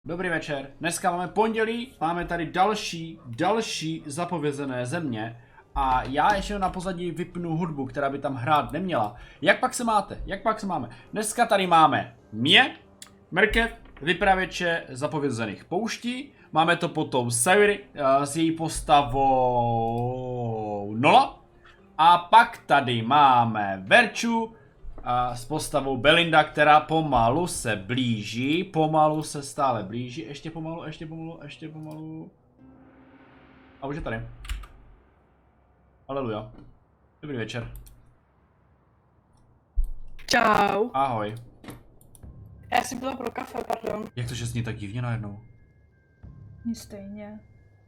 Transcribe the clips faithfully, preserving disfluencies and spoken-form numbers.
Dobrý večer. Dneska máme pondělí, máme tady další, další zapovězené země a já ještě na pozadí vypnu hudbu, která by tam hrát neměla. Jak pak se máte? Jak pak se máme? Dneska tady máme mě, Mrkev, vypravěče zapovězených pouští, máme to potom Sayuri uh, s její postavou Nola a pak tady máme Verču a s postavou Belinda, která pomalu se blíží, pomalu se stále blíží, ještě pomalu, ještě pomalu, ještě pomalu. A už je tady. Aleluja. Dobrý večer. Čau. Ahoj. Já jsem byla pro kafe, pardon. Jak to, že zní tak divně najednou? Mně stejně.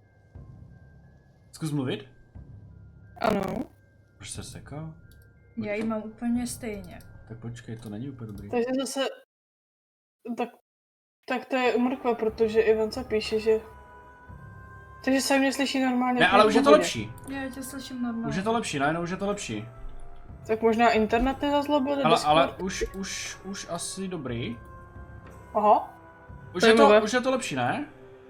Zkus mluvit? Ano. Proč se seká? Já ji mám úplně stejně. Tak počkej, to není úplně dobrý. Takže zase... Tak, tak to je umrkva, protože Ivan se píše, že... Takže se mě slyší normálně. Ne, ale už je to lepší. Já tě slyším normálně. Už je to lepší, najednou už je to lepší. Tak možná internet nezazlobil, Ale, ale už, už, už asi dobrý. Aha. Už je, to, už je to lepší, ne?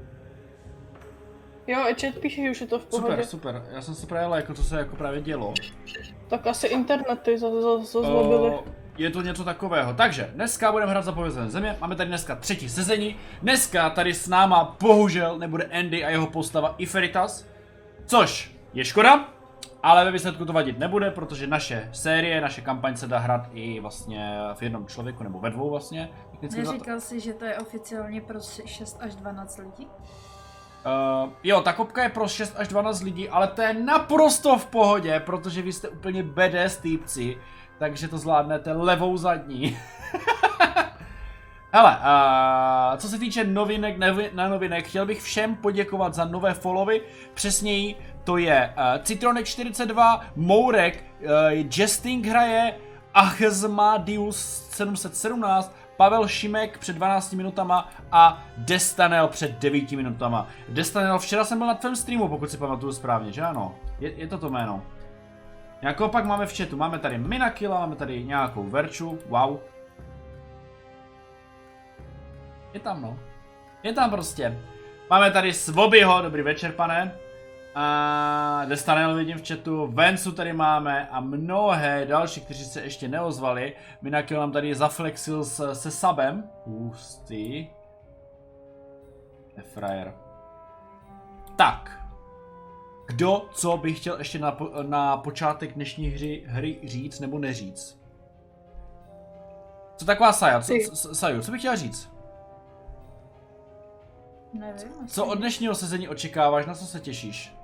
Jo, chat píše, že už je to v pohodě. Super, super. Já jsem se právě jako co se jako právě dělo. Tak asi internety zazlobily. Uh, je to něco takového. Takže dneska budeme hrát zapovězené země. Máme tady dneska třetí sezení. Dneska tady s náma bohužel nebude Andy a jeho postava Iferitas. Což je škoda. Ale ve výsledku to vadit nebude, protože naše série, naše kampaň se dá hrát i vlastně v jednom člověku, nebo ve dvou vlastně. Neříkal jsi, že to je oficiálně pro šest až dvanáct lidí? Uh, jo, ta kopka je pro šest až dvanáct lidí, ale to je naprosto v pohodě, protože vy jste úplně badass týpci, takže to zvládnete levou zadní. Hele, uh, co se týče novinek, nevi, na novinek, chtěl bych všem poděkovat za nové followy, přesněji to je uh, Citronek čtyřicet dva, Mourek, uh, Jesting hraje, Achzmadius sedm set sedmnáct, Pavel Šimek před dvanácti minutama a Destanel před devíti minutama. Destanel, včera jsem byl na tvém streamu, pokud si pamatuju správně, že ano? Je, je to to jméno. Nějakou pak máme v chatu, máme tady Minakila, máme tady nějakou Verču, wow. Je tam no. Je tam prostě. Máme tady Svobyho, dobrý večer pane. A Destanel vidím v chatu, Vencu tady máme a mnohé další, kteří se ještě neozvali. Minakil nám tady zaflexil s, se sabem. Hustý. Nefrajer. Tak. Kdo co by chtěl ještě na, na počátek dnešní hry, hry říct nebo neříct? Co taková Saja? Co, co, Saju, co bych chtěla říct? Nevím. Co od dnešního sezení očekáváš, na co se těšíš?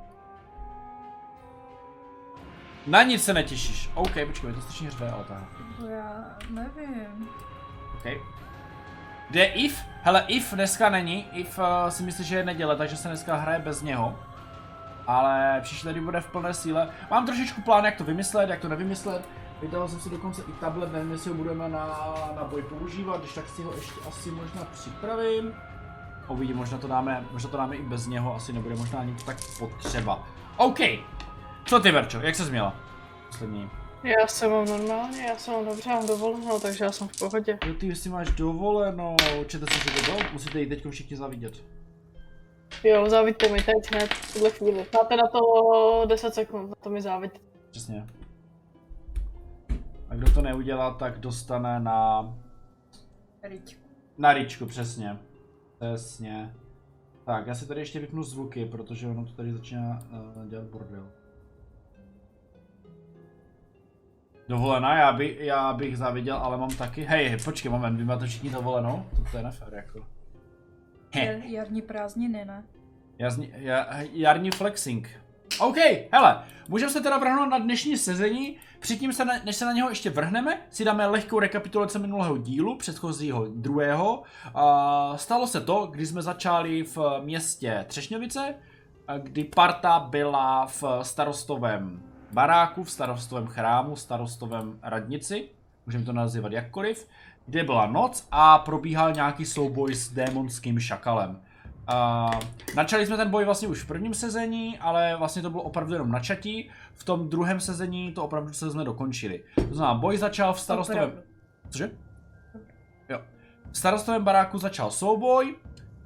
Na nic se netěšíš. OK, počkej, to strašně řve, ale tak. Já nevím. OK. Kde je If? Hele, If dneska není. If uh, si myslí, že je neděle, takže se dneska hraje bez něho. Ale příští tady bude v plné síle. Mám trošičku plán, jak to vymyslet, jak to nevymyslet. Vydal jsem si dokonce i tablet, nevím, jestli ho budeme na, na boj používat, když tak si ho ještě asi možná připravím. Uvidím, možná to dáme, možná to dáme i bez něho, asi nebude možná ani tak potřeba. OK. Co ty, Verčo, jak ses měla? Poslední. Já jsem mám normálně, já jsem mám dobře, mám dovolenou, takže já jsem v pohodě. Jo, ty si máš dovolenou, čete si to do? Musíte ji teď všichni zavidět. Jo, závidte mi teď hned, v tuhle chvíli. Máte na to deset sekund, na to mi závidíte. Přesně. A kdo to neudělá, tak dostane na... Ričku. Na ričku, přesně. Přesně. Tak, já si tady ještě vypnu zvuky, protože ono to tady začíná uh, dělat bordel. Dovolená, já, by, já bych záviděl, ale mám taky. Hej, hej, počkej moment, vy máte všichni dovolenou? To, to je nefér, jako. Jar, jarní prázdniny, ne? Jasně, jarní flexing. OK, hele, můžeme se teda vrhnout na dnešní sezení. Předtím, se na, než se na něho ještě vrhneme, si dáme lehkou rekapitulaci minulého dílu, předchozího druhého. Uh, stalo se to, když jsme začali v městě Třešňovice, kdy parta byla v starostovém baráku, v starostovém chrámu, starostovém radnici, můžeme to nazývat jakkoliv, kde byla noc a probíhal nějaký souboj s démonským šakalem. Uh, načali jsme ten boj vlastně už v prvním sezení, ale vlastně to bylo opravdu jenom načatí. V tom druhém sezení to opravdu se jsme dokončili. To znamená, boj začal v starostovém... Cože? Jo. V starostovém baráku začal souboj.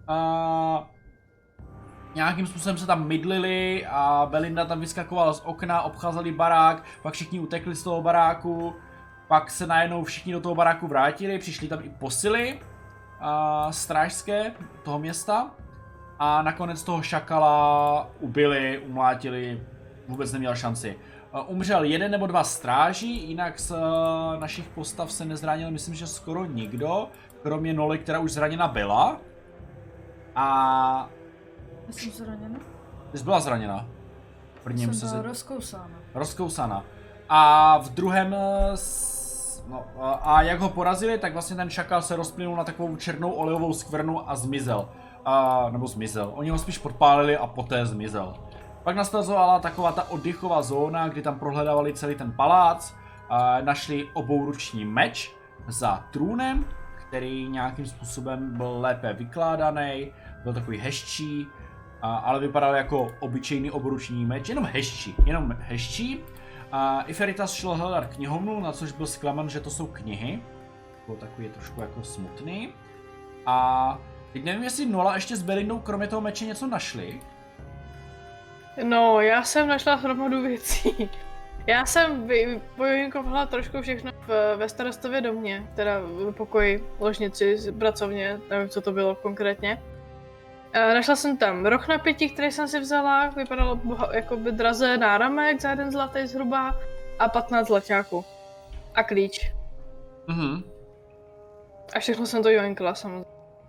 A nějakým způsobem se tam mydlili a Belinda tam vyskakovala z okna, obcházeli barák, pak všichni utekli z toho baráku, pak se najednou všichni do toho baráku vrátili, přišli tam i posily a strážské toho města a nakonec toho šakala ubili, umlátili, vůbec neměl šanci. Umřel jeden nebo dva stráží, jinak z našich postav se nezranil, myslím, že skoro nikdo, kromě Noly, která už zraněna byla. A... Já jsem zraněna? Ty jsi byla zraněna. V prvním jsem byla se... rozkousána. Rozkousána. A v druhém... No, a jak ho porazili, tak vlastně ten šakal se rozplynul na takovou černou olejovou skvrnu a zmizel. A, nebo zmizel. Oni ho spíš podpálili a poté zmizel. Pak nastazovala taková ta oddychová zóna, kdy tam prohledávali celý ten palác. A našli obouruční meč za trůnem, který nějakým způsobem byl lépe vykládaný, byl takový hezčí, a, ale vypadal jako obyčejný obruční meč, jenom hezčí, jenom hezčí. A Iferitas šel hledat knihovnu, na což byl zklaman, že to jsou knihy. Byl takový trošku jako smutný. A teď nevím, jestli Nola ještě s Belindou kromě toho meče něco našli. No, já jsem našla hromadu věcí. Já jsem vypojovinkovala trošku všechno v, ve starostově domě, teda v pokoji, ložnici, pracovně, nevím, co to bylo konkrétně. E, našla jsem tam roh na pěti, který jsem si vzala, vypadalo jako by draze náramek za jeden zlatý zhruba a patnáct zlaťáků. A klíč. Mhm. A všechno jsem to joinkla samozřejmě.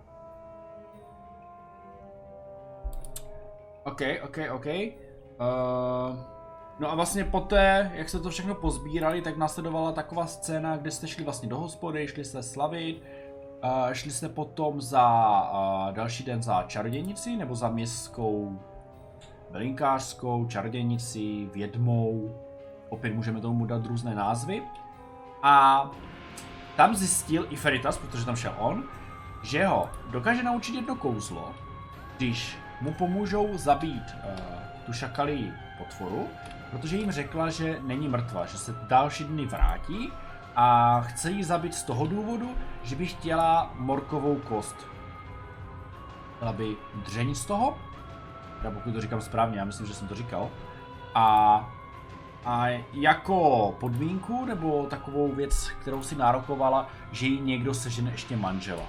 OK, OK, OK. Uh, no a vlastně poté, jak se to všechno pozbírali, tak následovala taková scéna, kde jste šli vlastně do hospody, šli jste slavit, uh, šli jste potom za uh, další den za čarodějnici, nebo za městskou velinkářskou, čarodějnici, vědmou, opět můžeme tomu dát různé názvy. A tam zjistil Iferitas, protože tam šel on, že ho dokáže naučit jedno kouzlo, když mu pomůžou zabít uh, tu šakalí potvoru, protože jim řekla, že není mrtvá, že se další dny vrátí a chce ji zabít z toho důvodu, že by chtěla morkovou kost. Chtěla by dřeň z toho, já pokud to říkám správně, já myslím, že jsem to říkal. A, a jako podmínku, nebo takovou věc, kterou si nárokovala, že jí někdo sežene ještě manžela.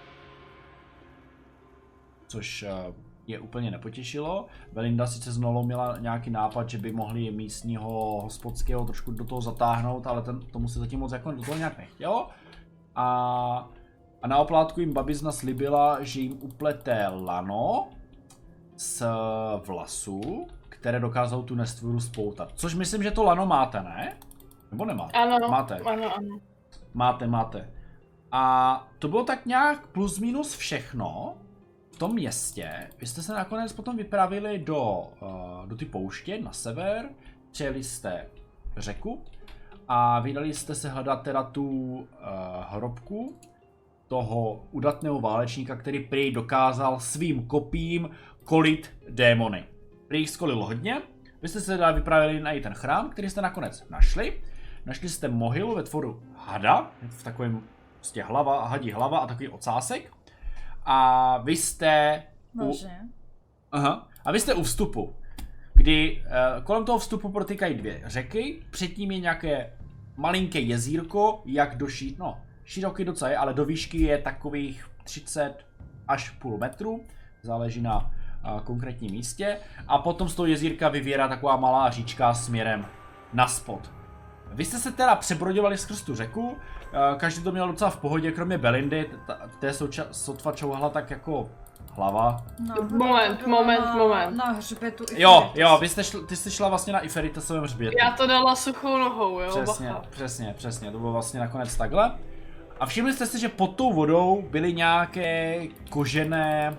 Což je úplně nepotěšilo. Belinda sice s Nolou měla nějaký nápad, že by mohli místního hospodského trošku do toho zatáhnout, ale ten, tomu se zatím moc jako do toho nějak nechtělo. A, a na oplátku jim babizna slibila, že jim uplete lano z vlasů, které dokázou tu nestvůru spoutat. Což myslím, že to lano máte, ne? Nebo nemáte? Ano, máte. ano, ano. Máte, máte. A to bylo tak nějak plus minus všechno. V tom městě, vy jste se nakonec potom vypravili do, uh, do ty pouště na sever, přijeli jste řeku a vydali jste se hledat teda tu uh, hrobku toho udatného válečníka, který prý dokázal svým kopím kolit démony. Prý jich skolil hodně, vy jste se teda vypravili na ten chrám, který jste nakonec našli. Našli jste mohylu ve tvoru hada, v takovém prostě hlava, hadí hlava a takový ocásek. A vy jste u... Aha. A vy jste u vstupu, kdy uh, kolem toho vstupu protékají dvě řeky, předtím je nějaké malinké jezírko, jak do ší... no, široký docela je, ale do výšky je takových třicet až půl metru, záleží na uh, konkrétním místě, a potom z toho jezírka vyvěrá taková malá říčka směrem na spod. Vy jste se teda přebrodovali skrz tu řeku, každý to měl docela v pohodě, kromě Belindy, té sotva čouhala tak jako hlava. No, moment, moment, na, moment. Na hřbetu Iferitas. Jo, jo, vy jste šl, ty jsi šla vlastně na Iferitasovém hřbětu. Já to dala suchou nohou, jo, Přesně, bacha. přesně, přesně, to bylo vlastně nakonec takhle. A všimli jste si, že pod tou vodou byly nějaké kožené,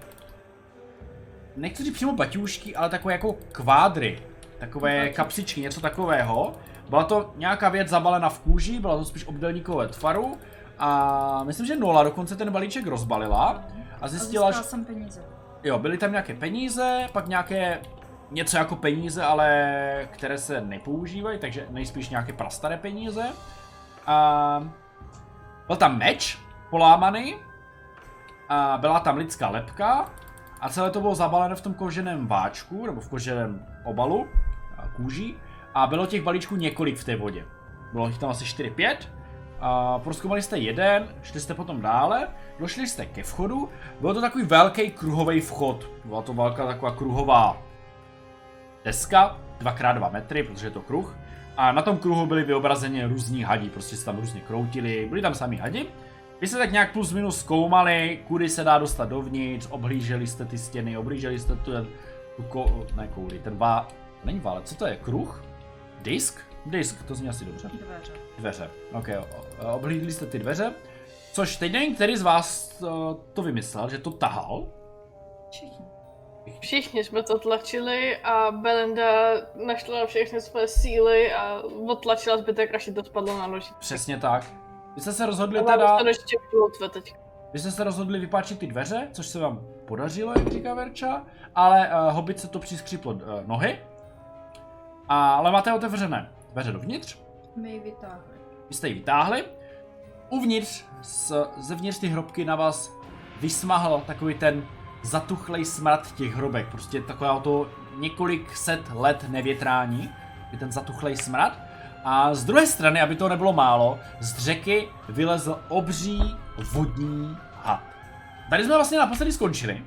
nechci říct přímo baťůžky, ale takové jako kvádry, takové kapsičky, něco takového. Byla to nějaká věc zabalena v kůži, byla to spíš obdélníkové tvaru a myslím, že Nola dokonce ten balíček rozbalila a zjistila, že... jsem peníze. Jo, byly tam nějaké peníze, pak nějaké něco jako peníze, ale které se nepoužívají, takže nejspíš nějaké prastaré peníze. A byl tam meč polámaný a byla tam lidská lebka a celé to bylo zabalené v tom koženém váčku, nebo v koženém obalu, kůží, a bylo těch balíčků několik v té vodě. Bylo jich tam asi čtyři pět. A prozkoumali jste jeden, šli jste potom dále, došli jste ke vchodu, byl to takový velký kruhový vchod, byla to velká taková kruhová deska, dva krát dva metry, protože je to kruh, a na tom kruhu byly vyobrazeni různí hadi, prostě se tam různě kroutili, byli tam sami hadi. Vy jste tak nějak plus minus zkoumali, kudy se dá dostat dovnitř, obhlíželi jste ty stěny, obhlíželi jste tu, tu ko, ne kouli, ten vá, to není válec, co to je, kruh? Disk? Disk, to zní asi dobře. Dveře. Dveře, ok, obhlídli jste ty dveře, což teď nevím, který z vás to, to vymyslel, že to tahal. Všichni. Všichni jsme to tlačili a Belinda našla všechny své síly a odtlačila zbytek, až jí to spadlo na noži. Přesně tak. Vy jste se rozhodli A teda, máme to ještě ploutve teď. vy jste se rozhodli vypáčit ty dveře, což se vám podařilo, jak říká Verča, ale uh, Hobbit se to přiskříplo uh, nohy. A, ale máte otevřené dveře dovnitř. My ji vytáhli. Vy jste ji vytáhli. Uvnitř, z, zevnitř ty hrobky na vás vysmahl takový ten zatuchlej smrad těch hrobek. Prostě taková to několik set let nevětrání. Je ten zatuchlej smrad. A z druhé strany, aby to nebylo málo, z řeky vylezl obří vodní had. Tady jsme vlastně naposledy skončili.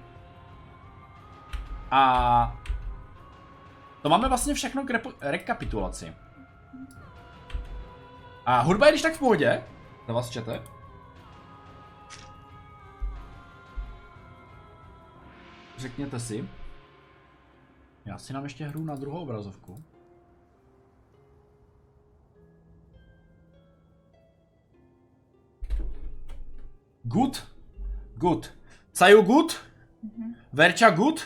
A to máme vlastně všechno k repo- rekapitulaci. A hudba je když tak v pohodě. Za vás čete. Řekněte si. Já si nám ještě hru na druhou obrazovku. Good. Good. Caju good? Mm-hmm. Verča good?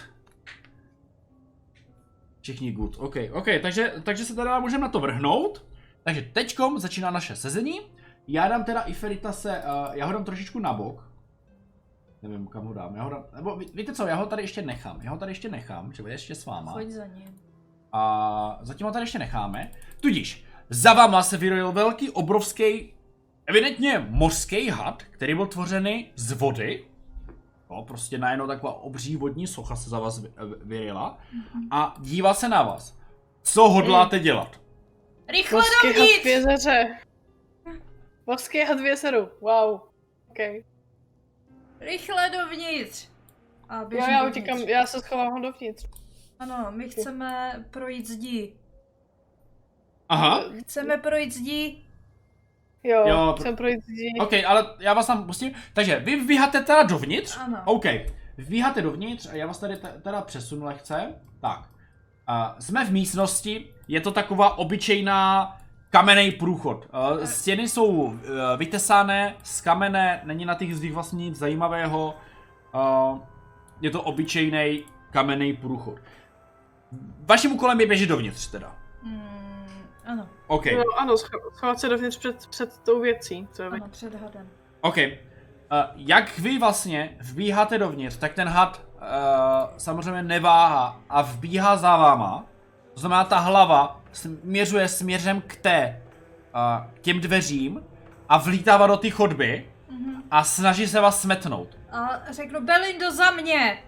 Všichni good. OK, OK, takže, takže se teda můžeme na to vrhnout. Takže teďkom začíná naše sezení. Já dám teda Iferitase, uh, já ho dám trošičku na bok. Nevím, kam ho dám. Já ho dám, nebo ví, víte co, já ho tady ještě nechám. Já ho tady ještě nechám, že bude ještě s váma. Choď za ním. A zatím ho tady ještě necháme. Tudíž, za váma se vyrojil velký, obrovský, evidentně mořský had, který byl tvořený z vody. No, prostě najednou taková obří vodní socha se za vás vyrila. Mm-hmm. A dívá se na vás. Co hodláte mm. dělat? Rychle Mořský had v dovnitř! jezeře. Mořský had v jezeru. Wow. Okay. Rychle dovnitř! A Jo, běžím já dovnitř. utíkám, já se schovám dovnitř. Ano, my chceme projít zdí. Aha. Chceme projít zdí. Jo, Jo, jo pro- jsem projít zdí. OK, ale já vás tam pustím. Takže vy vbíháte teda dovnitř? Ano. OK. Vbíháte dovnitř a já vás tady te- teda přesunu lehce. Tak. Uh, jsme v místnosti, je to taková obyčejná kamenný průchod. Uh, stěny jsou uh, vytesané z kamene, není na těch zdích vlastně nic zajímavého. Uh, je to obyčejný kamenný průchod. Vaším úkolem je běžet dovnitř teda. Mm, ano, OK. No, ano, scho- schovat se dovnitř před, před tou věcí, co je ano, před hadem. OK. Uh, jak vy vlastně vbíháte dovnitř, tak ten had uh, samozřejmě neváhá a vbíhá za váma. To znamená, ta hlava směřuje směrem k té, uh, k těm dveřím a vlítává do té chodby Mhm. a snaží se vás smetnout. A řeknu, Belindo, za mě!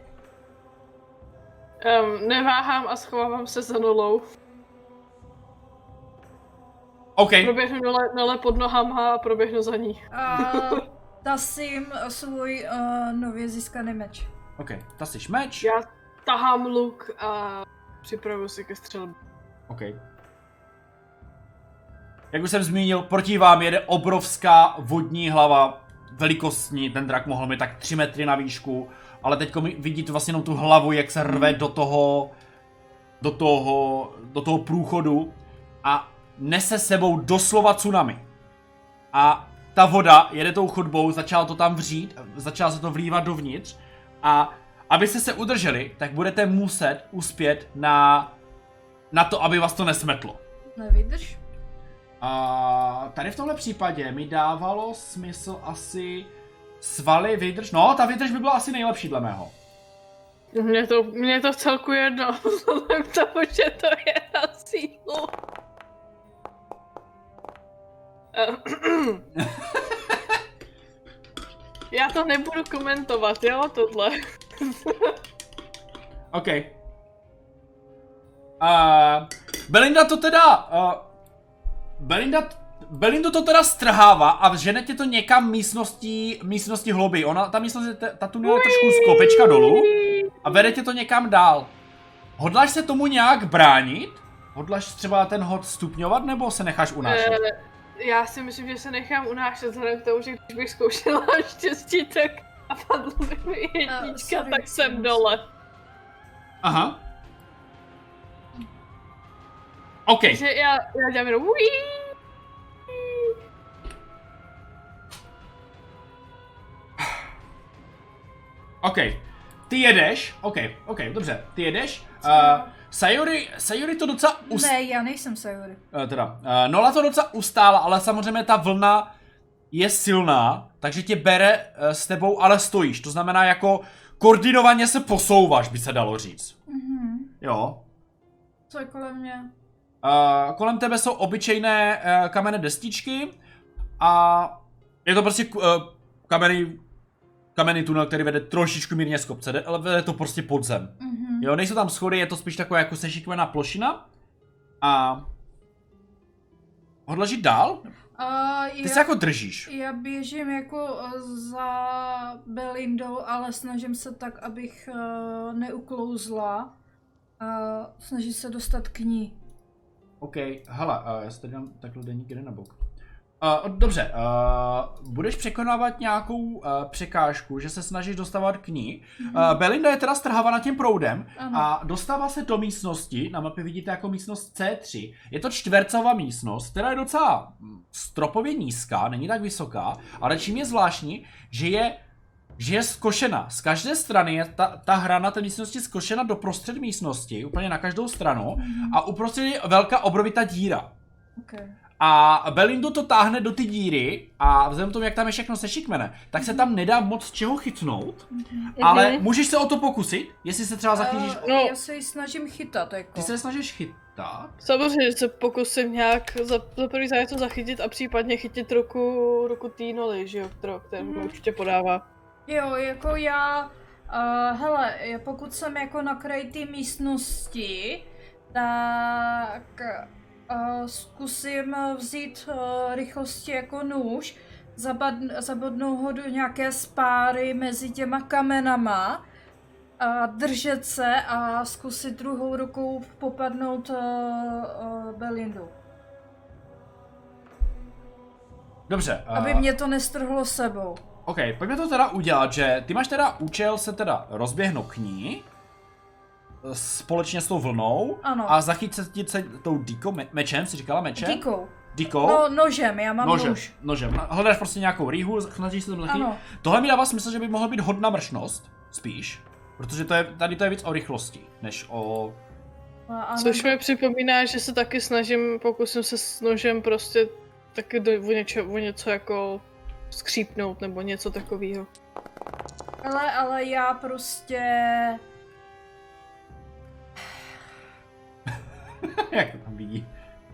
Um, neváhám a schovávám se za Nolou. OK. Proběhnu Nole, Nole pod nohama a proběhnu za ní. A tasím svůj uh, nově získaný meč. OK. Ta jsi meč. Já tahám luk a připravuju si ke střelbě. OK. Jak už jsem zmínil, proti vám jede obrovská vodní hlava, velikostní, ten drak mohl mít tak tři metry na výšku, ale teď vidíte vlastně jenom tu hlavu, jak se rve do toho, do toho, do toho průchodu a nese sebou doslova tsunami. A ta voda jede tou chodbou, začalo to tam vřít, začalo se to vlívat dovnitř a abyste se udrželi, tak budete muset uspět na, na to, aby vás to nesmetlo. Nevydrž. A tady v tomhle případě mi dávalo smysl asi svaly, vydrž, no ta vydrž by byla asi nejlepší dle mého. Mně to, mně to v celku jedno, vzhledem k tomu, že to je na sílu. Já to nebudu komentovat, jo, tohle. OK. Uh, Belinda to teda... Uh, Belinda... Belindu to teda strhává a žene tě to někam místností, místností hlouběji. Ona, ta místnost, je, ta tunel je trošku z kopečka dolů a vede tě to někam dál. Hodláš se tomu nějak bránit? Hodláš třeba ten hod stupňovat nebo se necháš unášet? Uh, já si myslím, že se nechám unášet vzhledem k tomu, že když bych zkoušela štěstí, tak a padlo by mi jednička, uh, sorry, tak jsem dole. Aha. OK. Takže já, já dělám jenom uí. OK, ty jedeš, OK, OK, dobře, ty jedeš. Uh, Sayuri, Sayuri to docela ust... Ne, já nejsem Sayuri. Uh, teda, uh, Nola to docela ustála, ale samozřejmě ta vlna je silná, takže tě bere uh, s tebou, ale stojíš. To znamená jako koordinovaně se posouváš, by se dalo říct. Mhm. Jo. Co je kolem mě? Uh, kolem tebe jsou obyčejné uh, kamenné destičky a je to prostě uh, kamenný, kamenný tunel, který vede trošičku mírně z kopce, ale vede to prostě pod zem. Mm-hmm. Jo, nejsou tam schody, je to spíš taková jako sešikvená plošina a hodláš jít dál? Uh, Ty já, se jako držíš. Já běžím jako za Belindou, ale snažím se tak, abych uh, neuklouzla a snažím se dostat k ní. OK, hele, uh, já si tady dám takhle deník jeden na bok. Uh, dobře, uh, budeš překonávat nějakou uh, překážku, že se snažíš dostávat k ní. Mm-hmm. Uh, Belinda je teda strhávána tím proudem ano. A dostává se do místnosti, na mapě vidíte jako místnost C tři. Je to čtvercová místnost, která je docela stropově nízká, není tak vysoká, ale čím je zvláštní, že je, že je zkošena. Z každé strany je ta, ta hrana té místnosti zkošena do prostřed místnosti, úplně na každou stranu, mm-hmm. A uprostřed je velká obrovitá díra. Okay. A Belindu to táhne do ty díry a vzhledem k tomu, jak tam je všechno sešikmene, tak se tam nedá moc čeho chytnout, mm-hmm. Ale můžeš se o to pokusit, jestli se třeba zachytíš. Uh, no, já se ji snažím chytat, jako. Ty se snažíš chytat? Samozřejmě, že se pokusím nějak za, za první zájem to zachytit a případně chytit ruku, ruku té Noly, že jo, kterou, kterou mm-hmm. určitě podává. Jo, jako já, uh, hele, pokud jsem jako na kraji té místnosti, tak uh, zkusím vzít uh, rychlosti jako nůž, zabad, zabodnout ho do nějaké spáry mezi těma kamenama a držet se a zkusit druhou rukou popadnout uh, uh, Belindu. Dobře. Uh... Aby mě to nestrhlo sebou. OK, pojďme to teda udělat, že ty máš teda účel se teda rozběhnout k ní společně s tou vlnou ano. A zachytit se tou díkou, me, mečem, jsi říkala mečem? Díkou. Díkou? No, nožem, já mám nožem, nůž. Nožem, hledáš prostě nějakou rýhu, snažíš se tam zachytit. Tohle mi dává smysl, že by mohla být hodná mršnost, spíš. Protože to je, tady to je víc o rychlosti, než o... A což mi připomíná, že se taky snažím, pokusím se s nožem prostě taky do, o, něčo, o něco jako skřípnout nebo něco takového. Ale, ale já prostě... Jak to tam vidí?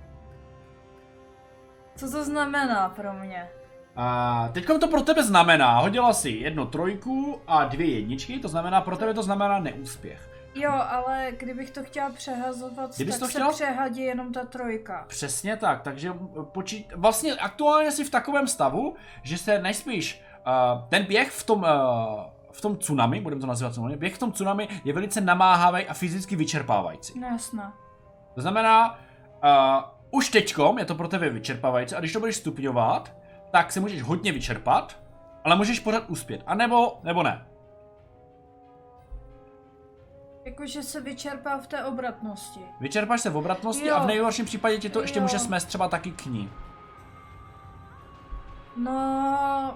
Co to znamená pro mě? A teďkom to pro tebe znamená, hodila si jednu trojku a dvě jedničky, to znamená, pro tebe to znamená neúspěch. Jo, ale kdybych to chtěla přehazovat, Kdybys tak to se chtěla? přehadí jenom ta trojka. Přesně tak, takže počít... Vlastně aktuálně jsi v takovém stavu, že se nejspíš uh, ten běh v tom, uh, v tom tsunami, budeme to nazývat tsunami, běh v tom tsunami je velice namáhavý a fyzicky vyčerpávající. No jasná. To znamená, uh, už teďkom je to pro tebe vyčerpávající a když to budeš stupňovat, tak se můžeš hodně vyčerpat, ale můžeš pořád uspět, a nebo, nebo ne. Jakože se vyčerpá v té obratnosti. Vyčerpáš se v obratnosti jo. A v nejhorším případě ti to jo. ještě může smést třeba taky k ní. No...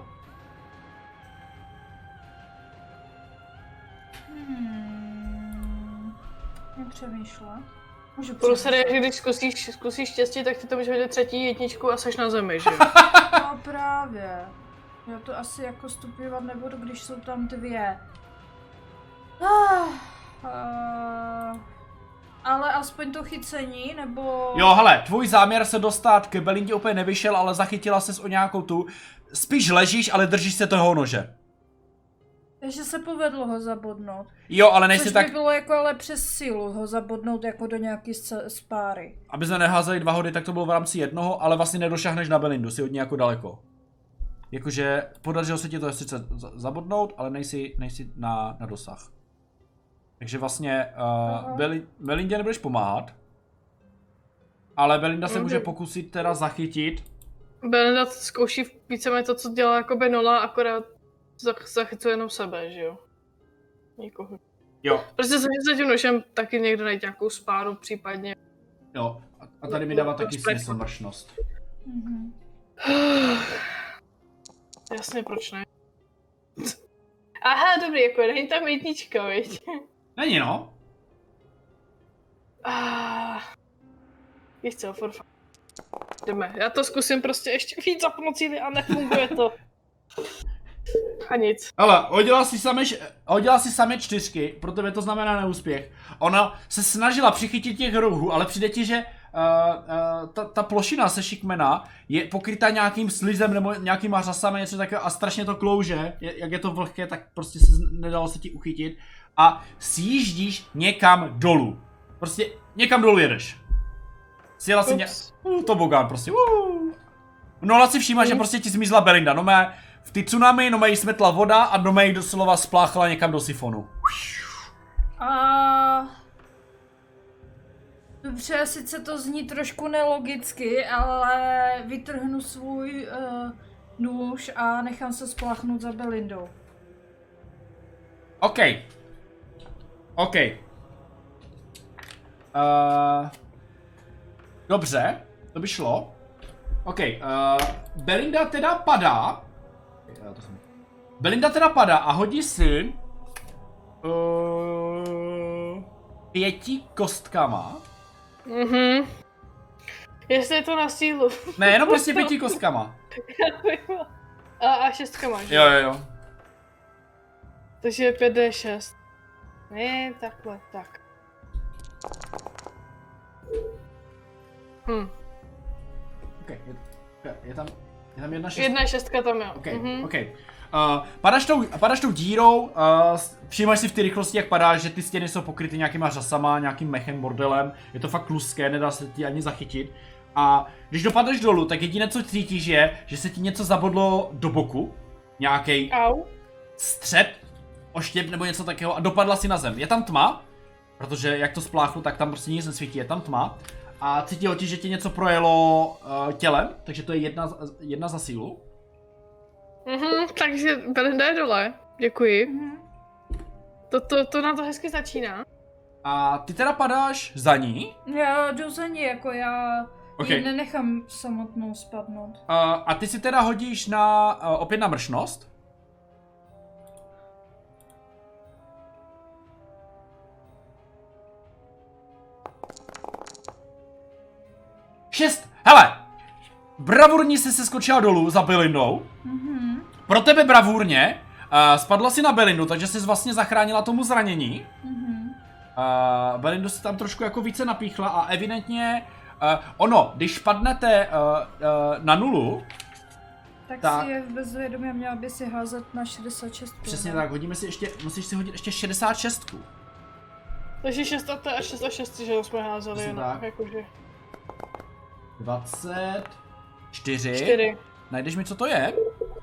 Hmm... Nepřemýšlím. Můžu Průsedy, že když zkusíš, zkusíš štěstí, tak ty to můžeš hodit třetí jedničku a seš na zemi, že? No právě. Já to asi jako stupňovat nebudu, když jsou tam dvě. Ah, uh, ale aspoň to chycení, nebo... Jo, hele, tvůj záměr se dostat k Belindě úplně nevyšel, ale zachytila ses o nějakou tu. Spíš ležíš, ale držíš se toho nože. Takže se povedlo ho zabodnout. Jo, ale nejsi Což tak... by bylo jako ale přes sílu ho zabodnout jako do nějaký spáry. Aby jsme neházeli dva hody, tak to bylo v rámci jednoho, ale vlastně nedošáhneš na Belindu, si od ní jako daleko. Jakože podařilo se ti to sice zabodnout, ale nejsi, nejsi na, na dosah. Takže vlastně uh, Beli, Belindě nebudeš pomáhat. Ale Belinda se může pokusit teda zachytit. Belinda zkouší víceméně to, co dělá jako Benola, akorát zachycuje jenom sebe, že jo? Nikoho. Jo. Prostě se za tím nožem taky někdo najít nějakou spáru případně. Jo. A tady mi dává taky smysl mršnost. Mhm. Jasně, proč ne? Aha, dobrý, jako není tam jednička, viď? Není no. Ah. Víš co, for fun. Jdeme, já to zkusím prostě ještě víc zapnout síly a nefunguje to. A nic. Ale hodila si samé, hodila si samé čtyřky, pro tebe to znamená neúspěch. Ona se snažila přichytit těch rohů, ale přijde ti, že uh, uh, ta, ta plošina se šikmena je pokrytá nějakým slizem nebo nějakýma řasami, něco takového a strašně to klouže, je, jak je to vlhké, tak prostě se nedalo se ti uchytit a sjíždíš někam dolů. Prostě někam dolů jedeš. Sjela si ně... Uh, tobogán prostě. Uh. No ale si všímá, že prostě ti zmizla Belinda, no mé v ty tsunami, no mé jí smetla voda a no mé jí doslova spláchala někam do sifonu. A... Dobře, sice to zní trošku nelogicky, ale vytrhnu svůj uh, nůž a nechám se spláchnout za Belindou. OK. OK. Uh, dobře, to by šlo. OK, uh, Belinda teda padá. Belinda teda padá a hodí si uh, pěti kostkama. Mhm. Jestli je to na sílu. Ne, jenom prostě pěti kostkama. a, a šestkama, že? Jo, jo, jo. Takže je pět dé šest. Ne, takhle, tak. Hm. OK, je, je, tam, je tam jedna šestka. Jedna šestka tam je. OK, mhm. OK. Uh, padáš, tou, padáš tou dírou, uh, všímáš si v té rychlosti, jak padáš, že ty stěny jsou pokryty nějakýma řasama, nějakým mechem, bordelem. Je to fakt kluské, nedá se ti ani zachytit. A když dopadneš dolů, tak jediné, co cítíš, je, že se ti něco zabodlo do boku. Nějaký střep, oštěp nebo něco takového a dopadla si na zem. Je tam tma, protože jak to spláchlo, tak tam prostě nic nesvítí, je tam tma. A cítilo ti, že ti něco projelo uh, tělem, takže to je jedna, jedna za sílu. Mhm, takže Belinda je dole. Děkuji. Mhm. To, to, to na to hezky začíná. A ty teda padáš za ní. Já jdu za ní, jako já Okay. ji nenechám samotnou spadnout. Uh, a ty si teda hodíš na, uh, opět na mršnost. Šest. Hele, bravurní jsi se skočila dolů za Belindou. Mhm. Pro tebe bravurně. Uh, spadla si na Belindu, takže jsi vlastně zachránila tomu zranění. Mhm. Uh, Belindu se tam trošku jako více napíchla a evidentně uh, ono, když padnete uh, uh, na nulu, Tak, Tak. si je v bezvědomí a měla by si házet na šedesát šest. přesně tak, hodíme si ještě, musíš si hodit ještě šedesát šest. Takže šest a to a šest a šest, že jsme házeli Přesně jenom, tak. jakože. dvacet čtyři. Čtyři. Najdeš mi, co to je?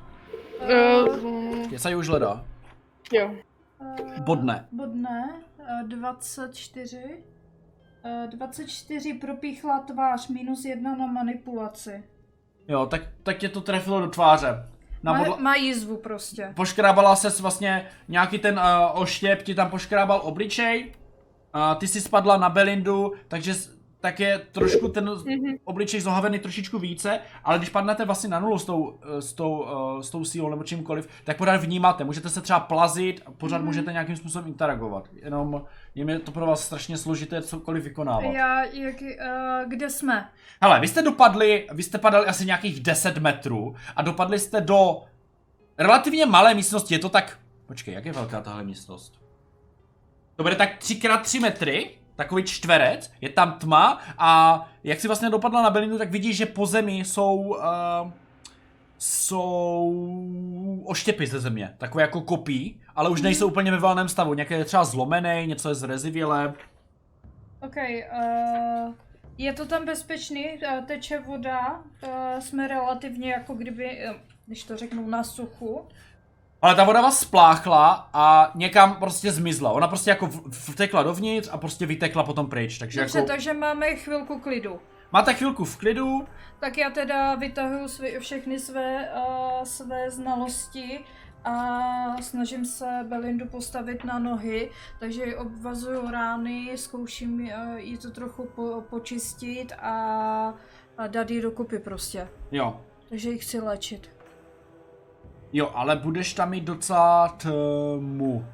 Uh, Je se už hledá. jo. Uh, Bodne. Bodne. Uh, dvacet čtyři. Uh, dvacet čtyři propíchla tvář, minus jedna na manipulaci. Jo, tak, tak tě to trefilo do tváře. Na Má, bodla... má jízvu prostě. Poškrábala ses vlastně, nějaký ten uh, oštěp ti tam poškrábal obličej. Uh, ty si spadla na Belindu, takže s- tak je trošku ten Mhm. obličej zohavený trošičku více, ale když padnete vlastně na nulu s tou, eh, s tou, uh, s tou sílou nebo čímkoliv, tak pořád vnímáte, můžete se třeba plazit a pořád Mhm. můžete nějakým způsobem interagovat. Jenom je to pro vás strašně složité cokoliv vykonávat. Já, jak, uh, kde jsme? Hele, vy jste dopadli, vy jste padali asi nějakých deset metrů a dopadli jste do relativně malé místnosti, je to tak, počkej, jak je velká tahle místnost? To bude tak tři krát tři metry, takový čtverec, je tam tma a jak si vlastně dopadla na Belindu, tak vidíš, že po zemi jsou, uh, jsou oštěpy ze země, takové jako kopí, ale už nejsou Mhm. úplně ve valném stavu, nějaké je třeba zlomené, něco je zrezivělé. OK, uh, je to tam bezpečný, uh, teče voda, uh, jsme relativně jako kdyby, uh, když to řeknu, na suchu. Ale ta voda vás spláchla a někam prostě zmizla. Ona prostě jako v- vtekla dovnitř a prostě vytekla potom pryč, takže Dobře, jako... takže máme chvilku klidu. Máte chvilku v klidu, Tak já teda vytahuju svý, všechny své, uh, své znalosti a snažím se Belindu postavit na nohy, takže ji obvazuju rány, zkouším uh, jí to trochu po, počistit a, a dát jí dokupy prostě. jo. Takže ji chci léčit. Jo, ale budeš tam mít docela tmu.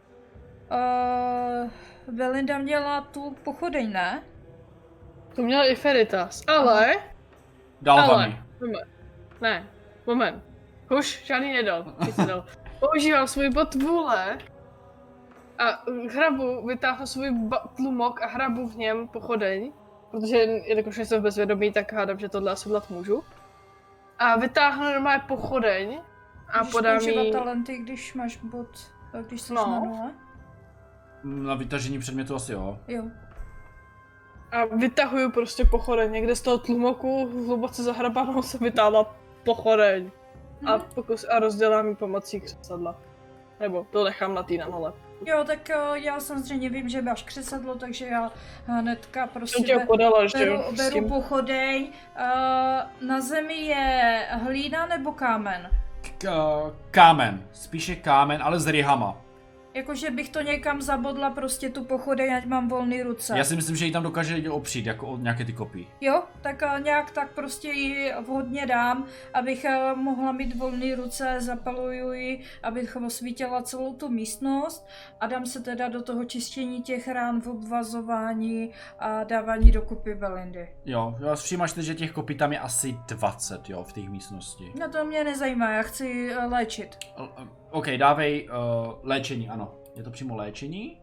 Uh, Belinda měla tu pochodeň, ne? To měl i Feritas, ale... Dal ale, vám ji. moment. Ne, moment. Už žádný nedal. Nic nedal. Používám svůj bod vůle a hrabu, vytáhnu svůj ba- tlumok a hrabu v něm pochodeň, protože jelikož jsem v bezvědomí, tak hádám, že tohle asi dělat můžu. A vytáhnu normálně pochodeň a Můžeš podám používat jí... talenty, když máš bod, když jsi No. na nule? Na vytažení předmětu asi jo. Jo. A vytahuju prostě pochodeň. Někde z toho tlumoku hluboce zahrabanou se vytáhla pochodeň. A, Mhm. pokus, a rozdělám ji pomocí křesadla. Nebo to nechám na tý na nole. Jo, tak uh, já samozřejmě vím, že máš křesadlo, takže já hnedka prostě Jsem tě be- podala, že beru, jo? s beru tím. pochodeň. Uh, na zemi je hlína nebo kámen? K- kámen, spíše kámen, ale s ryhama. Jakože bych to někam zabodla prostě tu pochodeň, ať mám volný ruce. Já si myslím, že ji tam dokáže opřít, jako od nějaké ty kopí. Jo, tak uh, nějak tak prostě ji vhodně dám, abych uh, mohla mít volný ruce, zapaluju ji, abych osvítila celou tu místnost a dám se teda do toho čištění těch rán, v obvazování a dávání dokupy Belindy. Jo, jo, všímáš teď, že těch kopí tam je asi dvacet, jo, v té místnosti. No to mě nezajímá, já chci uh, léčit. L- uh, OK, dávej uh, léčení, ano. Je to přímo léčení.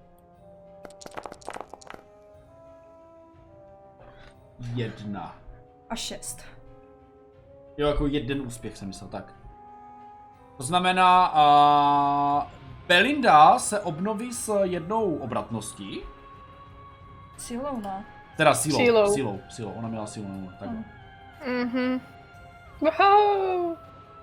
Jedna. A šest. Jo, jako jeden úspěch jsem myslel, tak. To znamená, uh, Belinda se obnoví s jednou obratností. Silou, ne? Teda sílou, Sílou. sílou, sílou, ona měla sílu, no, tak. Ano. Mhm. Wow.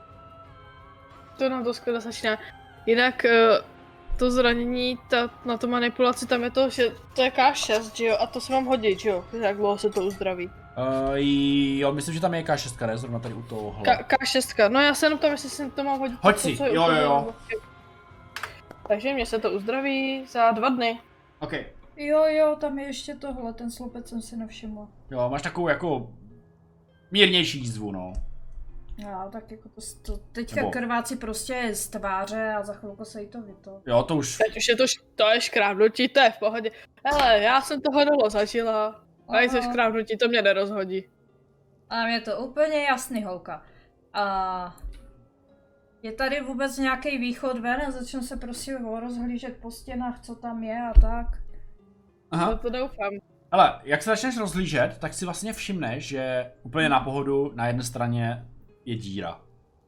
To nám to skvěle začíná. Jinak eh, to zranění, ta, na tu manipulaci, tam je to, že to je ká šest, že jo? A to se vám hodí, že jo? Jak dlouho se to uzdraví. Uh, jo, myslím, že tam je ká šest, ne? Zrovna tady u tohohle. Ka- ká šest, no já se jenom tam, jestli si to mám hodit. Hoď to, si, co je jo, úplně jo, jo. hluboký. Takže mě se to uzdraví za dva dny. OK. Jo, jo, tam je ještě tohle, ten slupec jsem si nevšimla. Jo, máš takovou jako mírnější jízvu, no. Já, tak jako to, to teďka Nebo- krváci prostě z tváře a za chvilku se jí to vyto. Jo, to už... Teď už je to, š- to je škrábnutí, to je v pohodě. Hele, já jsem toho dlouho zažila. A i se Aha. škrábnutí, to mě nerozhodí. A je to úplně jasný, holka. A je tady vůbec nějaký východ ven a začnu se prostě rozhlížet po stěnách, co tam je a tak. No Aha. to doufám. Hele, jak se začneš rozlížet, tak si vlastně všimneš, že úplně na pohodu na jedné straně je díra.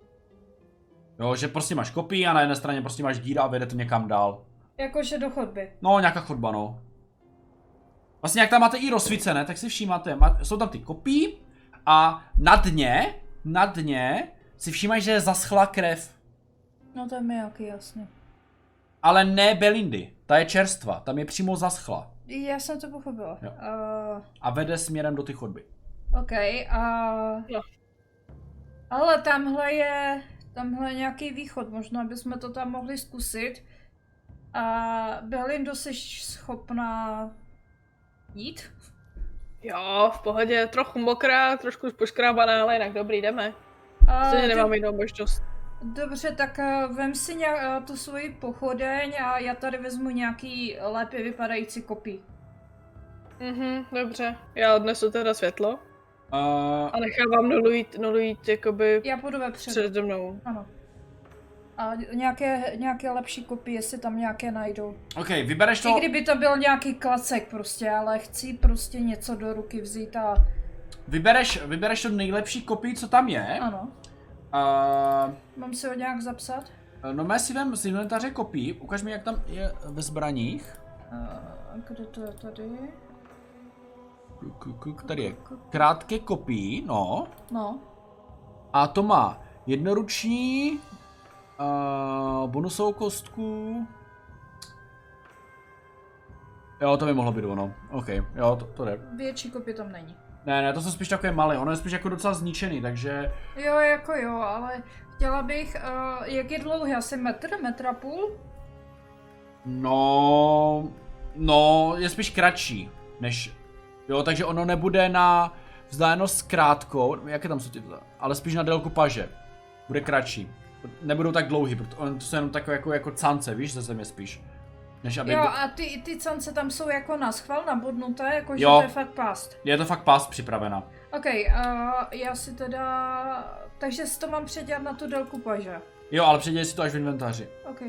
Jo, že prostě máš kopii a na jedné straně prostě máš díra a vede to někam dál. Jakože do chodby. No, nějaká chodba, no. Vlastně jak tam máte i rozsvícené, tak si všímáte, má, jsou tam ty kopí a na dně, na dně si všímají, že je zaschlá krev. No to je mi jaký jasný. Ale ne Belindy, ta je čerstva, tam je přímo zaschla Já jsem to pochopila. Jo. Uh, a vede směrem do ty chodby. OK, a... Jo. Ale tamhle je... Tamhle je nějaký východ, možná bychom to tam mohli zkusit. A Belindo, jsi schopná jít? Jo, v pohodě, trochu mokrá, trošku poškrábaná, ale jinak dobrý, jdeme. A Stejně ty- nemám jinou možnost. Dobře, tak uh, vem si nějak, uh, tu svoji pochodeň a já tady vezmu nějaký lépe vypadající kopí. Mhm, dobře. Já odnesu teda světlo Uh, a nechávám nulu jít, nulu jít jakoby Já půjdu vepředu. přede mnou. Ano. A nějaké, nějaké lepší kopie, jestli tam nějaké najdou. OK, vybereš I to, kdyby to byl nějaký klacek prostě, ale chci prostě něco do ruky vzít a... vybereš, vybereš to nejlepší kopii, co tam je. Ano. Uh, Mám si ho nějak zapsat? no mé si vem z inventáře kopí, ukaž mi, jak tam je ve zbraních. Uh, kde to je tady? Tady je krátké kopí, no. No. A to má jednoruční, uh, bonusovou kostku. Jo, to by mohlo být ono. OK, jo, to, to jde. Větší kopě tam není. Ne, ne, to jsou spíš takové malé, ono je spíš jako docela zničený, takže... Jo, jako jo, ale chtěla bych, uh, jak je dlouhý, asi metr, metr a půl? No... No, je spíš kratší, než... Jo, takže ono nebude na vzdálenost krátkou, jaké tam jsou ty, ale spíš na délku paže. Bude kratší. Nebudou tak dlouhý, protože to jsou jenom takové jako, jako cance, víš, ze země spíš. Než aby... Jo, a ty, ty cance tam jsou jako na schvál, nabodnuté, jakože Jo. to je fakt past. Je to fakt past připravena. OK, uh, já si teda... Takže si to mám předělat na tu délku paže. Jo, ale předělej si to až v inventáři. OK.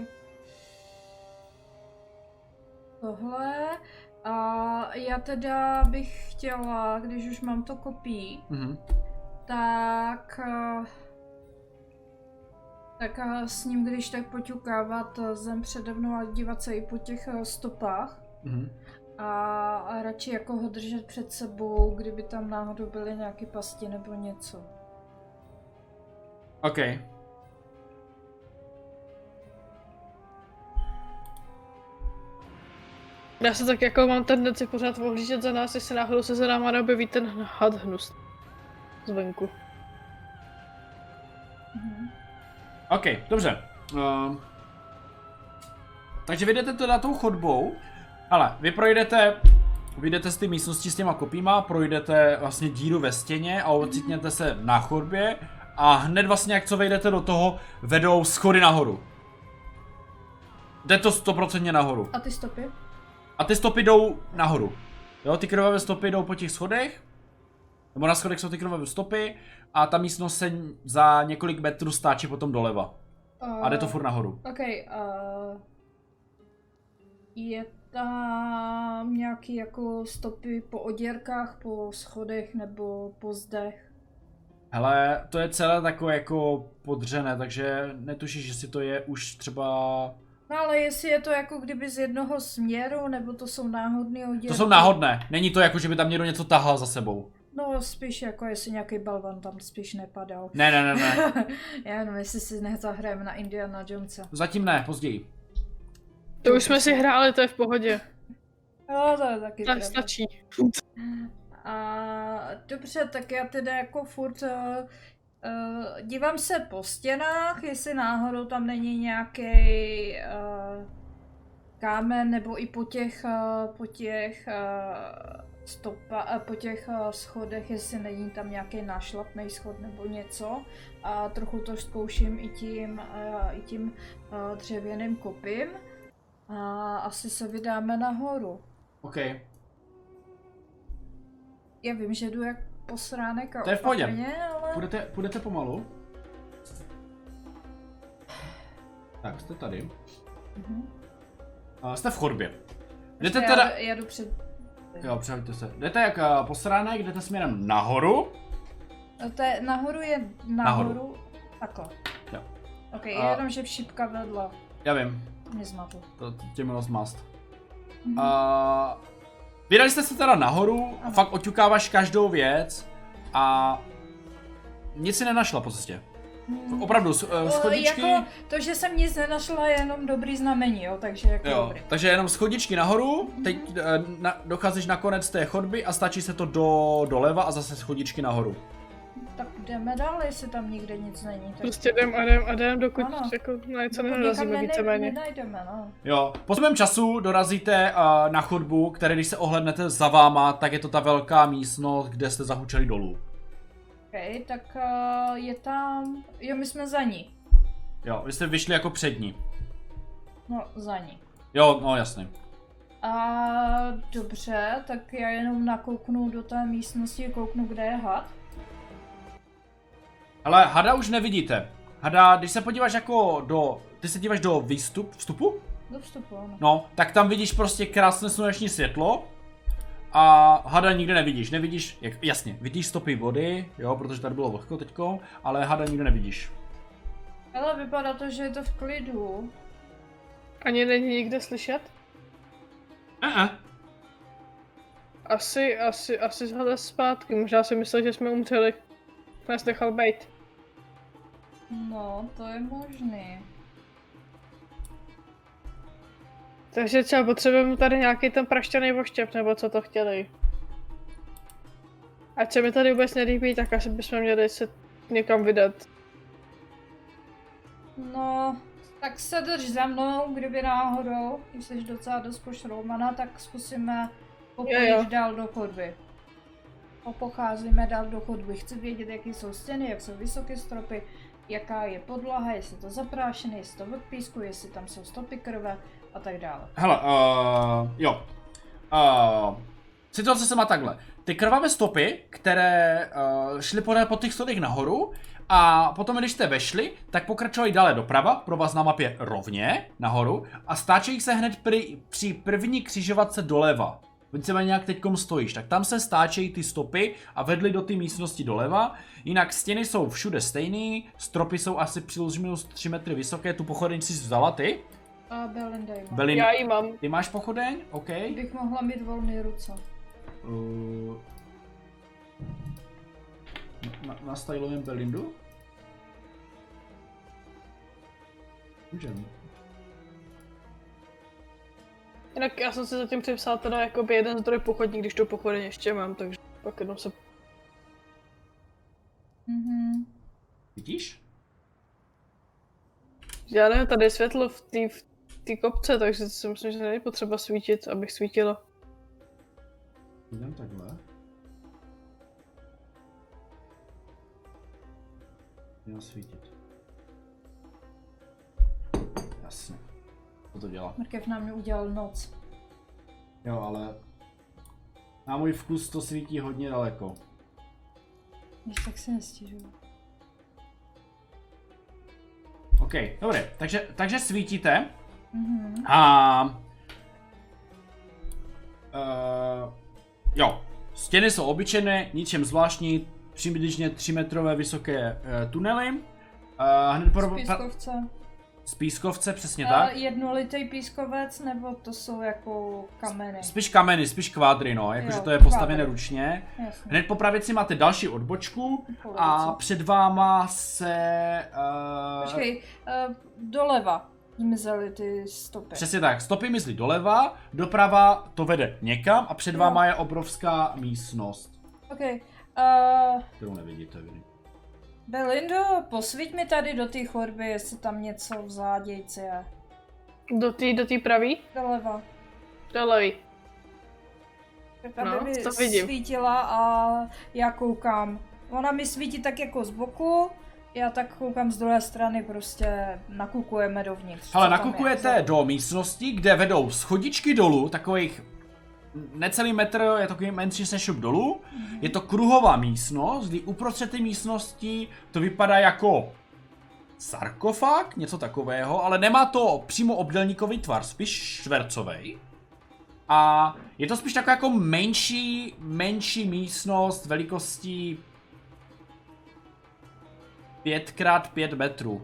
Tohle. A já teda bych chtěla, když už mám to kopí, Mhm. tak... Uh, tak uh, s ním, když tak poťukávat uh, zem přede mnou a dívat se i po těch uh, stopách. Mhm. A, a radši jako ho držet před sebou, kdyby tam náhodou byly nějaké pasti nebo něco. OK. Já se tak jako mám tendenci pořád ohlížet za nás, jestli náhodou se za náma neobjeví ten had hnus. Zvenku. Mhm. OK, dobře. Uh, takže vyjdete teda tou chodbou. Ale vy projdete, vyjdete z té místnosti s těma kopíma, projdete vlastně díru ve stěně a ocitněte se na chodbě a hned vlastně jak co vejdete do toho, vedou schody nahoru. Jde to stoprocentně nahoru. A ty stopy? A ty stopy jdou nahoru. Jo, ty krvavé stopy jdou po těch schodech. Nebo na schodech jsou ty krvavé stopy a ta místnost se za několik metrů stáčí potom doleva. Uh, A jde to furt nahoru. OK, uh, je tam nějaký jako stopy po oděrkách, po schodech nebo po zdech? Hele, to je celé takové jako podřené, takže netušíš, jestli to je už třeba... No ale jestli je to jako kdyby z jednoho směru, nebo to jsou náhodné oděrky? To jsou náhodné, není to jako, že by tam někdo něco tahal za sebou. No spíš jako jestli nějaký balvan tam spíš nepadal. Ne, ne, ne, ne. Já jenom jestli si nezahrajeme na Indiana Jonesa. Zatím ne, později. To už jsme si hráli, to je v pohodě. Jo, to je taky Tak pravda. stačí. A dobře, tak já teda jako furt uh, uh, dívám se po stěnách, jestli náhodou tam není nějaký uh, kámen, nebo i po těch, uh, po těch uh, stopa, uh, po těch uh, schodech, jestli není tam nějaký nášlapný schod nebo něco. A trochu to zkouším i tím, uh, i tím uh, dřevěným kopím. A asi se vydáme nahoru. OK. Já vím, že jdu jak posránek a To je v pohodě. opatrně, ale... Půjdete, půjdete pomalu. Tak, jste tady. Mhm. Uh, jste v chodbě. Jdete Já, teda... já jdu před... Jo, přehoďte se. Jdete jak uh, posránek, jdete směrem nahoru. No to je, nahoru je nahoru. Nahoru. Takhle. Jo. Ok, A- jenom, že šipka vedla. Já vím, Mě zmatl. to tě milost mast. Mhm. Uh, vydali jste se teda nahoru a Ano. fakt oťukáváš každou věc a nic si nenašla po cestě. Hmm. Opravdu, s- uh, schodičky, Jako to, že jsem nic nenašla, je jenom dobrý znamení, jo, takže jako jo, dobrý. takže jenom schodičky nahoru, teď uh, na, docházíš na konec té chodby a stačí se to do, doleva a zase schodičky nahoru. Tak jdeme dál, jestli tam nikde nic není. Tak... Prostě jdem a jdem a jdem, dokud Ano. jako na něco Dokud někam nenarazíme ne- víceméně. Nenajdeme, no. Jo, po svém času dorazíte uh, na chodbu, které když se ohlednete za váma, tak je to ta velká místnost, kde jste zahučeli dolů. Ok, tak uh, je tam... Jo, my jsme za ní. Jo, vy jste vyšli jako před ní. No, za ní. Jo, no jasně. A dobře, tak já jenom nakouknu do té místnosti, kouknu, kde je had. Ale hada už nevidíte. Hada, když se podíváš jako do... Ty se díváš do výstup, vstupu? Do vstupu, ano. No, tak tam vidíš prostě krásné sluneční světlo. a hada nikde nevidíš, nevidíš, jak, jasně, vidíš stopy vody, jo, protože tady bylo vlhko teďko, ale hada nikde nevidíš. Ale vypadá to, že je to v klidu. Ani není nikde slyšet? Uh-uh. Asi, asi, asi zhledal zpátky, možná si myslel, že jsme umřeli. Nás nechal bejt. No, to je možný. Takže třeba potřebujeme tady nějaký ten praštěný voštěp, nebo co to chtěli. Ať se mi tady vůbec nelíbí, tak asi bychom měli se někam vydat. No, tak se drž za mnou, kdyby náhodou, když jsi docela dost pošroumana, tak zkusíme popojit dál do chodby. Pocházíme dál do chodby. Chci vědět, jaké jsou stěny, jak jsou vysoké stropy, jaká je podlaha, jestli to zaprášené, jestli to od písku, jestli tam jsou stopy krve a tak dále. Hele, uh, jo. Uh, situace se má takhle. Ty krvavé stopy, které uh, šly podle po těch schodech nahoru, a potom, když jste vešli, tak pokračovali dále doprava, pro vás na mapě rovně nahoru, a stáčejí se hned při, při první křižovatce doleva. Víceméně nějak teďkom stojíš, tak tam se stáčejí ty stopy a vedly do té místnosti doleva. Jinak stěny jsou všude stejný, stropy jsou asi plus minus tři metry vysoké, tu pochodeň si vzala ty. A Belinda ji má. Belin... Já ji mám. Ty máš pochodeň? OK. Bych mohla mít volné ruce. Uh... Na, nastylujeme Belindu? Můžem. Jinak já jsem si zatím připsal teda jakoby jeden zdroj pochodní, když tu pochodeň ještě mám, takže pak jenom se... Mhm. Vidíš? Já nevím, tady je světlo v té v té kopce, takže si myslím, že není potřeba svítit, abych svítila. Jdem takhle. Měl svítit. Jasně. Co to dělá? Mrkev nám neudělal noc. Jo, ale na můj vkus to svítí hodně daleko. Když tak si nestěžuju. OK, dobré, takže, takže svítíte. Mhm. A... Uh, jo, stěny jsou obyčejné, ničem zvláštní, přibližně tři metrové vysoké uh, tunely. Uh, hned pro... Z pískovce. Z pískovce, přesně A tak. jednolitý pískovec, nebo to jsou jako kameny? Spíš kameny, spíš kvádry, no, jakože Jo, to je postavené kvádry. ručně. Jasně. Hned po pravici máte další odbočku Po a levici. před váma se... Uh, Počkej, uh, doleva zmizely ty stopy. Přesně tak, stopy myslí doleva, doprava to vede někam a před Jo. váma je obrovská místnost, OK. Uh, kterou nevidíte vy. Belindo, posvíť mi tady do té chodby, jestli tam něco v zádějci je. Do té do té pravý? Doleva. Do levý. Tak aby No, mi to vidím. svítila a já koukám. Ona mi svítí tak jako z boku, já tak koukám z druhé strany, prostě nakukujeme dovnitř. Ale co tam nakukujete je. do místnosti, kde vedou schodičky dolů, takových necelý metr, je takový menší se šup dolů. Mhm. Je to kruhová místnost, kdy uprostřed té místnosti to vypadá jako sarkofág, něco takového, ale nemá to přímo obdélníkový tvar, spíš čtvercovej. A je to spíš taková jako menší, menší místnost velikostí pět krát pět metrů.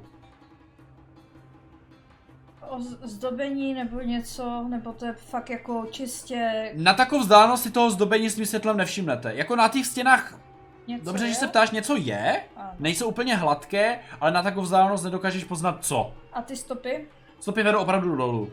O z- zdobení nebo něco, nebo to je fakt jako čistě Na takovou vzdálenost si toho zdobení s tím světlem nevšimnete. Jako na těch stěnách, něco dobře, je? že se ptáš, něco je, Ano. nejsou úplně hladké, ale na takovou vzdálenost nedokážeš poznat co. A ty stopy? Stopy vedou opravdu dolů.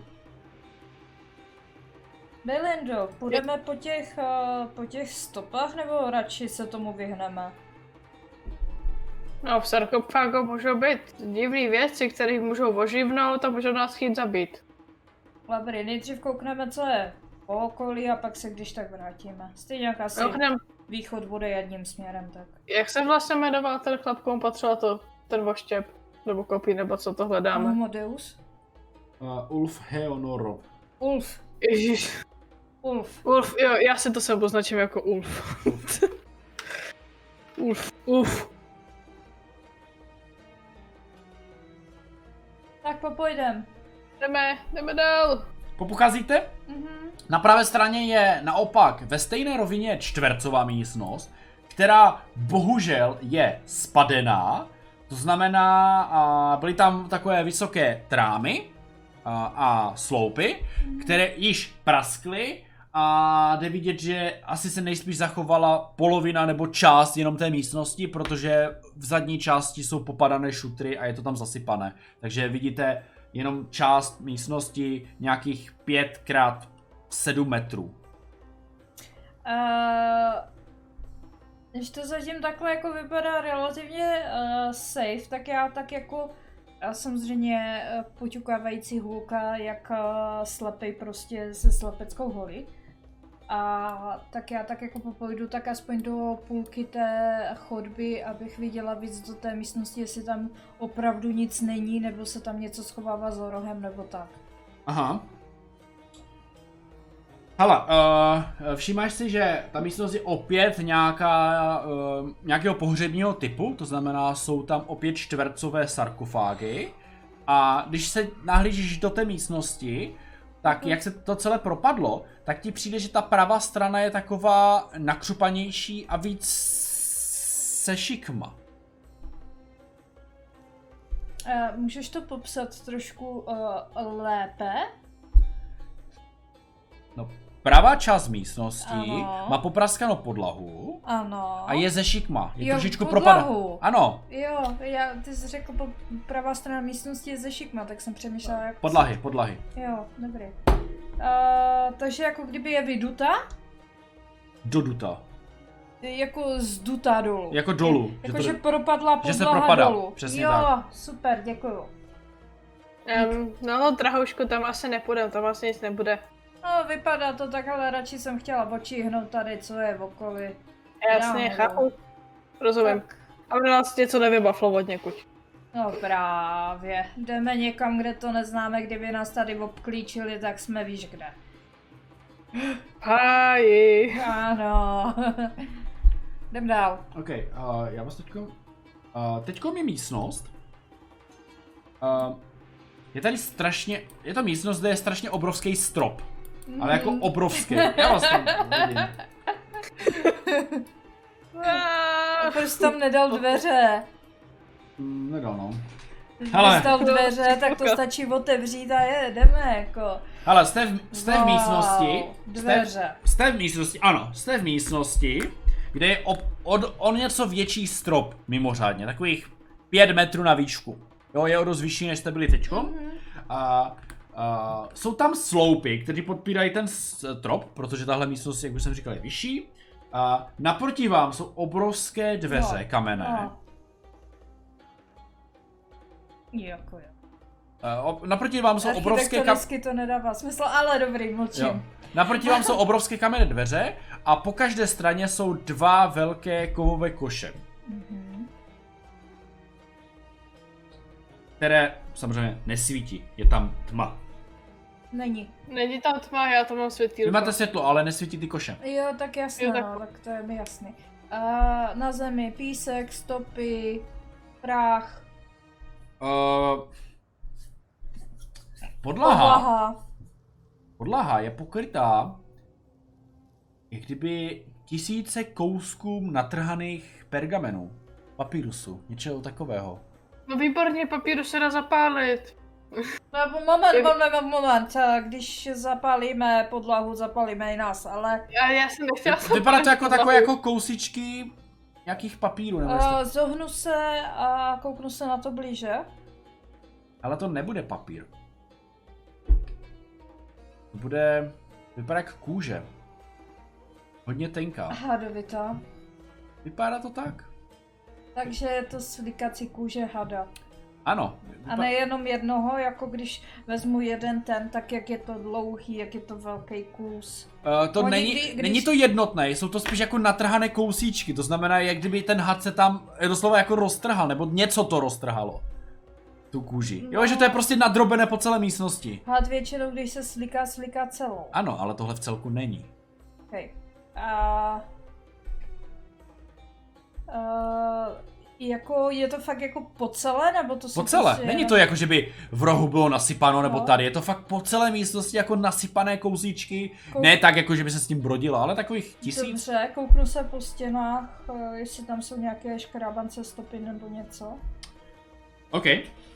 Belindo, půjdeme po těch, uh, po těch stopách, nebo radši se tomu vyhneme? No v sarkofágu můžou být divné věci, které můžou oživnout a můžou nás chtít zabít. Dobrý, nejdřív koukneme, co je po okolí a pak se když tak vrátíme. Stejně jak asi Kouknem, východ bude jedním směrem, tak. jak se vlastně jmenoval ten chlap, komu patřila to, ten voštěp, nebo kopí, nebo co to hledáme. Amadeus? Uh, Ulf Heonorov. Ulf. Ježíš. Ulf. Ulf, jo, já si to sem označím jako Ulf. Ulf, Ulf. Tak popojdem. Jdeme, jdeme dál. Pocházíte? Mhm. Na pravé straně je naopak ve stejné rovině čtvercová místnost, která bohužel je spadená. To znamená, a byly tam takové vysoké trámy a, a sloupy, které již praskly a jde vidět, že asi se nejspíš zachovala polovina nebo část jenom té místnosti, protože v zadní části jsou popadané šutry a je to tam zasypané. Takže vidíte jenom část místnosti nějakých pět krát sedm metrů. Uh, když to zatím takhle jako vypadá relativně uh, safe, tak já tak jako a samozřejmě uh, poťukávající hůlka, jak uh, slepej prostě se slepeckou holí. A tak já tak jako popojdu tak aspoň do půlky té chodby, abych viděla víc do té místnosti, jestli tam opravdu nic není, nebo se tam něco schovává za rohem, nebo tak. Aha. Hele, uh, všímáš si, že ta místnost je opět nějaká, uh, nějakého pohřebního typu, to znamená, jsou tam opět čtvercové sarkofágy. A když se nahlížíš do té místnosti, tak Mhm. jak se to celé propadlo, tak ti přijde, že ta pravá strana je taková nakřupanější a víc se šikma. Uh, můžeš to popsat trošku uh, lépe? No, pravá část místnosti Ano. má popraskanou podlahu Ano. a je ze šikma. Je Jo, trošičku podlahu. propadá. Ano, Jo, já, ty jsi řekl, po pravá strana místnosti je ze šikma, tak jsem přemýšlela, jak... podlahy, podlahy. Jo, dobrý. Uh, takže jako kdyby je vyduta, Doduta. jako zdutá dolů. Jako dolů. Je, jako, to- že, že propadla podlaha že se propadá, dolů. přesně jo, tak. super, děkuju. Um, no, drahoušku tam asi nepůjdem, tam asi nic nebude. No, vypadá to tak, ale radši jsem chtěla očíhnout tady, co je v okolí. Jasně, no. chápu. Rozumím. Tak, Aby nás něco nevybaflo od někud. no právě. Jdeme někam, kde to neznáme, kdyby nás tady obklíčili, tak jsme víš kde. Háji. Ano. Jdem dál. OK, uh, já vás teďko... Uh, teďko je místnost. Uh, je tady strašně... Je to místnost, kde je strašně obrovský strop. Ale jako Mhm. obrovský. Já vás tam vidím. A proč jsi tam nedal dveře? Mm, nedal no. Když Hele. bys dal dveře, tak to stačí otevřít a je, jdeme jako. Hele, jste v, jste v Wow, místnosti. Jste, Dveře. jste v místnosti, ano, jste v místnosti, kde je ob, od, o něco větší strop, mimořádně, takových pět metrů na výšku. Jo, je o dost vyšší, než jste byli teďko. Mhm. A, a jsou tam sloupy, které podpírají ten strop, protože tahle místnost, jak už jsem říkal, je vyšší. A naproti vám jsou obrovské dveře, No, kamenné. No. Jako jo. A, o, naproti vám jsou obrovské kam... Architektonicky to nedává smysl, ale dobrý, mlčím. Jo. Naproti vám jsou obrovské kamenné dveře a po každé straně jsou dva velké kovové koše, Mhm. které samozřejmě nesvítí, je tam tma. Není. Není tam tma, já tam mám Vy světýlko. máte světlo, ale nesvítí ty koše. Jo, tak jasně, Jo, tak- no, tak to je mi jasný. A na zemi písek, stopy, prach, Uh, podlaha, podlaha. podlaha je pokrytá jak kdyby tisíce kousků natrhaných pergamenů, papírusu, něčeho takového. No výborně, papíru se dá zapálit. No, moment, moment, moment, když zapálíme podlahu, zapálíme i nás, ale Já, já jsem nechtěla Vypadá to jako podlahu. takové jako kousičky nějakých papírů, nebo jestli... uh, zohnu se a kouknu se na to blíže. Ale to nebude papír. To bude... Vypadá jak kůže. Hodně tenká. Hadovita. Vypadá to tak? Takže je to slikací kůže hada. Ano. A nejenom jednoho, jako když vezmu jeden ten, tak jak je to dlouhý, jak je to velký kus. Uh, to Oni není, kdy- když- není to jednotné, jsou to spíš jako natrhané kousíčky, to znamená, jak kdyby ten had se tam doslova jako roztrhal, nebo něco to roztrhalo. Tu kůži. Jo, No. že to je prostě nadrobené po celé místnosti. Had většinou, když se sliká, sliká celou. Ano, ale tohle v celku není. Okay. A... Uh, jako je to fakt jako po celé, nebo to jsou Po celé, prostě není jenom... to jako, že by v rohu bylo nasypáno nebo No. tady, je to fakt po celé místnosti jako nasypané kousíčky, Kou- ne tak jako, že by se s tím brodilo, ale takových tisíc. Dobře, kouknu se po stěnách, eh, jestli tam jsou nějaké škrábance, stopy nebo něco. OK.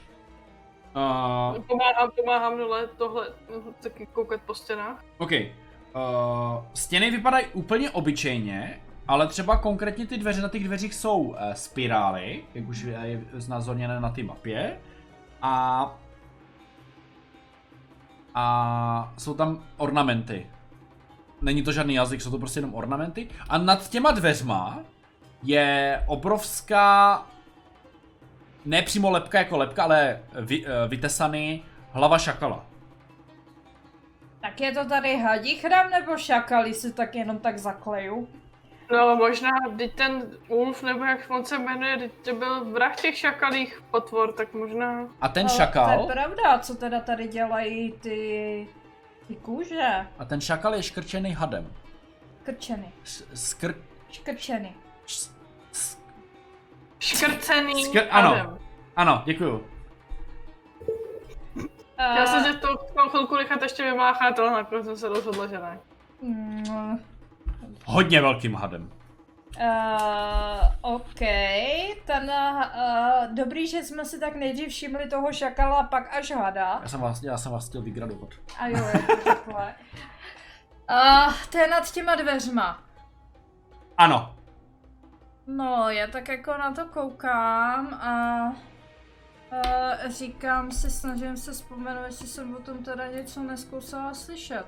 Uh, Pomáhám, pomáhám dole tohle, taky koukat po stěnách. OK. Uh, stěny vypadají úplně obyčejně, ale třeba konkrétně ty dveře na těch dveřích jsou uh, spirály, jak už je znázorněné na té mapě. A a jsou tam ornamenty. Není to žádný jazyk, jsou to prostě jenom ornamenty. A nad těma dveřma je obrovská, ne přímo lepka jako lepka, ale vy, uh, vytesaný hlava šakala. Tak je to tady hadí chrám nebo šakali se tak jenom tak zakleju? No možná, teď ten Ulf, nebo jak on se jmenuje, teď to byl vrah těch šakalých potvor, tak možná... A ten Ale šakal, To je pravda, co teda tady dělají ty, ty kůže? a ten šakal je škrčený hadem. Krčeny. S- Skr... Škrčeny. s- s- Škrcený Skr- ano. hadem. Ano, děkuju. Já Uh, jsem se to chtěl chvilku nechat ještě vymáchat, ale nakonec jsem se rozhodla, že ne. mm, Hodně velkým hadem. Uh, OK, ten, uh, dobrý, že jsme si tak nejdřív všimli toho šakala, pak až hada. Já jsem vás, já jsem vás chtěl vygradovat. A jo, je to takhle. Uh, to je nad těma dveřma. Ano. No, já tak jako na to koukám a uh, říkám si, snažím se vzpomenout, jestli jsem o tom teda něco nezkusila slyšet.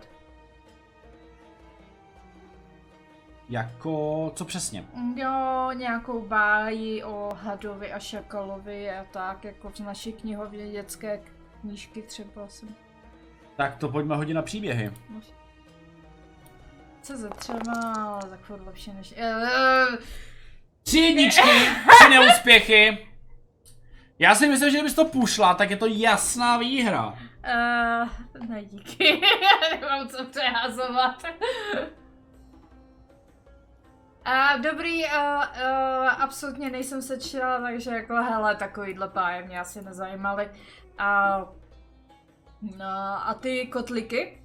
Jako, co přesně? Jo, nějakou báji o hadovi a šakalovi a tak, jako v naší knihovně dětské knížky třeba jsem. Tak to pojďme hodit na příběhy. Co za třeba, ale tak furt lepší než... Uh, Tři jedničky, tři neúspěchy. Já si myslím, že kdybys to pušla, tak je to jasná výhra. uh, ne díky, já nemám co přehazovat. A dobrý, uh, uh, absolutně nejsem sečila, takže jako hele, takovýhle páje mě asi nezajímaly. A, no, a ty kotliky?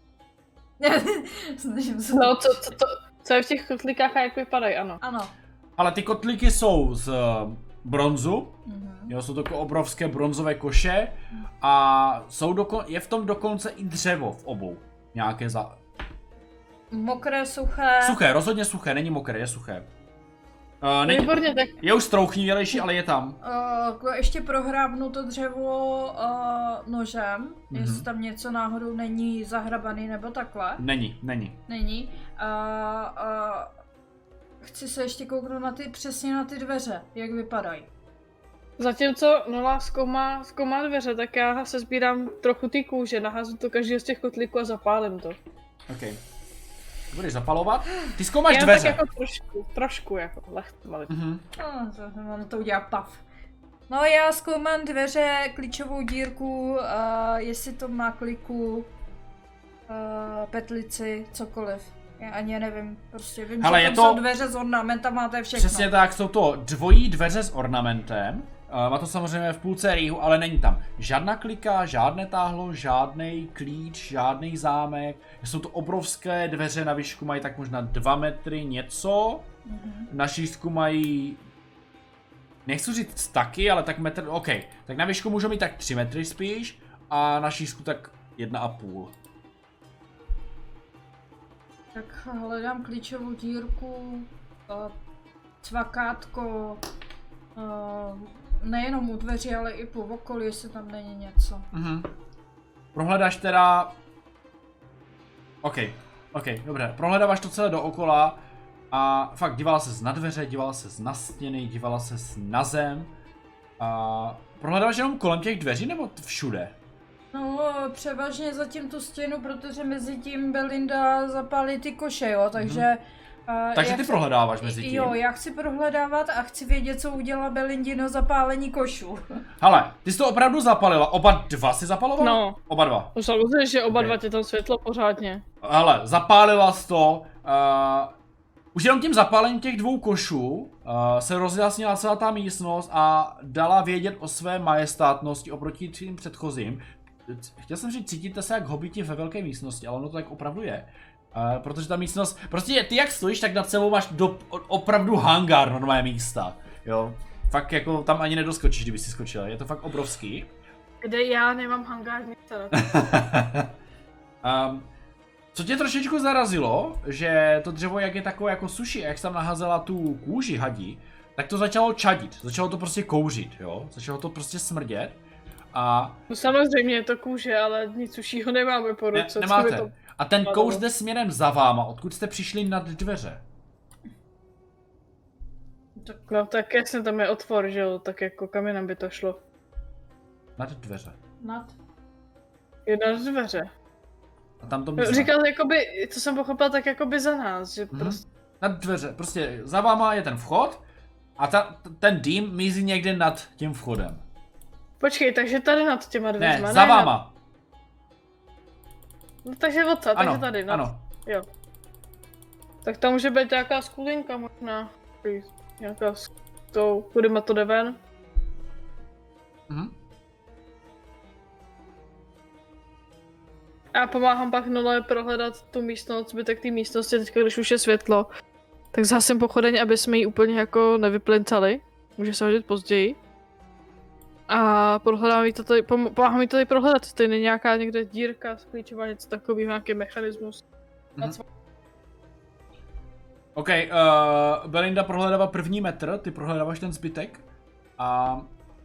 Snažím se. No, co, co, co, co je v těch kotlikách a jak vypadají, ano. Ano. Ale ty kotlíky jsou z bronzu, Mhm. jo, jsou to jako obrovské bronzové koše a jsou doko- je v tom dokonce i dřevo v obou. Nějaké za... Mokré, suché. Suché, rozhodně suché, není mokré, je suché. Uh, není... Výborně, tak Je už strouchnivělejší, ale je tam. Uh, ještě prohrábnu to dřevo uh, nožem, Mhm. jestli tam něco náhodou není zahrabaný nebo takhle. Není, není. Není. Uh, uh, chci se ještě kouknout na ty, přesně na ty dveře, jak vypadají. zatímco Nola zkoumá, zkoumá dveře, tak já se sbírám trochu ty kůže, naházu to každého z těch kotlíků a zapálím to. OK. Budeš zapalovat? Ty zkoumáš Já dveře. tak jako trošku, trošku jako lehce maličko. Mhm. No, to, to, to udělá pav. No já zkoumám dveře, klíčovou dírku, uh, jestli to má kliku, uh, petlici, cokoliv. Já ani nevím, prostě vím, Hele, že je tam to- jsou dveře s ornamentama, to je všechno. Přesně tak, jsou to dvojí dveře s ornamentem. Uh, má to samozřejmě v půlce rýhu, ale není tam žádná klika, žádné táhlo, žádný klíč, žádný zámek. Jsou to obrovské dveře, na výšku mají tak možná dva metry něco. Mhm. Na šířku mají... Nechci říct taky, ale tak metr... OK, tak na výšku můžou mít tak tři metry spíš. A na šířku tak jedna a půl. Tak hledám klíčovou dírku, uh, cvakátko, uh, nejenom u dveří, ale i po okolí, jestli tam není něco. Mhm. Prohledáš teda... OK, OK, dobré. Prohledáváš to celé dookola a fakt dívala ses na dveře, dívala ses na stěny, dívala ses na zem. A prohledáváš jenom kolem těch dveří nebo všude? No, převážně zatím tu stěnu, protože mezi tím Belinda zapálí ty koše, jo, takže... Uh, Takže ty prohledáváš mezi tím. Jo, já chci prohledávat a chci vědět, co udělá Belindino zapálení košů. Hele, ty jsi to opravdu zapalila, oba dva si zapalovala? No. Oba dva. No samozřejmě, že oba Ok. dva tě tam světlo pořádně. Hele, zapálila jsi to, uh, Už jenom tím zapálením těch dvou košů uh, se rozjasnila celá ta místnost a dala vědět o své majestátnosti oproti tím předchozím. Chtěl jsem říct, cítíte se jak hobiti ve velké místnosti, ale ono to tak opravdu je. Uh, protože ta místnost, prostě ty jak stojíš, tak nad sebou máš do, opravdu hangár normální místa, jo. Fakt jako tam ani nedoskočíš, kdyby si skočil, je to fakt obrovský. Kde já nemám hangár místa. um, Co tě trošičku zarazilo, že to dřevo, jak je takové jako suši, jak jsi tam naházela tu kůži hadí, tak to začalo čadit, začalo to prostě kouřit, jo, začalo to prostě smrdět a... No samozřejmě je to kůže, ale nic sušího nemáme po ruce. Ne, nemáte. To... A ten kouř jde směrem za váma, odkud jste přišli nad dveře. No tak jasně, tam je otvor, že jo, tak jako kam jinam by to šlo. Nad dveře. Nad? Je nad dveře. A tam to no, říkal jakoby, co jsem pochopil, tak jakoby za nás, že mm-hmm. prostě... Nad dveře, prostě za váma je ten vchod a ta, ten dým mizí někde nad tím vchodem. Počkej, takže tady nad těma dveřma, ne? za váma. Nad... No takže odsad, takže tady, nad... ano. Jo. Tak tam může být nějaká skulinka možná. Nějaká s tou, kudyma to jde ven. Mhm. A pomáhám pak Nole prohledat tu místnost, zbytek té místnosti, teďka když už je světlo. Tak zhasím pochodeň, aby jsme ji úplně jako nevyplincali. Může se hodit později. A prohledám jí to tady, pomáhám jí to tady prohledat, jestli není nějaká někde dírka, sklíčová, něco takového, nějaký mechanismus. Mm-hmm. OK, uh, Belinda prohledává první metr, ty prohledáváš ten zbytek. A...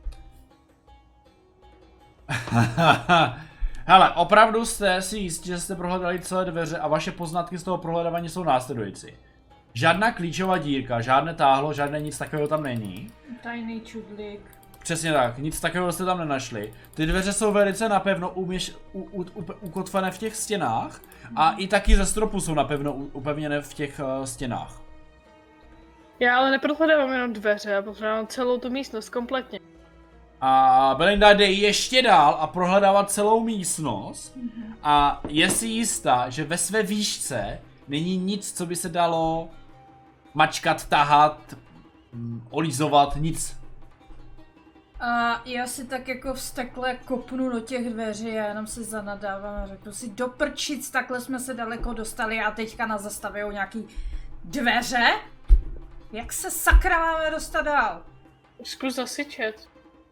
Hele, opravdu jste si jistí, že jste prohledali celé dveře a vaše poznatky z toho prohledávání jsou následující. Žádná klíčová dírka, žádné táhlo, žádné nic takového tam není. Tajný čudlík. Přesně tak, nic takového jste tam nenašli. Ty dveře jsou velice napevno uměš, u, u, u, ukotvené v těch stěnách a i taky ze stropu jsou napevno upevněné v těch uh, stěnách. Já ale neprohledávám jenom dveře, já prohledávám celou tu místnost kompletně. A Belinda jde ještě dál a prohledává celou místnost a je si jistá, že ve své výšce není nic, co by se dalo mačkat, tahat, olizovat, nic. A já si tak jako vztekle kopnu do těch dveří a jenom si zanadávám a řeknu si doprčic, takhle jsme se daleko dostali a teďka nás zastavují nějaký dveře? Jak se sakra máme dostat dál? Zkus zasyčet.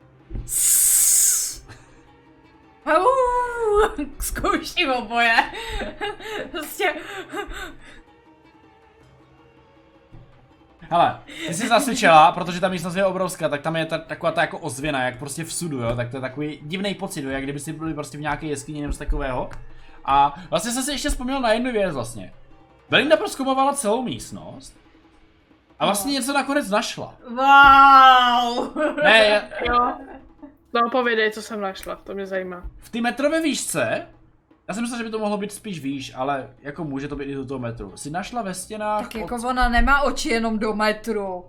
Zkouším oboje. Prostě... Hele, ty jsi zasvědčila, protože ta místnost je obrovská, tak tam je ta, taková ta jako ozvěna, jak prostě vsudu, jo, tak to je takový divný pocit, jo, jak kdyby si byli prostě v nějaké jeskyni nebo z takového. A vlastně jsem si ještě vzpomněl na jednu věc vlastně. Belinda prozkoumovala celou místnost a vlastně no. něco nakonec našla. Wow! Ne, já... Jo. No povědej, co jsem našla, to mě zajímá. V té metrové výšce, já jsem myslel, že by to mohlo být spíš výš, ale jako může to být i do toho metru. Jsi našla ve stěnách... Tak jako od... ona nemá oči jenom do metru.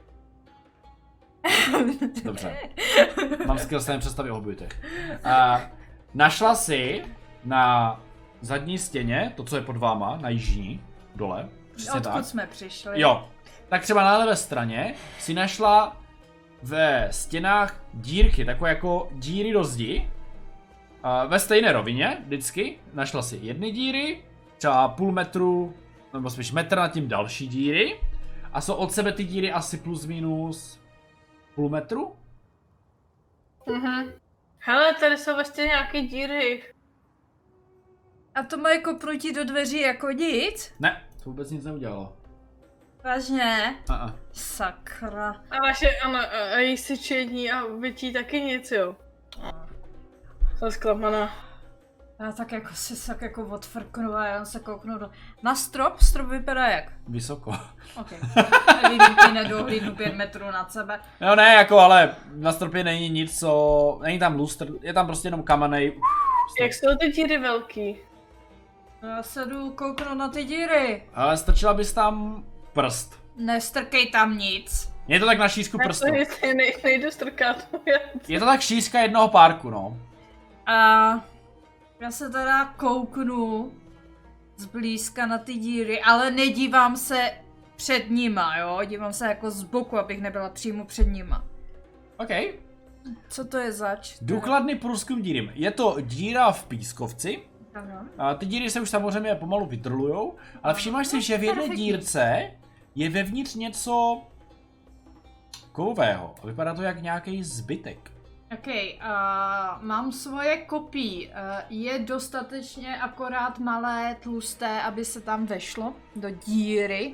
Dobře. Mám skill se představit o hobitech. Uh, našla si na zadní stěně, to co je pod váma, na jižní, dole. Přesně Odkud tak. jsme přišli. Jo. Tak třeba na levé straně si našla ve stěnách dírky, takové jako díry do zdi. Uh, ve stejné rovině, vždycky. Našla si jedny díry, třeba půl metru, nebo spíš metr nad tím další díry. A jsou od sebe ty díry asi plus minus půl metru. Mhm. Hele, tady jsou vlastně nějaké díry. A to moje kopnutí do dveří jako nic? Ne, to vůbec nic neudělalo. Vážně? Uh-uh. Sakra. A naše, ano, a její syčení a vytí taky nic, jo. Jsem zklamaná. Já tak jako si tak jako odfrknu a já se kouknu do... Na strop? Strop vypadá jak? Vysoko. Ok. Evidentně nedohlídnu pět metrů nad sebe. No ne, jako ale na stropě není nic, co... Není tam lustr, je tam prostě jenom kamenej. Jak jsou ty díry velký? Já se jdu kouknout na ty díry. Ale strčila bys tam prst. Nestrkej tam nic. Je to tak na šířku prstu. Já to nej, nejdu strkat. Je to tak šířka jednoho párku, no. A já se teda kouknu zblízka na ty díry, ale nedívám se před nima, jo? Dívám se jako z boku, abych nebyla přímo před nima. OK. Co to je zač? Důkladný průzkum díry. Je to díra v pískovci. Aha. A ty díry se už samozřejmě pomalu vytrlujou, ale všímáš si, že v jedné Perfektní. dírce je vevnitř něco kovového. Vypadá to jak nějaký zbytek. OK, uh, mám svoje kopí. Uh, je dostatečně akorát malé, tlusté, aby se tam vešlo do díry?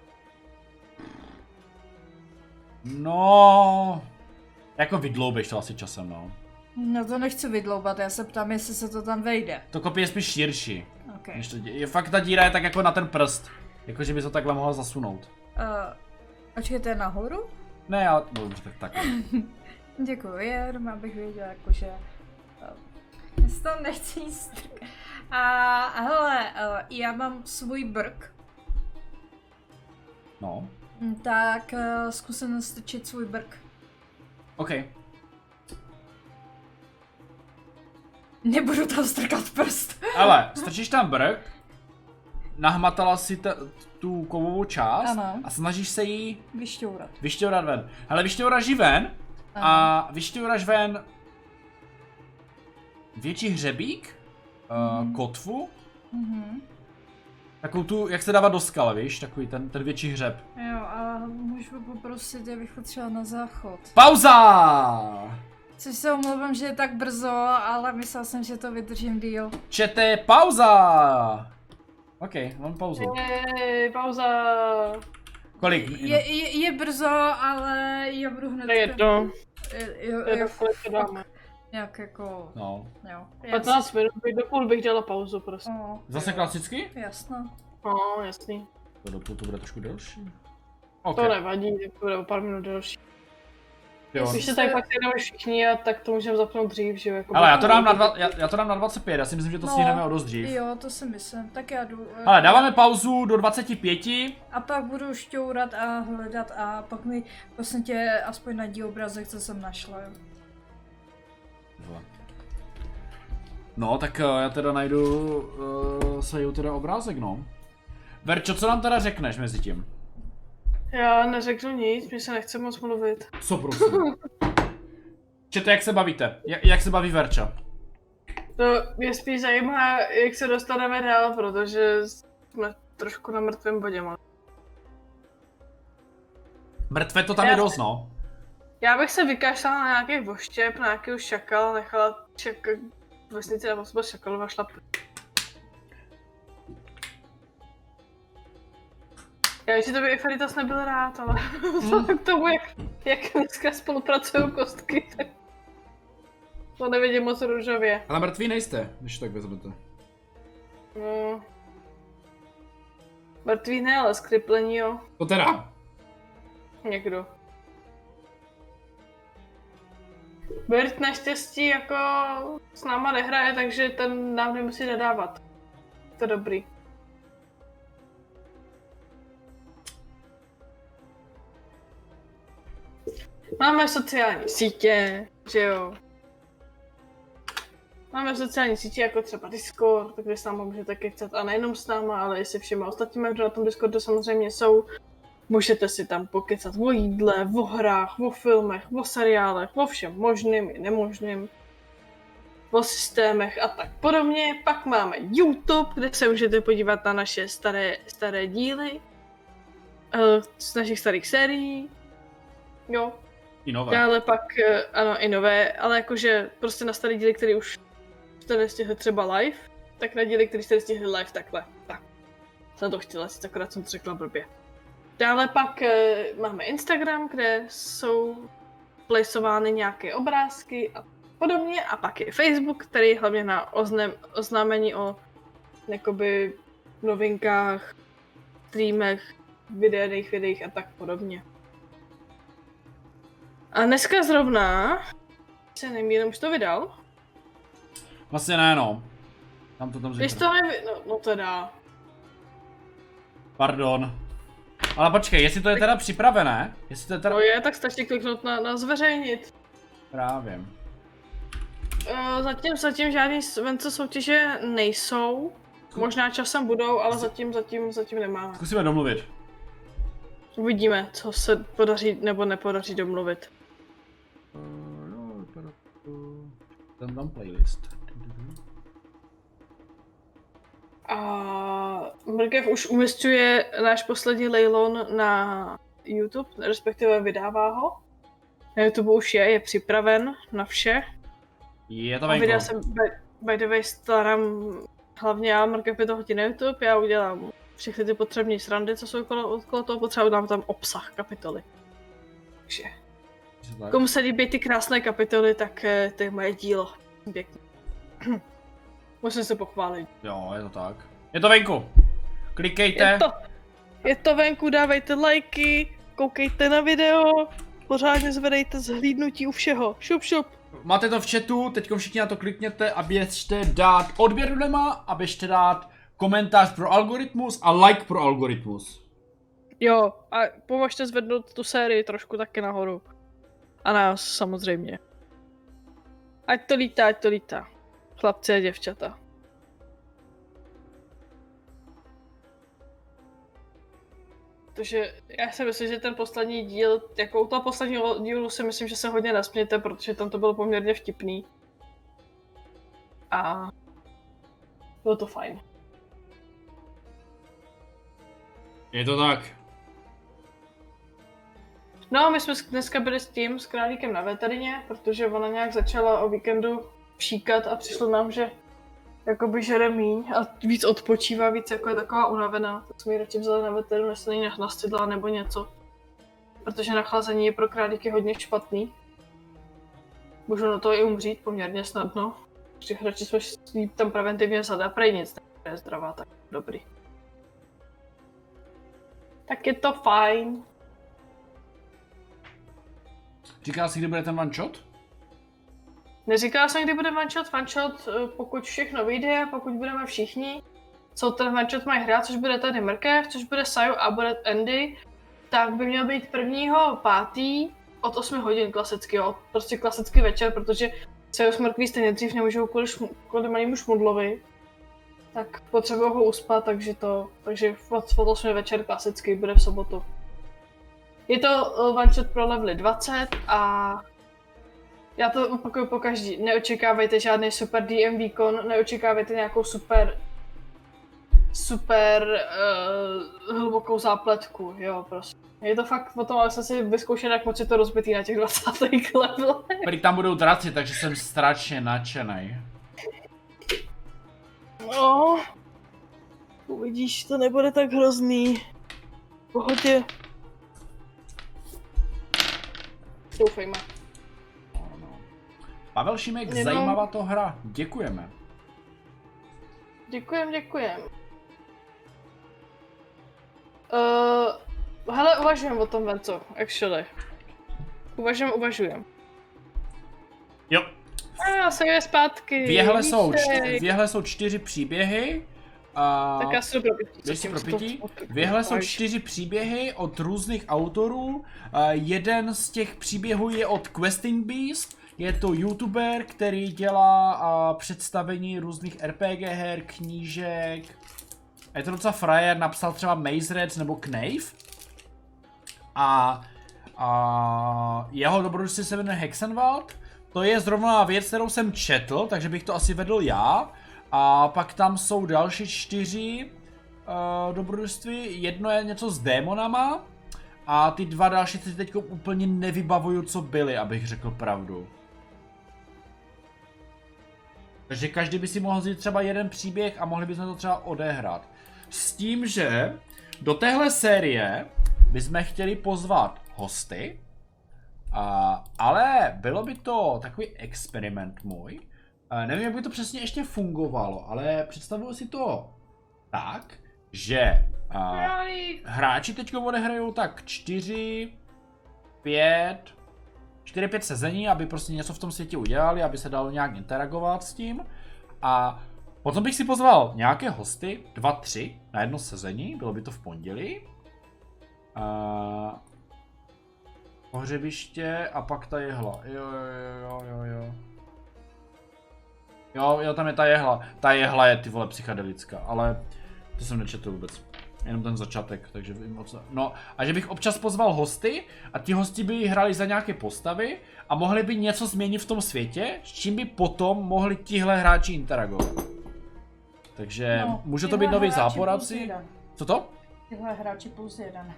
No, jako vydloubeš to asi časem, no. No to nechci vydloubat, já se ptám, jestli se to tam vejde. To kopí je spíš širší. OK. Než to dě- je fakt ta díra je tak jako na ten prst. Jakože by to takhle mohla zasunout. Uh, počkejte, nahoru? Ne, ale no, dobře, tak tak. Děkuji, jenom abych věděla, jakože... Uh, já si to nechci jíst. A hele, uh, já mám svůj brk, No, tak uh, zkusím nastrčit svůj brk. OK. Nebudu tam strkat prst. Ale strčíš tam brk, nahmatala si ta, tu kovovou část Ano. a snažíš se jí Vyšťourat. vyšťourat ven. Hele, vyšťouraš ji ven a vyšťouraš ven větší hřebík, uh, kotvu, Mhm. takovou tu, jak se dává do skal, víš, takový ten, ten větší hřeb. Jo, a můžu poprosit, abych potřeba na záchod. Pauza! Což se omlouvám, že je tak brzo, ale myslel jsem, že to vydržím díl. Čete, pauza! OK, mám pauzu. Jej, pauza. Kolik? Je, je, je brzo, ale já budu hned... To je jedno. Je- Jo, Je jo, to kolik to dáme. nějak jako... No. Jo. patnáct minut, bych do půl bych dala pauzu prostě. Oh, Zase klasicky? jasno. No, jasný. To do půl to bude trošku delší. OK. To nevadí, to bude o pár minut delší. Jo. Když se tady pak sejdeme všichni, a tak to můžeme zapnout dřív, že jo? Jako Ale já to dám na, dva, já, já to dám na dvacet pět, já si myslím, že to No, stihneme o dost dřív. Jo, to si myslím. Tak já jdu. eh, Ale dáváme pauzu do dvacet pět. A pak budu šťourat a hledat a pak mi prosím tě aspoň nadí obrazek, co jsem našla. Jo. No, tak uh, já teda najdu uh, se teda obrázek, no. Verčo, co nám teda řekneš mezi tím? Já neřeknu nic, mě se nechce moc mluvit. Co prosím? Čete, jak se bavíte? Jak, jak se baví Verča? To mě spíš zajímá, jak se dostaneme dál, protože jsme trošku na mrtvém bodě. ale- Mrtvé to tam je Já- dost, no. Já bych se vykašlala na nějaký voštěp, na nějakého šakala, nechala čak... vesnici na osoba šakalova šla pryč. Já vím, že to by i Feritas nebyl rád, ale vzhledem k tomu, jak, jak dneska spolupracují kostky, tak to nevidím moc růžově. Ale mrtví nejste, když tak vezmete. No. Mrtví ne, ale skriplení jo. To teda. Někdo. Bert naštěstí jako s náma nehraje, takže ten nám nemusí nadávat. To je dobrý. Máme sociální sítě, že jo. Máme sociální sítě jako třeba Discord, kde s náma můžete kecat a nejenom s náma, ale i se všema ostatními, kdo na tom Discordu samozřejmě jsou. Můžete si tam pokecat o jídle, o hrách, o filmech, o seriálech, o všem možným i nemožným. O systémech a tak podobně. Pak máme YouTube, kde se můžete podívat na naše staré, staré díly. Uh, z našich starých sérií. Jo. I nové. Dále pak, uh, ano, i nové, ale jakože prostě na staré díly, které už jste nestihli třeba live, tak na díly, které jste nestihli live takhle. Tak. Jsem to chtěla říct, akorát jsem to řekla blbě. Dále pak uh, máme Instagram, kde jsou placeovány nějaké obrázky a podobně. A pak je Facebook, který je hlavně na oznam, oznámení o jakoby novinkách, streamech, videích, videích a tak podobně. A dneska zrovna se nemýlím, už to vydal. Vlastně ne, no. Tam to tam Když říkám. to neví, no, no teda. Pardon. Ale počkej, jestli to je teda připravené, jestli to je teda... No je, tak stačí kliknout na, na zveřejnit. Právě. Uh, zatím, zatím žádný vence soutěže nejsou. Možná časem budou, ale zatím, zatím, zatím nemáme. Zkusíme domluvit. Uvidíme, co se podaří nebo nepodaří domluvit. Tam dám playlist. A Mrkev už umísťuje náš poslední Leylon na YouTube, respektive vydává ho. Na YouTube už je, je připraven na vše. Je to A venku. videa jsem by, by the way starám hlavně já, Mrkev by to hodí na YouTube, já udělám všechny ty potřebné srandy, co jsou okolo, okolo toho, potřeba dám tam obsah kapitoly. Takže, komu se líbí ty krásné kapitoly, tak to je moje dílo. Pěkný. Musím se pochválit. Jo, je to tak. Je to venku. Klikejte. Je to, je to venku, dávejte lajky, koukejte na video, pořádně zvedejte zhlídnutí u všeho. Šup, šup. Máte to v chatu, teď všichni na to klikněte a běžte dát odběr do dema a běžte dát komentář pro algoritmus a like pro algoritmus. Jo, a pomožte zvednout tu sérii trošku taky nahoru. A nás samozřejmě. Ať to lítá, ať to lítá. Chlapci a děvčata. Protože já si myslím, že ten poslední díl, jako u toho posledního dílu si myslím, že se hodně nasmějete, protože tam to bylo poměrně vtipný. A bylo to fajn. Je to tak. No, my jsme dneska byli s tím, s Králíkem na veterině, protože ona nějak začala o víkendu všíkat a přišlo nám, že jakoby žere míň a víc odpočívá, víc jako je taková unavená. Tak jsme ji radši vzali na veterinu, než se na ní nastydla nebo něco. Protože nachlazení je pro králíky hodně špatný. Můžu na to i umřít poměrně snadno. Protože radši jsme jí tam preventivně vzali a prej nic je zdravá, tak dobrý. Tak je to fajn. Říká si, kdy bude ten one shot? Neříkala jsem, kdy bude one shot, one shot, pokud všechno vyjde, pokud budeme všichni, co ten one shot mají hrát, což bude tady Mrkev, což bude Saju a bude Andy, tak by měl být prvního pátý od osmi hodin klasicky, jo, prostě klasický večer, protože Saju s Mrkví stejně dřív nemůžou kvůli, šm- kvůli malému šmudlovi, tak potřebují ho uspat, takže to, takže od, od osmi večer klasicky bude v sobotu. Je to one shot pro levely dvacet a já to opakuju po každý. Neočekávejte žádný super D M výkon, neočekávejte nějakou super super uh, hlubokou zápletku, jo, prostě. Je to fakt o tom, ale jsem si vyzkoušel, jak moc je to rozbitý na těch dvacátých levelech. Prý tam budou draci, takže jsem strašně nadšenej. No, uvidíš, to nebude tak hrozný. V pohodě. Doufejme. Pavel Šimek, Jenom... zajímavá to hra, děkujeme. Děkujem, děkujem. Uh, hele, uvažujem o tom, Venco, actually. Uvažujem, uvažujem. Jo. A já se je zpátky. V jehle jsou, čty, v jehle jsou čtyři příběhy. A... Tak já si to propití. Jdeš si propití? V jehle jsou čtyři příběhy od různých autorů. A jeden z těch příběhů je od Questing Beast. Je to youtuber, který dělá a, představení různých R P G her, knížek. Je to docela frajer, napsal třeba Maze Rats nebo Knave. A, a jeho dobrodružství se jmenuje Hexenwald. To je zrovna věc, kterou jsem četl, takže bych to asi vedl já. A pak tam jsou další čtyři uh, dobrodružství. Jedno je něco s démonama. A ty dva další si teď úplně nevybavuju, co byly, abych řekl pravdu. Takže každý by si mohl vzít třeba jeden příběh a mohli bychom to třeba odehrát. S tím, že do téhle série bychom chtěli pozvat hosty, a, ale bylo by to takový experiment můj. A nevím, jak by to přesně ještě fungovalo, ale představuju si to tak, že a, hráči teď odehrajou tak čtyři, pět, čtyři pět sezení, aby prostě něco v tom světě udělali, aby se dalo nějak interagovat s tím. A potom bych si pozval nějaké hosty, dva, tři na jedno sezení, bylo by to v pondělí. A pohřebiště a pak ta jehla. Jo, jo, jo, jo, jo. Jo, jo, tam je ta jehla. Ta jehla je ty vole psychedelická, ale to jsem nečetl vůbec. Jenom ten začátek, takže vím o co. No a že bych občas pozval hosty a ti hosti by hráli za nějaké postavy a mohli by něco změnit v tom světě, s čím by potom mohli tihle hráči interagovat. Takže no, může to být nový záporáci. Co to? Tihle hráči plus jeden.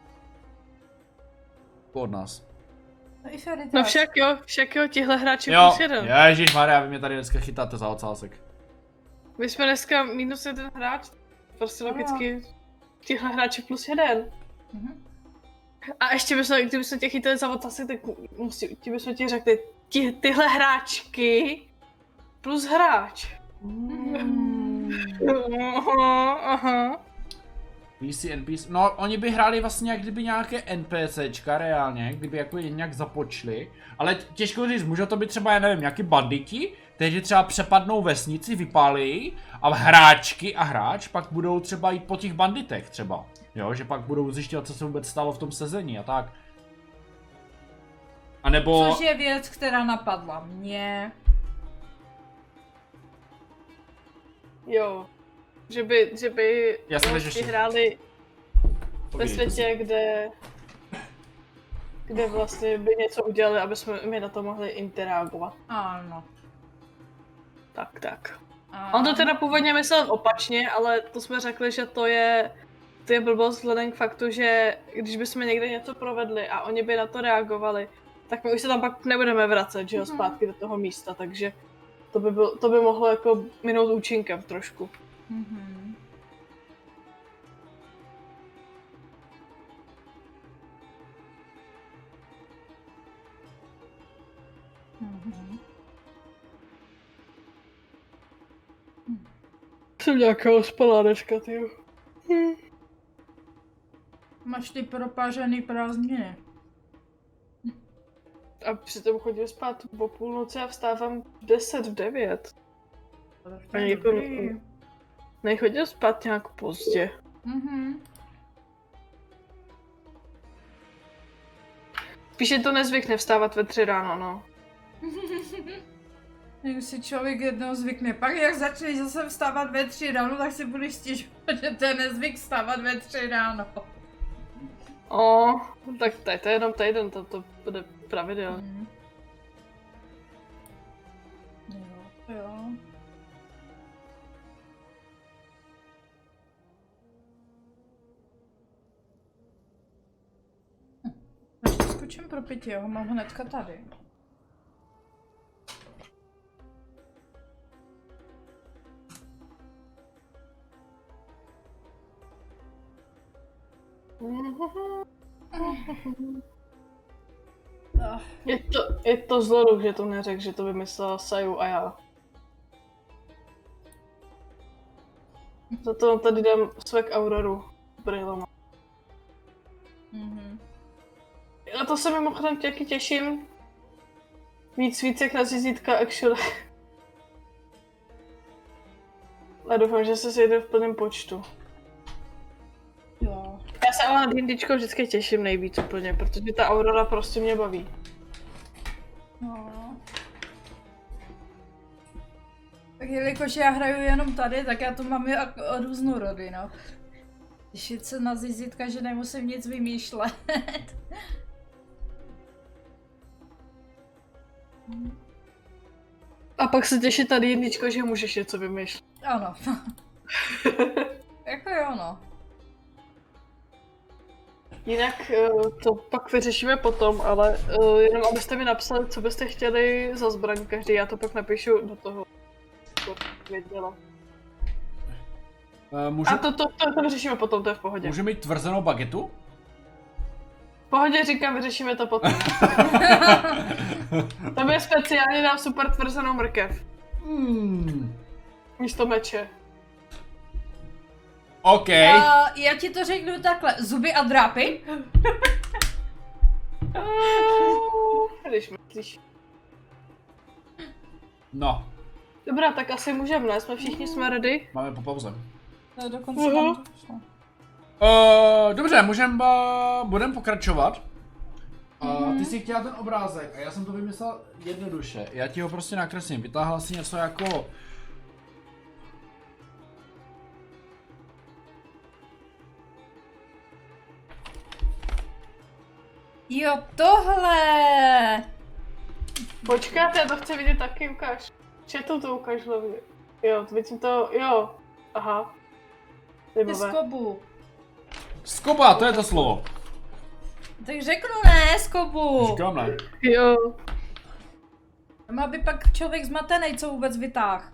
Od nás. No i Fairy No však jo, však jo, tihle hráči Jo, plus jeden. ježišmarja, vy mě tady dneska chytáte za ocásek. My jsme dneska minus jeden hráč, prostě logicky tihle hráči plus jeden. Mhm. A ještě bychom, kdybychom tě chytali za ocásek, tak musí, ti bychom ti řekli, ti, tyhle hráčky plus hráč. Mm. Aha, aha. P C, N P C, no oni by hráli vlastně jak kdyby nějaké NPCčka reálně, kdyby jako je nějak započli, ale těžko říct, může to být třeba, já nevím, nějaký banditi, kteří třeba přepadnou vesnici, vypálí a hráčky a hráč pak budou třeba jít po těch banditech třeba, jo, že pak budou zjišťovat, co se vůbec stalo v tom sezení a tak. A nebo... Což je věc, která napadla mě. Jo. Že by, že by Já jsem hosti ještě... hráli ve Povídej, světě, kde, kde vlastně by něco udělali, aby jsme my na to mohli interagovat. Ano. Tak, tak. A... On to teda původně myslel opačně, ale to jsme řekli, že to je, to je blbost vzhledem k faktu, že když bychom někde něco provedli a oni by na to reagovali, tak my už se tam pak nebudeme vracet, že jo, zpátky do toho místa, takže to by, byl, to by mohlo jako minout účinkem trošku. Mhm. Mhm. Jsem nějaká ospalá dneska, tyjo. Hm. Máš ty propážený prázdniny. A přitom chodím spát po půlnoci a vstávám v deset, v devět. A jako nechodím spát nějak pozdě. Mhm. Spíš je to nezvyk nevstávat ve tři ráno, no. Když si člověk jednou zvykne, pak jak začneš zase vstávat ve tři ráno, tak si budeš stěžovat, že to je nezvyk vstávat ve tři ráno. O, tak tady to je jenom týden, to, to bude pravidelně. Mm. Jo, jo. Hm. Ještě skočím pro pití, jo, mám hnedka tady. Je to, je to zloruk, že to neřekl, že to vymyslela Saju a já. Za to tady dám svek Auroru brýlema. Mhm. Na to se mimochodem taky těším. Víc, víc jak na zizítka actually. A doufám, že se sejde v plném počtu. Jo. Já se ale na D&Dčko vždycky těším nejvíc úplně, protože ta Aurora prostě mě baví. No. Tak jelikož já hraju jenom tady, tak já to mám jak různorody, no. Těšit se na zizítka, že nemusím nic vymýšlet. A pak se těšit na D&Dčko, že můžeš něco vymýšlet. Ano. Jako jo, no. Jinak to pak vyřešíme potom, ale jenom abyste mi napsali, co byste chtěli za zbraň každý, já to pak napíšu do toho, co věděla. Uh, můžu... A to, to, to, to vyřešíme potom, to je v pohodě. Můžu mít tvrzenou bagetu? V pohodě říkám, vyřešíme to potom. To je speciálně dám super tvrzenou mrkev. Hmm. Místo meče. OK. Uh, já ti to řeknu takhle, zuby a drápy. Když myslíš. No. Dobrá, tak asi můžeme, ne? Jsme všichni jsme ready? Máme po pauze. No, dokonce Uh-huh. mám to. Uh, dobře, můžem, uh, budem pokračovat. Uh, mm-hmm. Ty jsi chtěla ten obrázek a já jsem to vymyslel jednoduše. Já ti ho prostě nakreslím. Vytáhla si něco jako... Jo, tohle! Počkáte, já to chci vidět taky, ukáž. Četu to ukáž hlavně. Jo, vidím to, jo. Aha. Ty Zajímavé. skobu. Skoba, to je to slovo. Tak řeknu ne, skobu. Říkám ne. Jo. Má by pak člověk zmatený, co vůbec vytáh.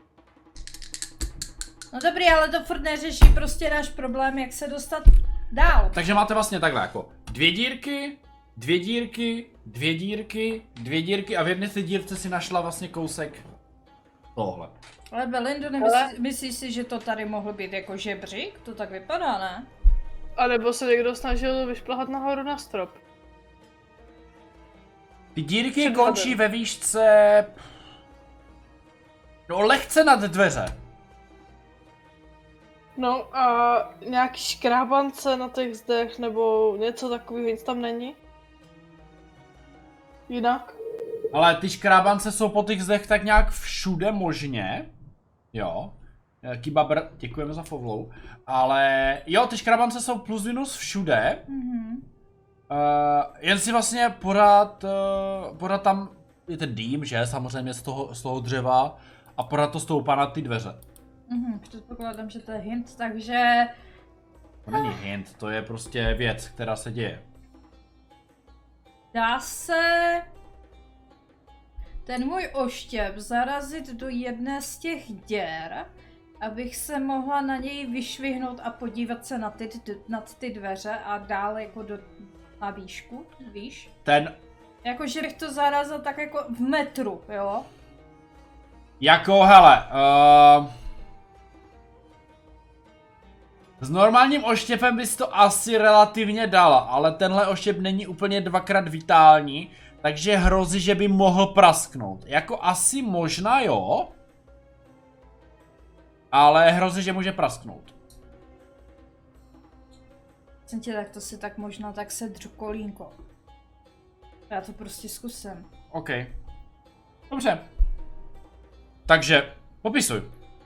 No dobrý, ale to furt neřeší prostě náš problém, jak se dostat dál. Takže máte vlastně takhle jako dvě dírky, dvě dírky, dvě dírky, dvě dírky a v jedné té dírce si našla vlastně kousek tohle. Ale Belindo, nemyslíš myslíš si, že to tady mohl být jako žebřík? To tak vypadá, ne? A nebo se někdo snažil vyšplhat nahoru na strop. Ty dírky Před končí hlavem. ve výšce... No lehce nad dveře. No a nějaký škrábance na těch zdech nebo něco takového, nic tam není? Jinak? Ale ty škrábance jsou po těch zdech tak nějak všude možně. Jo. Kibabr, děkujeme za follow. Ale jo, ty škrábance jsou plus minus všude. Mhm. Uh, jen si vlastně pořád, uh, pořád tam je ten dým, že, samozřejmě z toho, z toho dřeva a pořád to stoupá na ty dveře. Mhm, předpokládám, že to je hint, takže... To není hint, to je prostě věc, která se děje. Dá se ten můj oštěp zarazit do jedné z těch děr, abych se mohla na něj vyšvihnout a podívat se na ty, nad ty dveře a dále jako do, na výšku, víš? Ten, Jakože bych to zarazil tak jako v metru, jo? jako hele, uh, s normálním oštěpem bys to asi relativně dala, ale tenhle oštěp není úplně dvakrát vitální, takže hrozí, že by mohl prasknout. Jako asi možná jo, ale hrozí, že může prasknout. Jsem tě, tak to si tak možná tak sedřu kolínko. Já to prostě zkusím. OK. Dobře. Takže, popisuj.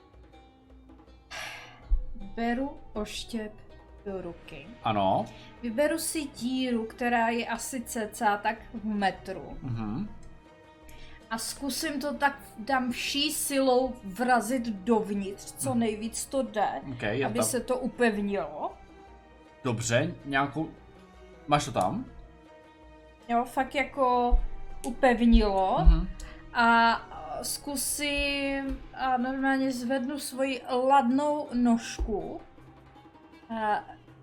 Beru oštěp do ruky. Ano. Vyberu si díru, která je asi cca tak v metru. Mhm. A zkusím to tak, dám vší silou vrazit dovnitř, co nejvíc to jde, OK, je aby tam. se to upevnilo. Dobře, nějakou... Máš to tam? Jo, fakt jako upevnilo. Mhm. A zkusím a normálně zvednu svoji ladnou nožku. A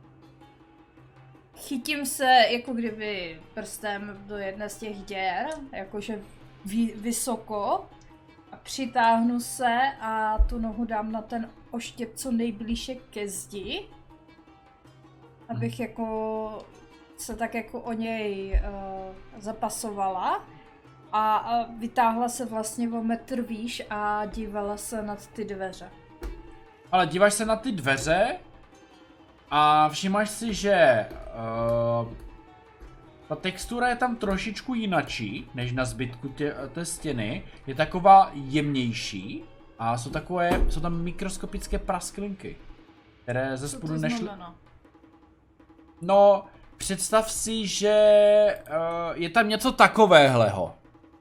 chytím se jako kdyby prstem do jedné z těch děr, jakože vy, vysoko. A přitáhnu se a tu nohu dám na ten oštěp co nejblíže ke zdi. Abych jako se tak jako o něj uh, zapasovala. A, a vytáhla se vlastně o metr výš a dívala se nad ty dveře. Ale díváš se na ty dveře a všimáš si, že uh, ta textura je tam trošičku jinačí, než na zbytku tě, té stěny. Je taková jemnější a jsou takové, jsou tam mikroskopické prasklinky, které ze Co spodu to nešly. znamená? No, představ si, že uh, je tam něco takovéhleho.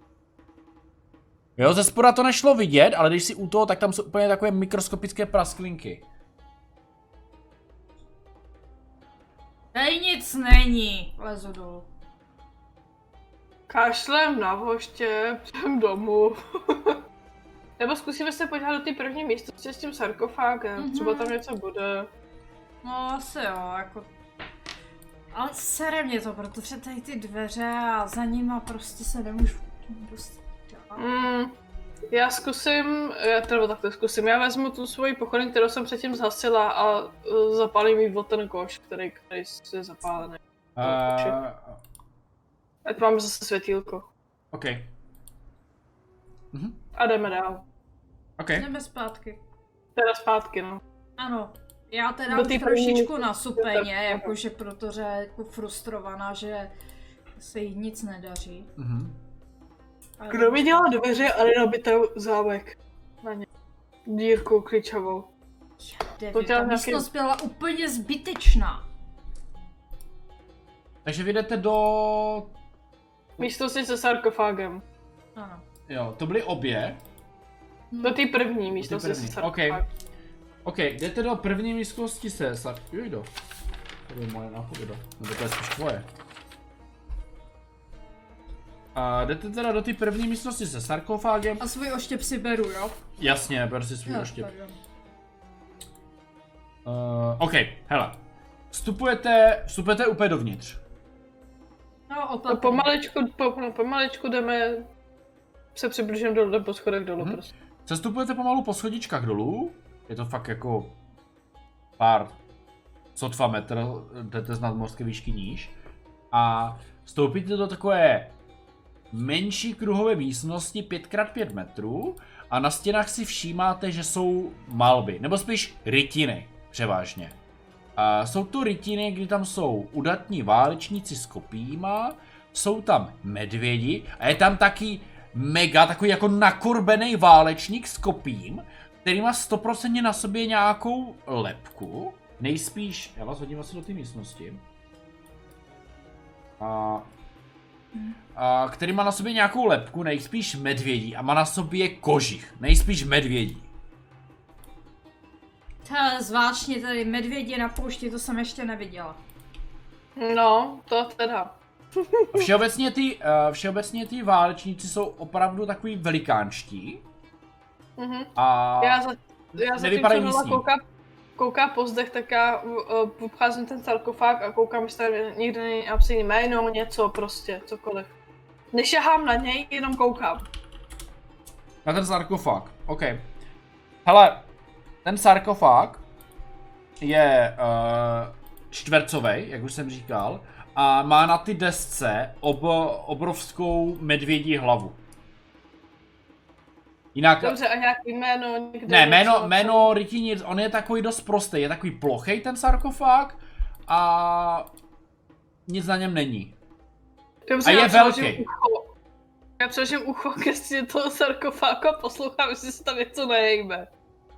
Jo, ze spoda to nešlo vidět, ale když si u toho, tak tam jsou úplně takové mikroskopické prasklinky. Tady nic není. Lezu dolů. Kašlem na voště, jdem domů. Nebo zkusíme se podívat do té první místnosti s tím sarkofágem, Mhm. třeba tam něco bude. No asi jo, jako... Ale sere mě to, protože tady ty dveře a za nima prostě se nemůžu dostat. Mm, já zkusím, já teda takhle zkusím, já vezmu tu svoji pochodní, kterou jsem předtím zhasila a uh, zapálím jí o ten koš, který, který je zapálený. Uh, Ať máme zase světýlko. OK. Mhm. A jdeme dál. OK. Jdeme zpátky. Teda zpátky, no. Ano, já teda Do už té trošičku první- na supeně, jakože protože jako frustrovaná, že se jí nic nedaří. Mhm. Ale- Kdo mi dělá dveře a nenabitou zámek? Na ně. Dírku klíčovou. Devi, To ta dělá nějaký- místnost byla úplně zbytečná. Takže vy jdete do... Místnosti se sarkofágem. Ano. Jo, to byly obě. Do té první místnosti první, se sarkofágem. OK, jdete do první místnosti se sar... Jojdo. To je moje nápověda. Nebo to je spíš tvoje. A jdete teda do té první místnosti se sarkofágem. A svůj oštěp si beru, jo? Jasně, ber si svůj Jo, oštěp. pardon. Uh, OK, hele. Vstupujete, vstupujete úplně dovnitř. No, No, opatrně. pomalečku, po, no, pomalečku jdeme, se přibližujeme dolů, po schodech dolů Mhm. prostě. Sestupujete pomalu po schodičkách dolů. Je to fakt jako pár sotva metr, jdete z nadmořské výšky níž. A vstoupíte do takové menší kruhové místnosti pět krát pět metrů a na stěnách si všímáte, že jsou malby, nebo spíš rytiny, převážně. A jsou to rytiny, kdy tam jsou udatní válečníci s kopíma, jsou tam medvědi a je tam taky mega takový jako nakorbený válečník s kopím, který má sto procent na sobě nějakou lepku, nejspíš, já vás hodím asi do té místnosti, a, a, který má na sobě nějakou lepku, nejspíš medvědí a má na sobě kožich, nejspíš medvědí. Ta zvláštně tady medvědi na poušti, to jsem ještě neviděla. No, to teda. Všeobecně ty, uh, všeobecně ty válečníci jsou opravdu takový velikánští Mhm. a Já za, já za tím, nevypadají co Nola místní. kouká, kouká po zdech, tak já uh, obcházím ten sarkofág a koukám, jestli tady nikde není napsaný jméno, něco prostě, cokoliv. Nešahám na něj, jenom koukám. Na ten sarkofág, OK. Hele, ten sarkofág je uh, čtvercovej, jak už jsem říkal, a má na ty desce ob, obrovskou medvědí hlavu. Jinak... Dobře, a nějaký jméno někde. Ne, jméno, něco, jméno rytíní, on je takový dost prostý, je takový plochej ten sarkofág a nic na něm není. Dobře, a je já přiložím velký. Ucho. Já přiložím ucho ke stěně toho sarkofágu a poslouchám, jestli se tam něco nejejme.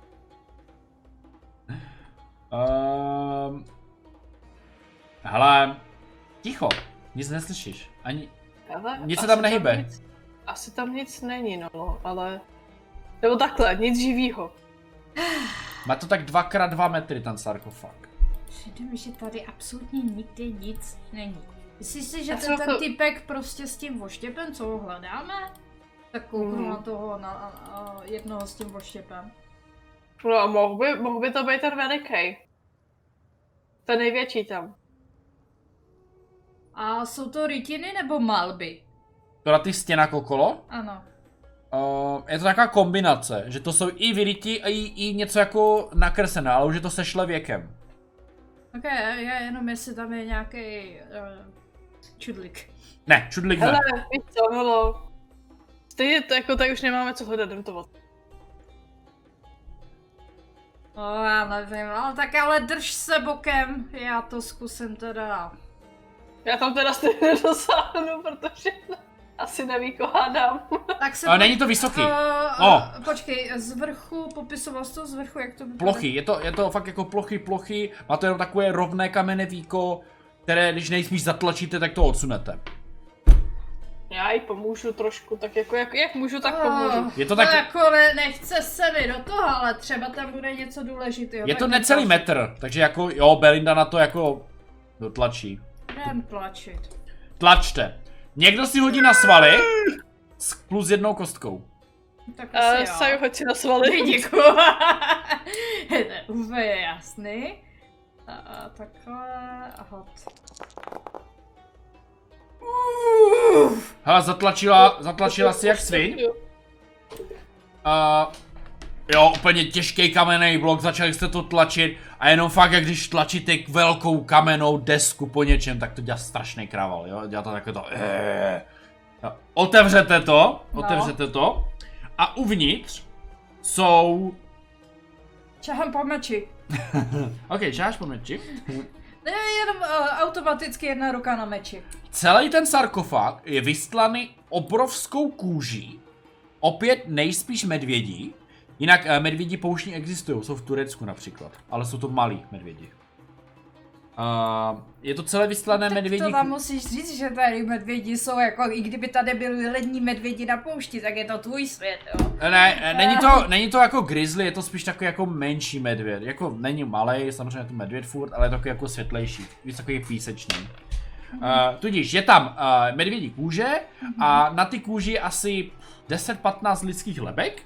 Um, hele, ticho, nic neslyšíš, ani, Ale nic se asi tam nehybe. Nic, asi tam nic není, no, ale... Nebo takhle, nic živýho. Má to tak dva krát dva metry ten sarkofág. Přijde mi, že tady absolutně nikde nic není. Myslíš si, že Já ten, jsem ten to- typek prostě s tím voštěpem, co ho hledáme? Tak kouknu Mhm. na toho, na, na, na jednoho s tím voštěpem. No a mohl by, mohl by to být ten veliký. Ten největší tam. A jsou to rytiny nebo malby? To na těch stěnách okolo. Ano. Uh, je to taková kombinace, že to jsou i vyryti a i, i něco jako nakreslené, ale už je to sešle věkem. Ok, já jenom jestli tam je nějaký uh, čudlik. Ne, čudlik ne. Hele, víš co, helo. Stejně to jako tady už nemáme co hledat, jdem to od. No já nevím, ale tak ale drž se bokem, já to zkusím teda. Já tam teda stejně nedosáhnu, protože asi neví, koho hádám. Tak se Ale není to vysoký. Uh, O. uh, počkej, z vrchu, popisoval jsi to z vrchu, jak to vypadá? Plochy, je to, je to fakt jako plochy, plochy, má to jenom takové rovné kamenné víko, které když nejspíš zatlačíte, tak to odsunete. Já jí pomůžu trošku, tak jako jak, jak můžu, tak pomůžu. Je to tak... tak- jako ne, nechce se mi do toho, ale třeba tam bude něco důležitého. Je tak to jdem necelý tlačit. metr, takže jako jo, Belinda na to jako dotlačí. Jdem tlačit. Tlačte. Někdo si hodí na svaly s plus jednou kostkou. Tak Uh, asi Saju, jo. hoď si na svaly. Děkuju. To je úplně jasný. A, a takhle a hod. Hele, zatlačila, zatlačila si jak svin. A jo, úplně těžký kamenný blok, začali jste to tlačit a jenom fakt, jak když tlačíte velkou kamennou desku po něčem, tak to dělá strašný krával, jo, dělá to takové to eee. Otevřete to, No. otevřete to a uvnitř jsou, Čahám po meči. ok, žáš po meči, Ne, jenom uh, automaticky jedna ruka na meči. celý ten sarkofág je vystlaný obrovskou kůží, opět nejspíš medvědí, jinak eh, medvědi pouštní existují, jsou v Turecku například, ale jsou to malí medvědi. Uh, je to celé vystlané tak medvědí... to vám musíš říct, že tady medvědi jsou jako, i kdyby tady byli lední medvědi na poušti, tak je to tvůj svět, jo? Ne, není to, není to jako grizzly, je to spíš takový jako menší medvěd. Jako není malej, samozřejmě je to medvěd furt, ale je takový jako světlejší, víc takový písečný. Uh, tudíž je tam uh, medvědí kůže a na ty kůži asi deset patnáct lidských lebek.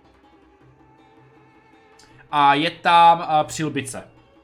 A je tam uh, přilbice.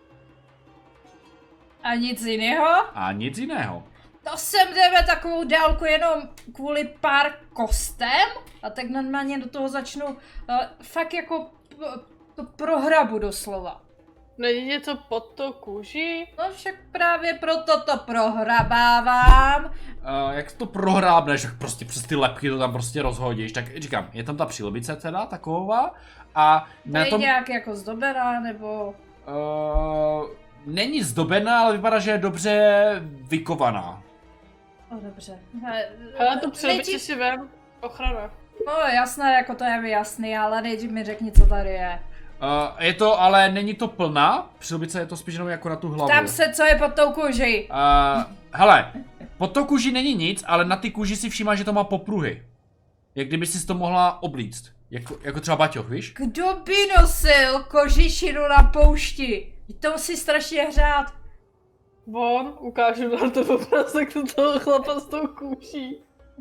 A nic jiného? A nic jiného. To sem jdeme takovou dálku jenom kvůli pár kostem a tak normálně do toho začnu uh, fakt jako p- to prohrabu doslova. Není něco pod tou kůží? No však právě proto to prohrabávám. Uh, jak to prohrábneš, tak prostě přes ty lepky to tam prostě rozhodíš. Tak říkám, je tam ta přilbice teda taková a na Je tom... nějak jako zdobená nebo... Uh, není zdobená, ale vypadá, že je dobře vykovaná. No dobře. Ale to přilbici Nejdřív- si vem, ochrana. No jasné, jako to je mi jasný, ale nejdřív mi řekni, co tady je. Uh, je to, ale není to plná, přilbice je to spíš jenom jako na tu hlavu. Tam se, co je pod tou kůží. Uh, hele, pod tou kůži není nic, ale na ty kůži si všímá, že to má popruhy. Jak kdyby si to mohla oblíct. Jako, jako třeba baťoch, víš? Kdo by nosil kožišinu na poušti? To musí strašně hřát. Von, ukážu na to obrázek do toho chlapa s tou kůží.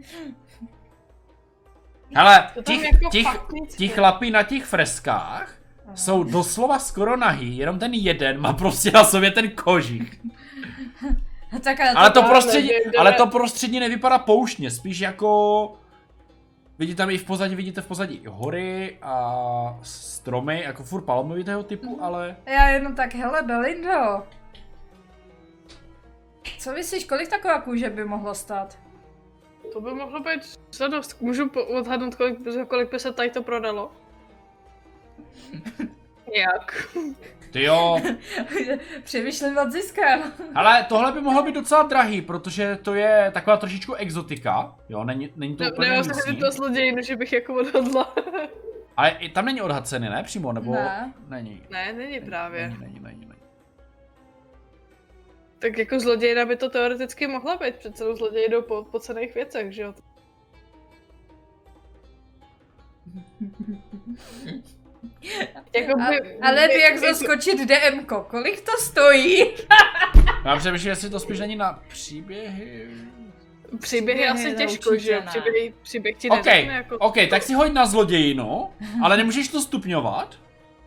Hele, To tam těch, jako těch, fakt nic těch je. chlapí na těch freskách jsou doslova skoro nahý, jenom ten jeden má prostě na sobě ten kožich. Tak ale, Ale to já prostředí, nevím, ale jdeme- to prostředí nevypadá pouštně, spíš jako... Vidíte tam i v pozadí, vidíte v pozadí hory a stromy, jako furt palmovitého typu, ale... Já jenom tak, hele Belindo. Co myslíš, kolik taková kůže by mohlo stát? To by mohlo být za dost. Můžu po- odhadnout, kolik, za kolik by se tady to prodalo? Jak? Ty jo, Přemýšlím nad ziskem. ale tohle by mohlo být docela drahý, protože to je taková trošičku exotika, jo, není, není to Ne, úplně nemám se místní. to zlodějinu, že bych jako odhadla. Ale i tam není odhad ceny, ne, přímo, nebo... Ne. Není. Ne, není právě. Není, není, není, není. Tak jako zlodějina by to teoreticky mohla být, přece zloději jdou po, po cenných věcech, že jo? Jako A, by, ale ty jak jako- zaskočit DMko, kolik to stojí? Já přemýšlím, jestli to spíš není na příběhy... Příběhy Příběhy asi to těžko, že jo? určitě ne. Příběhy, příběh ti OK, neřekne jako... OK, tak si hoď na zlodějinu, ale nemůžeš to stupňovat.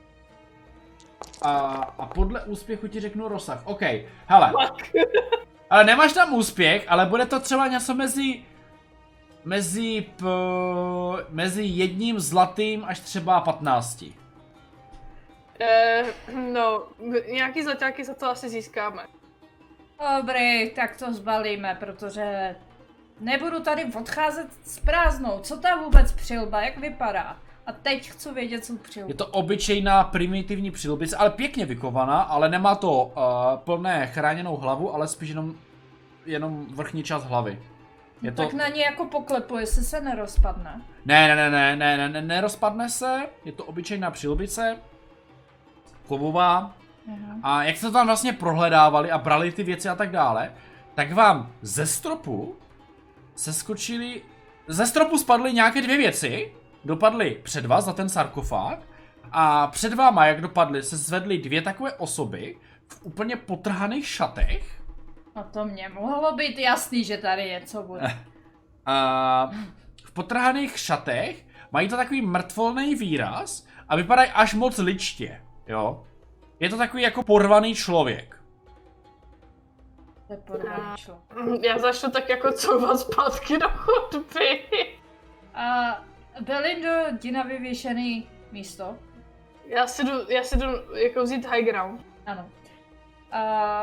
A, a podle úspěchu ti řeknu rozsah. OK, hele. Ale nemáš tam úspěch, ale bude to třeba něco mezi... Mezi... P, mezi jedním zlatým až třeba patnácti. Eh, no, nějaký zlaťáky za to asi získáme. Dobrý, tak to zbalíme, protože nebudu tady odcházet s prázdnou. Co ta vůbec přilba, jak vypadá? A teď chci vědět, co přilba. Je to obyčejná primitivní přilbice, ale pěkně vykovaná, ale nemá to uh, plné chráněnou hlavu, ale spíš jenom, jenom vrchní část hlavy. Je to... Tak na ní jako poklepu, jestli se nerozpadne. Ne, ne, ne, ne, ne, ne, ne, nerozpadne se, je to obyčejná přilbice, kovová. Aha. A jak se tam vlastně prohledávali a brali ty věci a tak dále, tak vám ze stropu seskočili, ze stropu spadly nějaké dvě věci, dopadly před vás za ten sarkofág a před váma, jak dopadly, se zvedly dvě takové osoby v úplně potrhaných šatech. A to mě mohlo být jasný, že tady něco bude. A v potrhaných šatech mají to takový mrtvolný výraz a vypadají až moc ličtě, jo. Je to takový jako porvaný člověk. To je porvaný člověk. Já začnu tak jako couvat zpátky do chodby. A Belindo, jdi na vyvěšený místo. Já si jdu, já si jdu jako vzít high ground. Ano. A...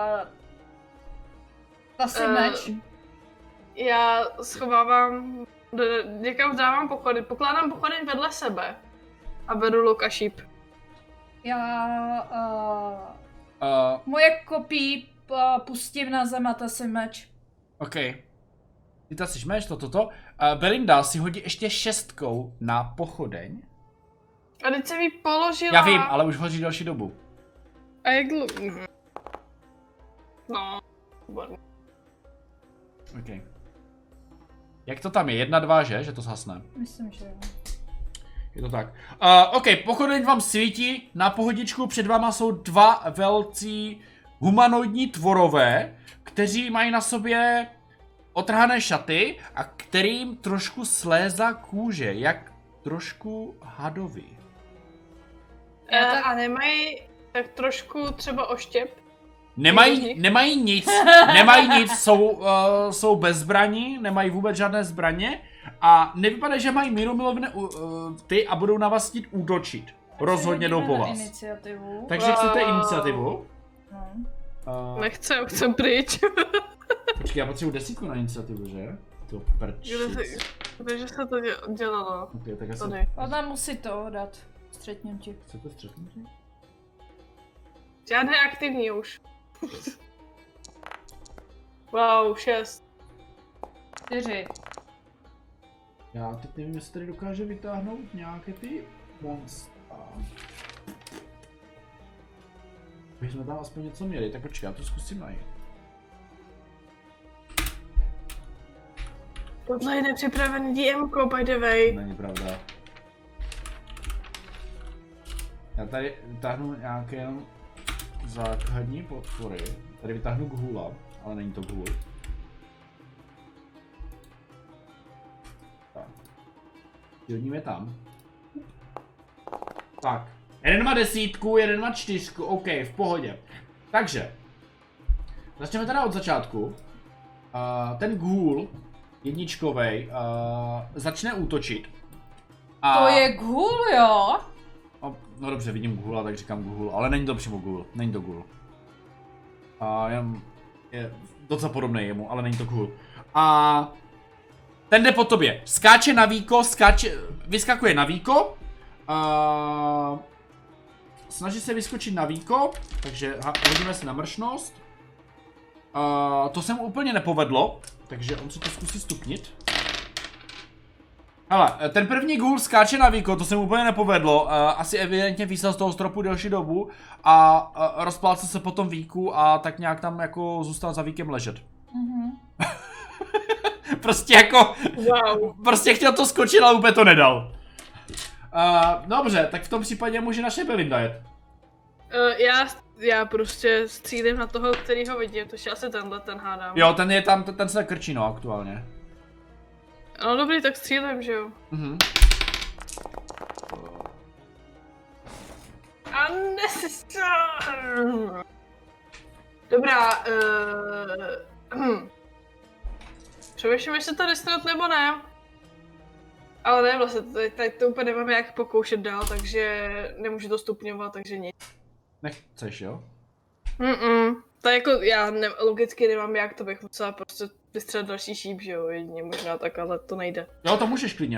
Asi Eh, meč. Já schovávám, do- někam dávám pochody, pokládám pochody vedle sebe a beru luk a šíp. Já... Uh, Uh, moje kopí uh, pustím na zem a ta si meč. OK. Ty ta si meš to, toto. Uh, Belinda si hodí ještě šestkou na pochodeň. A teď jsem jí položila. Já vím, ale už hodí další dobu. A jak dlouho? No, výborně. OK. Jak to tam je? Jedna, dva, že? Že to zhasne. Myslím, že jo. Je to tak. Uh, OK, pokud vám svítí, na pohodičku před váma jsou dva velcí humanoidní tvorové, kteří mají na sobě otrhané šaty a kterým trošku slézá kůže, jak trošku hadovi. E, a nemají tak trošku třeba oštěp? Nemají, nemají nic, nemají nic, jsou, uh, jsou bez zbraní, nemají vůbec žádné zbraně a nevypadá, že mají míru milovné uh, ty a budou na vás chtít útočit. Rozhodně jdou po vás. Iniciativu. Takže chcete iniciativu? No. Uh, Nechce, chcem pryč. Počkej, já potřebuji desítku na iniciativu, že? To prčic. Takže se to dělalo. Okay, tak já jsem... Ona musí to dát. Střetnutí. Chcete střetnutí? Žádné aktivní už. Wow, šest. Čtyři. Já teď nevím, jestli tady dokáže vytáhnout nějaké ty monstra. Když jsme tam aspoň něco měli, tak počkej, já to zkusím najít. Tohle je nepřipravený D M ko, by the way. Není pravda. Já tady vytáhnu nějaké jenom základní podpory. Tady vytáhnu Ghula, ale není to Ghul. Tak. Hodíme tam. Tak. Jeden má desítku, jeden má čtyřku, OK, v pohodě. Takže. Začneme teda od začátku. Uh, ten Ghul, jedničkovej, uh, začne útočit. A... To je Ghul, jo? No dobře, vidím Ghula, tak říkám Ghul, ale není to přímo Ghul, není to Ghul. A jenom je docela podobný jemu, ale není to Ghul. A ten jde po tobě, skáče na víko, skáče, vyskakuje na víko. A snaží se vyskočit na víko, takže hodíme si na mršnost. A to se mu úplně nepovedlo, takže on si to zkusí stupnit. Hele, ten první Ghul skáče na víko, to se mu úplně nepovedlo, uh, asi evidentně vysel z toho stropu delší dobu a uh, rozplácel se po tom víku a tak nějak tam jako zůstal za víkem ležet. Mhm. Prostě jako, Wow. prostě chtěl to skočit, ale úplně to nedal. Uh, dobře, tak v tom případě může naše Belinda jet. Uh, já, já prostě střílím na toho, kterýho vidím, to je asi tenhle, ten hádám. Jo, ten je tam, ten se krčí no aktuálně. No dobrý, tak střílím, že jo. Mhm. A ne... Dobrá, uh... přemýšlím, jestli to risknout nebo ne. Ale ne, vlastně tady, tady to úplně nemám jak pokoušet dál, takže nemůžu to stupňovat, takže nic. Nechceš, jo? Mm To jako, já ne, logicky nemám jak, to bych musela prostě vystřelit další šíp, že jo, jedině možná tak, ale to nejde. Jo, to můžeš klidně.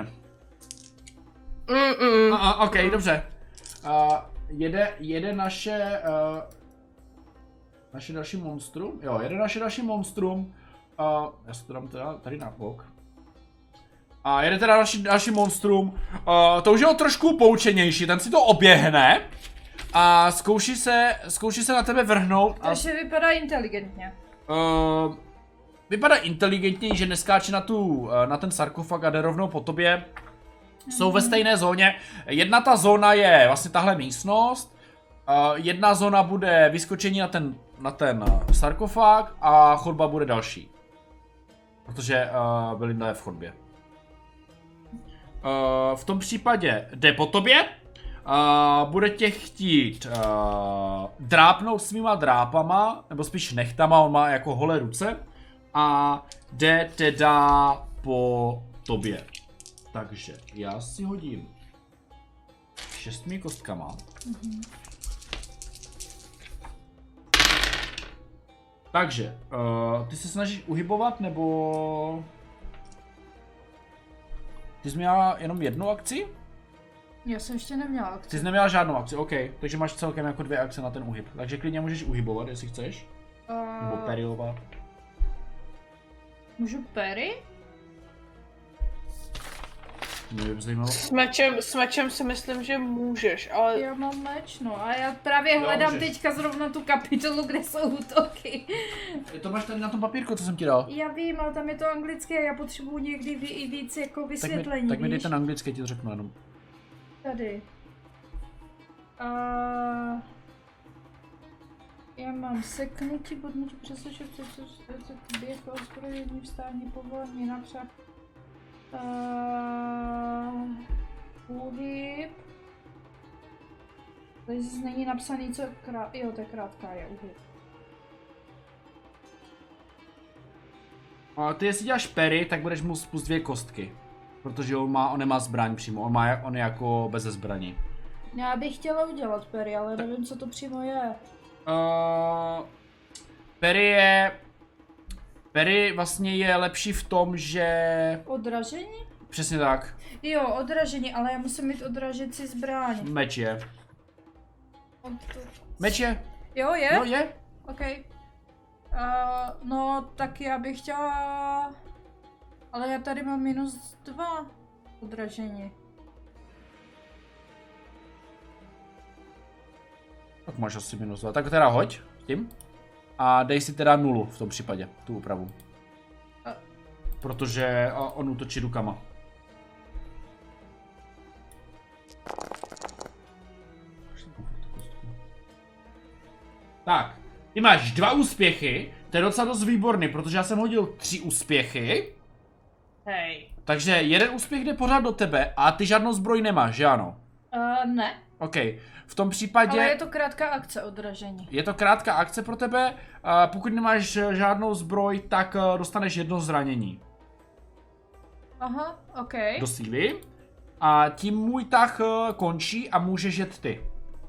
Mm-mm. A, a, ok, dobře. Uh, jede, jede naše... Uh, naše další monstrum? Jo, jede naše další monstrum. Uh, já se to dám teda tady na bok. A jede teda další, další monstrum. Uh, to už je o trošku poučenější, ten si to oběhne. A zkouší se, zkouší se na tebe vrhnout. A... Takže vypadá inteligentně. Uh, vypadá inteligentně, že neskáče na, tu, na ten sarkofag a jde rovnou po tobě. Mm-hmm. Jsou ve stejné zóně. Jedna ta zóna je vlastně tahle místnost. Uh, jedna zóna bude vyskočení na ten, na ten sarkofag a chodba bude další. Protože uh, Belinda je v chodbě. Uh, v tom případě jde po tobě. Uh, bude tě chtít uh, drápnout svýma drápama, nebo spíš nechtama, on má jako holé ruce. A jde teda po tobě. Takže já si hodím šestmi kostkama. Mm-hmm. Takže, uh, ty se snažíš uhybovat, nebo... Ty jsi měla jenom jednu akci? Já jsem ještě neměla akci. Ty jsi neměla žádnou akci, OK. Takže máš celkem jako dvě akce na ten uhyb. Takže klidně můžeš uhybovat, jestli chceš. Uh... Nebo perilovat. Můžu pery? Mě by zajímalo. S mečem, s mečem si myslím, že můžeš, ale... Já mám meč, no a já právě hledám můžeš. teďka zrovna tu kapitolu, kde jsou útoky. To máš tady na tom papírku, co jsem ti dal. Já vím, ale tam je to anglické a já potřebuji někdy ví, i víc jako Tak mi, vysvětlení, tak mi dej víš? ten anglický, ti to řeknu jenom. Tady. Uh, já mám seknutí, bodnutí, přestože se běh, ozbrojení, vstání, povolení, napřed. Uh, Uhyb. Tady zase není napsaný, co je krát... Jo, to je krátká, je uhyb. A ty jestli děláš pery, tak budeš mu spust dvě kostky. Protože on, má, on nemá zbraň přímo, on, má, on je jako bez zbraní. Já bych chtěla udělat pery, ale nevím, co to přímo je. Uh, pery je... Pery vlastně je lepší v tom, že... Odražení? Přesně tak. Jo, odražení, ale já musím mít odražecí zbraň. Meč je. Od... Meč je. Jo, je? Jo, je. OK. Uh, no, tak já bych chtěla... Ale já tady mám minus dva odražení. Tak máš asi minus dva. Tak teda hoď tím. A dej si teda nulu v tom případě, tu úpravu. A... Protože on útočí rukama. Tak, ty máš dva úspěchy, to je docela dost výborný, protože já jsem hodil tři úspěchy. Hej. Takže jeden úspěch jde pořád do tebe a ty žádnou zbroj nemáš, že ano? Uh, ne. OK, v tom případě... Ale je to krátká akce odražení. Je to krátká akce pro tebe, a pokud nemáš žádnou zbroj, tak dostaneš jedno zranění. Aha, OK. Do síly. A tím můj tah končí a můžeš jet ty.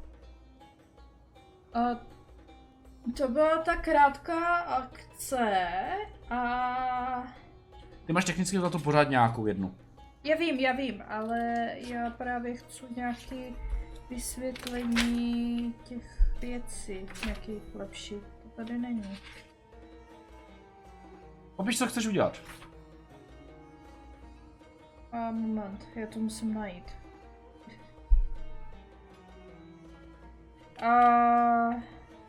Uh, to byla ta krátká akce a... Ty máš technicky za to pořád nějakou jednu. Já vím, já vím, ale já právě chci nějaké vysvětlení těch věcí, nějaký lepší. To tady není. Popiš, co chceš udělat. A moment, já to musím najít. A...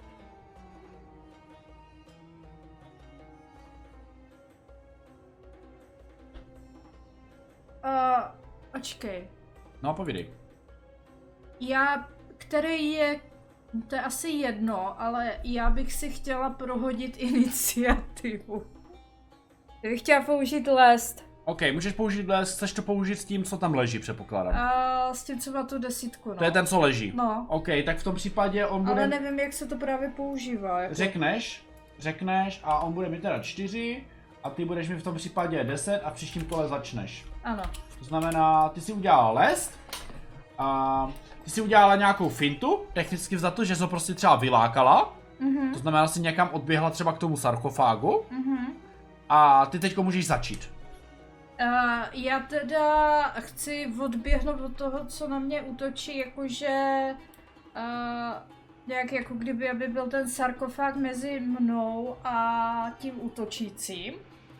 Uh, počkej. No, povídej. Já, který je, to je asi jedno, ale já bych si chtěla prohodit iniciativu. Já bych chtěla použít lest. OK, můžeš použít les, chceš to použít s tím, co tam leží, předpokládám. A s tím, co má tu desítku, no. To je ten, co leží. No. OK, tak v tom případě on bude... Ale nevím, jak se to právě používá. Jako... Řekneš, řekneš a on bude mít teda čtyři a ty budeš mít v tom případě deset a v příštím kole začneš. Ano. To znamená, ty si udělala lest, a ty si udělala nějakou fintu, technicky vzato, že jsi ho prostě třeba vylákala, Mhm. to znamená, si někam odběhla třeba k tomu sarkofágu Mhm. a ty teďko můžeš začít. Uh, já teda chci odběhnout od toho, co na mě útočí, jakože uh, nějak jako kdyby aby byl ten sarkofág mezi mnou a tím útočícím.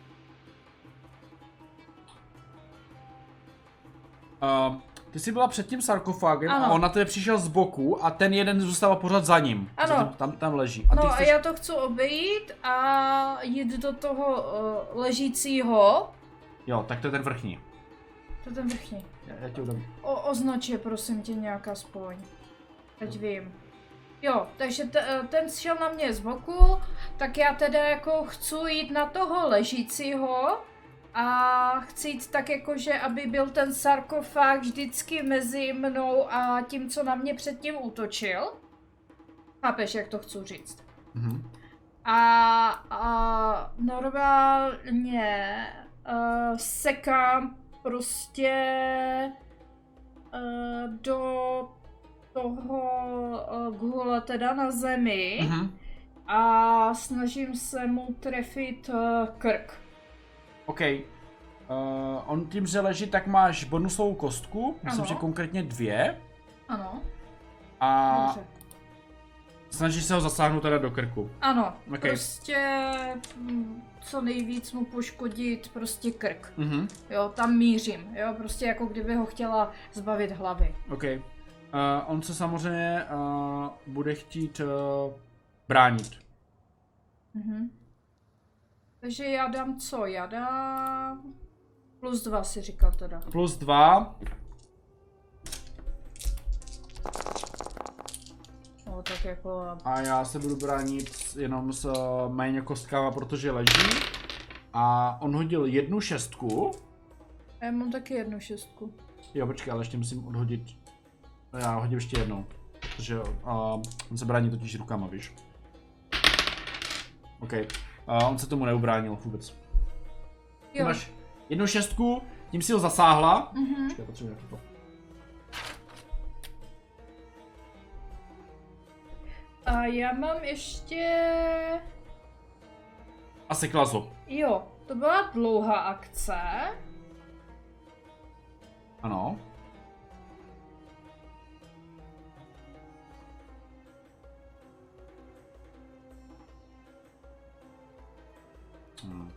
Uh, ty jsi byla před tím sarkofágem Ano. a on na tebe přišel z boku a ten jeden zůstával pořád za ním. Ano. Tam, tam, tam leží. A ty No chceš... a já to chci obejít a jít do toho uh, ležícího. Jo, tak to je ten vrchní. To je ten vrchní. Já, já ti udám. O, označ je prosím tě nějak aspoň. Teď vím. Jo, takže t- ten šel na mě z boku, tak já teda jako chci jít na toho ležícího a chci jít tak jako, že aby byl ten sarkofág vždycky mezi mnou a tím, co na mě předtím útočil. Chápeš, jak to chci říct? Mhm. A, a normálně uh, sekám prostě uh, do toho uh, gula teda na zemi Mhm. a snažím se mu trefit uh, krk. OK. Uh, on tím, že leží, tak máš bonusovou kostku, myslím, Ano. že konkrétně dvě. Ano, A dobře. Snažíš se ho zasáhnout teda do krku. Ano, Okay. prostě mm, co nejvíc mu poškodit prostě krk. Mhm. Jo, tam mířím, jo, prostě jako kdyby ho chtěla zbavit hlavy. OK. Uh, on se samozřejmě uh, bude chtít uh, bránit. Mhm. Takže já dám co? Já dám plus dva, si říkal teda. Plus dva. No, tak jako... A já se budu bránit jenom s uh, méně kostkama, protože leží. A on hodil jednu šestku. A já mám taky jednu šestku. Jo, počkej, ale ještě musím odhodit. Já hodím ještě jednou. Protože uh, on se brání totiž rukama, víš. OK. Uh, on se tomu neubránil vůbec. Ty Jo. máš jednu šestku, tím si ho zasáhla. Mhm. Počkej, potřebuji to. A já mám ještě... A sekla ho. Jo, to byla dlouhá akce. Ano. Hmm.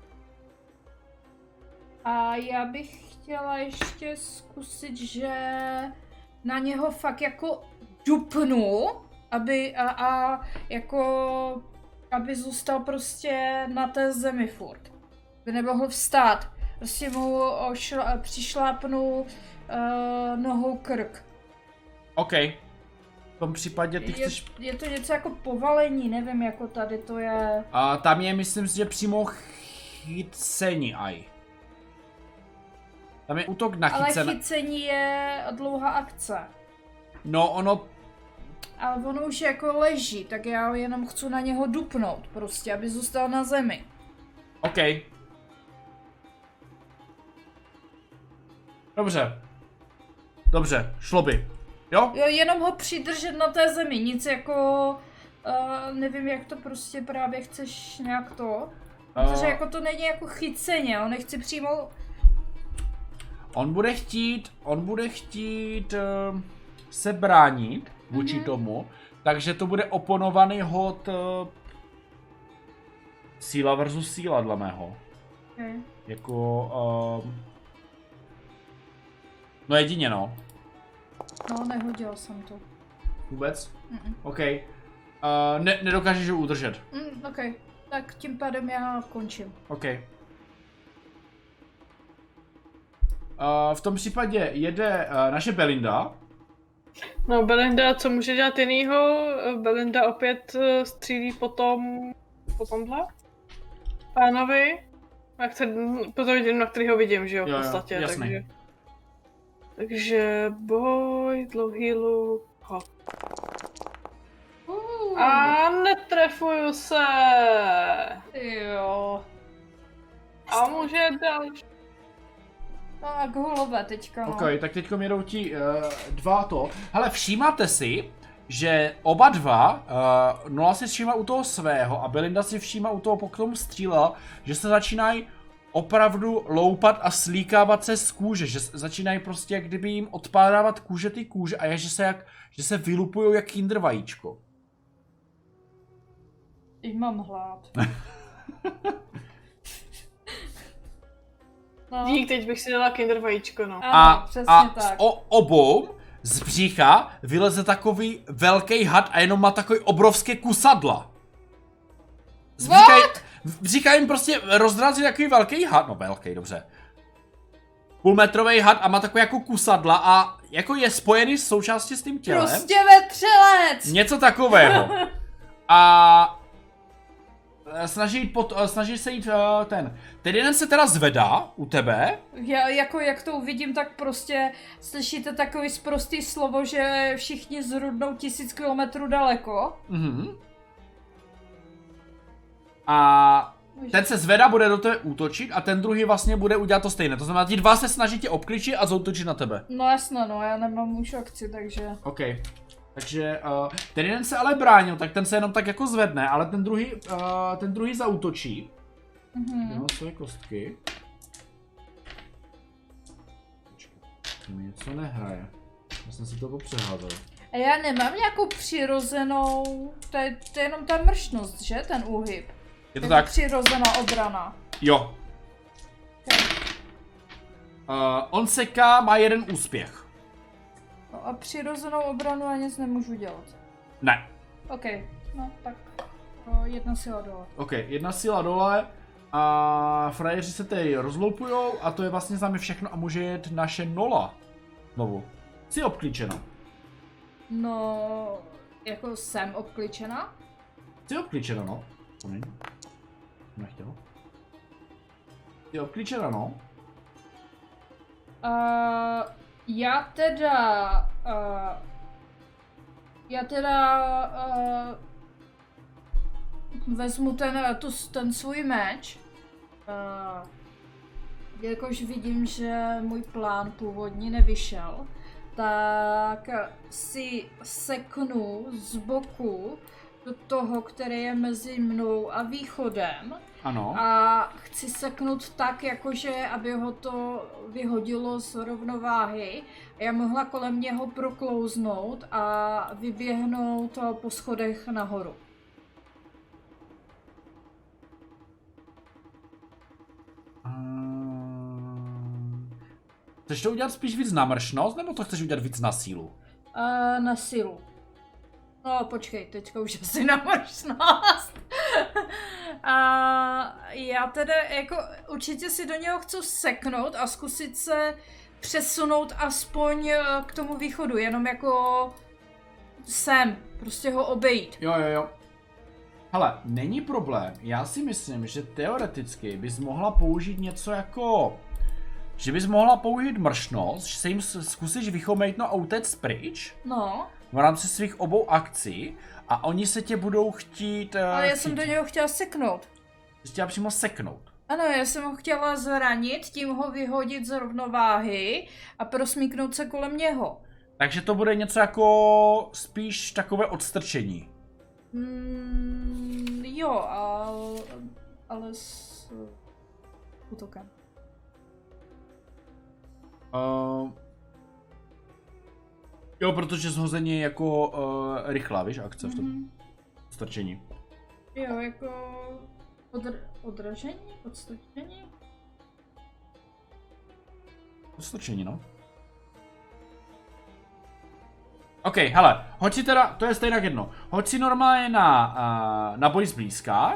A já bych chtěla ještě zkusit, že na něho fakt jako dupnu, aby a, a jako aby zůstal prostě na té zemi furt. Aby nemohl vstát. Prostě mu ošla, přišlápnu uh, nohou krk. OK. V tom případě ty Je, chceš... je to něco jako povalení, nevím, jako tady to je... A tam je, myslím si, že přímo chycení aj. Tam je útok na Ale chycení. chycení je dlouhá akce. No ono... Ale ono už jako leží, tak já jenom chci na něho dupnout prostě, aby zůstal na zemi. OK. Dobře. Dobře, šlo by. Jo? Jo, jenom ho přidržet na té zemi, nic jako... Uh, nevím, jak to prostě právě chceš nějak to. Protože Uh, jako to není jako chyceně, on nechci přímo... On bude chtít, on bude chtít uh, se bránit vůči Mhm. tomu, takže to bude oponovaný hod uh, síla versus síla dle mého. Okay. Jako, uh, no jedině no. No, nehodila jsem to. Vůbec? Mm-mm. OK. Uh, ne, nedokážeš ho udržet. Mm, ok, tak tím pádem já končím. OK. Uh, v tom případě jede uh, naše Belinda. No Belinda, co může dělat jinýho? Belinda opět eh, střílí potom, po tomhle pánovi. Jak se, potom vidím, na kterýho vidím, že jo, v Jo, jo, podstatě, jasný. takže... Takže boj, dlouhý luk, hop. Uh, A netrefuju se! jo. A může další. Tak holové teďka, no. OK, tak teď jedou ti uh, dva to. Hele, všímáte si, že oba dva, uh, Nola si všímá u toho svého a Belinda si všímá u toho, po kterém střílela, že se začínají opravdu loupat a slíkávat se z kůže, že začínají prostě jak kdyby jim odpádávat kůže ty kůže a je, že se, jak, že se vylupujou jak kinder vajíčko. Teď mám hlad. No. Dík, teď bych si dala kinder vajíčko, no. Ano, A, přesně a tak. z o, obou z břicha vyleze takový velký had a jenom má takový obrovské kusadla. Z břicha, v břicha jim prostě rozdrazí takový velký had, no velký, dobře. Půlmetrový had a má takový jako kusadla a jako je spojený s součástí s tím tělem. Prostě vetřelec! Něco takového. A snaží, pot, snaží se jít uh, ten. Ten jeden se teda zvedá u tebe. Já jako jak to uvidím, tak prostě slyšíte takový sprostý slovo, že všichni zrudnou tisíc kilometrů daleko. Mhm. A ten se zvedá, bude do tebe útočit a ten druhý vlastně bude udělat to stejné. To znamená, ti dva se snaží tě obklíčit a zautočit na tebe. No jasno, no, já nemám už akci, takže... OK. Takže uh, ten jeden se ale bránil, tak ten se jenom tak jako zvedne, ale ten druhý, uh, ten druhý zaútočí. Mhm. Jo, své kostky. Počkej, to mi něco nehraje. Já jsem si to popřeházel. A já nemám nějakou přirozenou, to je, to je jenom ta mršnost, že? Ten úhyb. Je to je tak? To přirozená obrana. Jo. Uh, on seká, má jeden úspěch. No a přirozenou obranu já nic nemůžu dělat. Ne. OK, no tak o, jedna sila dole. OK, jedna síla dole a frajeři se tady rozloupujou a to je vlastně za mě všechno a může jet naše Nola. Znovu. Jsi obklíčena. No, jako jsem obklíčena? Jsi obklíčena, no. To není. Nechtěl. Jsi obklíčena, no. Uh, já teda... Uh, já teda... Uh, vezmu ten, tu, ten svůj meč. Uh, jakož vidím, že můj plán původní nevyšel, tak si seknu z boku do toho, který je mezi mnou a východem. Ano. A chci seknout tak, jakože, aby ho to vyhodilo z rovnováhy a já mohla kolem něho proklouznout a vyběhnout po schodech nahoru. Um, chceš to udělat spíš víc na mršnost, nebo to chceš udělat víc na sílu? Uh, na sílu. No počkej, teďka už asi na mršnost. A já teda jako určitě si do něho chci seknout a zkusit se přesunout aspoň k tomu východu, jenom jako sem, prostě ho obejít. Jo, jo, jo. Hele, není problém. Já si myslím, že teoreticky bys mohla použít něco jako... Že bys mohla použít mršnost, že se jim zkusíš vychomejtnout a utéct pryč. No. V rámci svých obou akcí a oni se tě budou chtít... Ale já jsem do něho chtěla seknout. Jsi chtěla přímo seknout. Ano, já jsem ho chtěla zranit, tím ho vyhodit z rovnováhy a prosmíknout se kolem něho. Takže to bude něco jako spíš takové odstrčení. Mm, jo, ale, ale s útokem. Uh, jo, protože zhození je jako uh, rychlá, víš, akce v tom Mm-hmm. odstrčení. Jo, jako odr- odražení, odstrčení. Odstrčení, no. OK, hele, hoď si teda, to je stejně jedno, hoď si normálně na, uh, na boj zblízka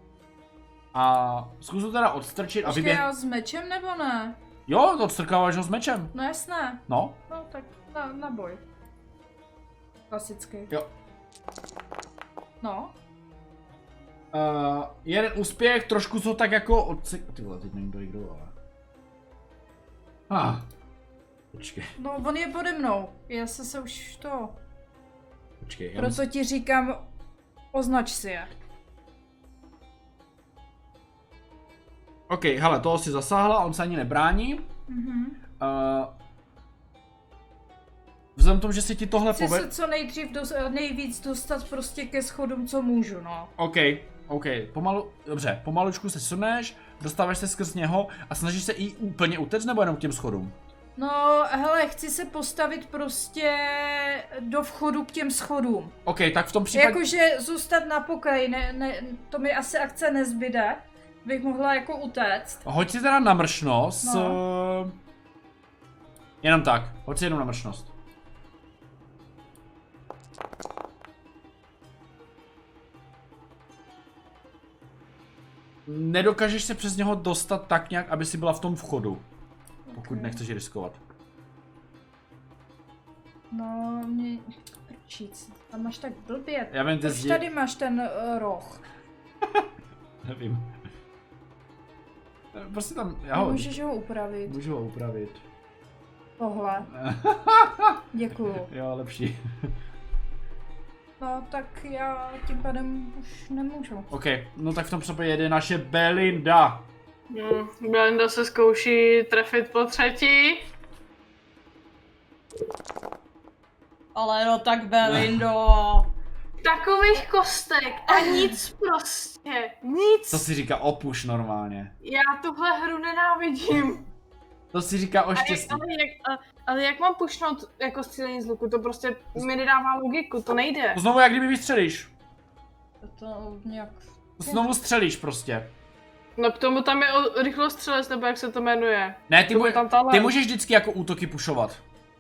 a zkus to teda odstrčit a Počkej, vyběh... já s mečem nebo ne? Jo, to odstrkáváš ho s mečem. No jasné. No. No tak na, na boj. Klasický. Jo. No. Uh, jeden úspěch, trošku to tak jako odsek... Ty vole, teď nevím, kdo je kdo, ale... Ah. Počkej, No, on je pode mnou. Já se se už to... počkej. Já Proto ti říkám, označ si je. OK, hele, toho si zasáhla, on se ani nebrání. Mhm. Uh, vzhledem tomu, že si ti tohle Chci povede... se co nejdřív dos- nejvíc dostat prostě ke schodům, co můžu, no. OK, OK, pomalu, dobře, pomalučku se suneš, dostáváš se skrz něho a snažíš se i úplně utéct nebo jenom k těm schodům? No, hele, chci se postavit prostě do vchodu k těm schodům. OK, tak v tom případě... Jakože zůstat na pokraji, ne, ne, to mi asi akce nezbyde, bych mohla jako utéct. Hoď si teda na mršnost. No. Uh, jenom tak, hoď si jenom na mršnost. Nedokážeš se přes něho dostat tak nějak, aby si byla v tom vchodu. Pokud Okay. nechceš riskovat. No, mě... Prčíc, tam máš tak blbě. Já vím, ty Proč zdi... tady máš ten uh, roh? Nevím. Prostě tam, já ho... Můžeš ho upravit. Můžu ho upravit. Tohle. Děkuju. Jo, lepší. No, tak já tím pádem už nemůžu. OK, no tak v tom případě jede naše Belinda. Hmm, Belinda se zkouší trefit po třetí. Ale no tak Belindo. Takových kostek a nic prostě, nic. To si říká opuš normálně. Já tuhle hru nenávidím. To si říká o Ale jak, štěstí. ale, jak, ale, ale jak mám pušnout jako střílení z luku? To prostě mi nedává logiku, to nejde. To znovu jak kdyby vystřelíš. To nějak... To znovu střelíš prostě. No k tomu tam je o- rychlostřelec, nebo jak se to jmenuje. Ne, ty, To mu, je tam talent. ty můžeš vždycky jako útoky pušovat.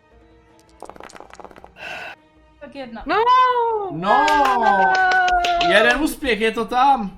Tak jedna. No! No! Jeden úspěch, je to tam.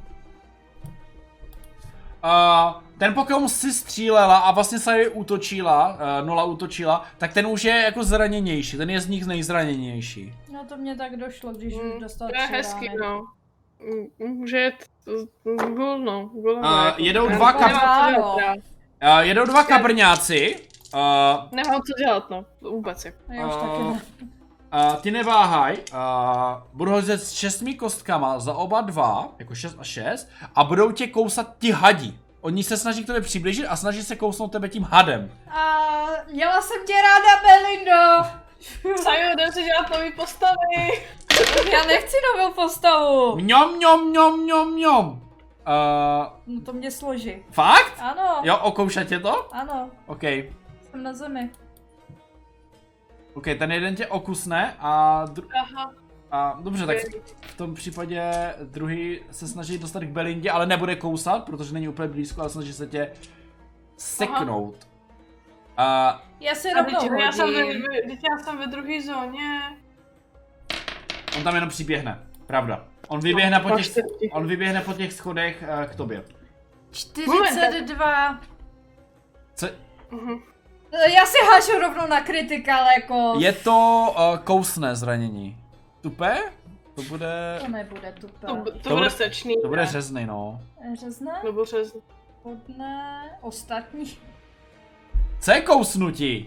Uh, ten Pokémon si střílela a vlastně se útočila, uh, Nola útočila, tak ten už je jako zraněnější, ten je z nich nejzraněnější. No to mě tak došlo, když Mm, už dostal to je tři hezký, rány. no. Mm, Může jet gul, no. Gul, Uh, jako, jedou já dva nemám kap- co dělat, Málo. já. Uh, jedou dva kabrňáci. Uh, Nemám co dělat, no. Vůbec jako. Já už A- taky ne. uh, ty neváhaj, uh, budu hozet s šestmi kostkama za oba dva, jako šest a šest, a budou tě kousat ti hadi. Oni se snaží k tebe přiblížit a snaží se kousnout tebe tím hadem. A měla jsem tě ráda, Belindo. Sajo, jdem si dělat nový postavy. Já nechci novou postavu. Mňom, mňom, mňom, mňom, mňom. Uh, No to mě složí. fakt? Ano, Jo, okoušet tě to? ano, OK. jsem na zemi. OK, ten jeden tě okusne a, dru- Aha. a dobře, tak v tom případě druhý se snaží dostat k Belindě, ale nebude kousat, protože není úplně blízko, ale snaží se tě seknout. A Já si A rovnou teď já, jsem ve, hodím. teď já jsem ve druhé zóně. on tam jenom přiběhne, pravda. On vyběhne po těch, štěstí. on vyběhne po těch schodech uh, k tobě. čtyřicet dva. Co? Mhm. Já si hážu rovnou na kritika, ale jako... Je to uh, kousné zranění. Tupé? To bude... To nebude tupé. To, to, To to bude- bude sečný. To bude ne? řezný, no. Řezne? Nebo řezný. Hodné. Ostatní. Co je kousnutí?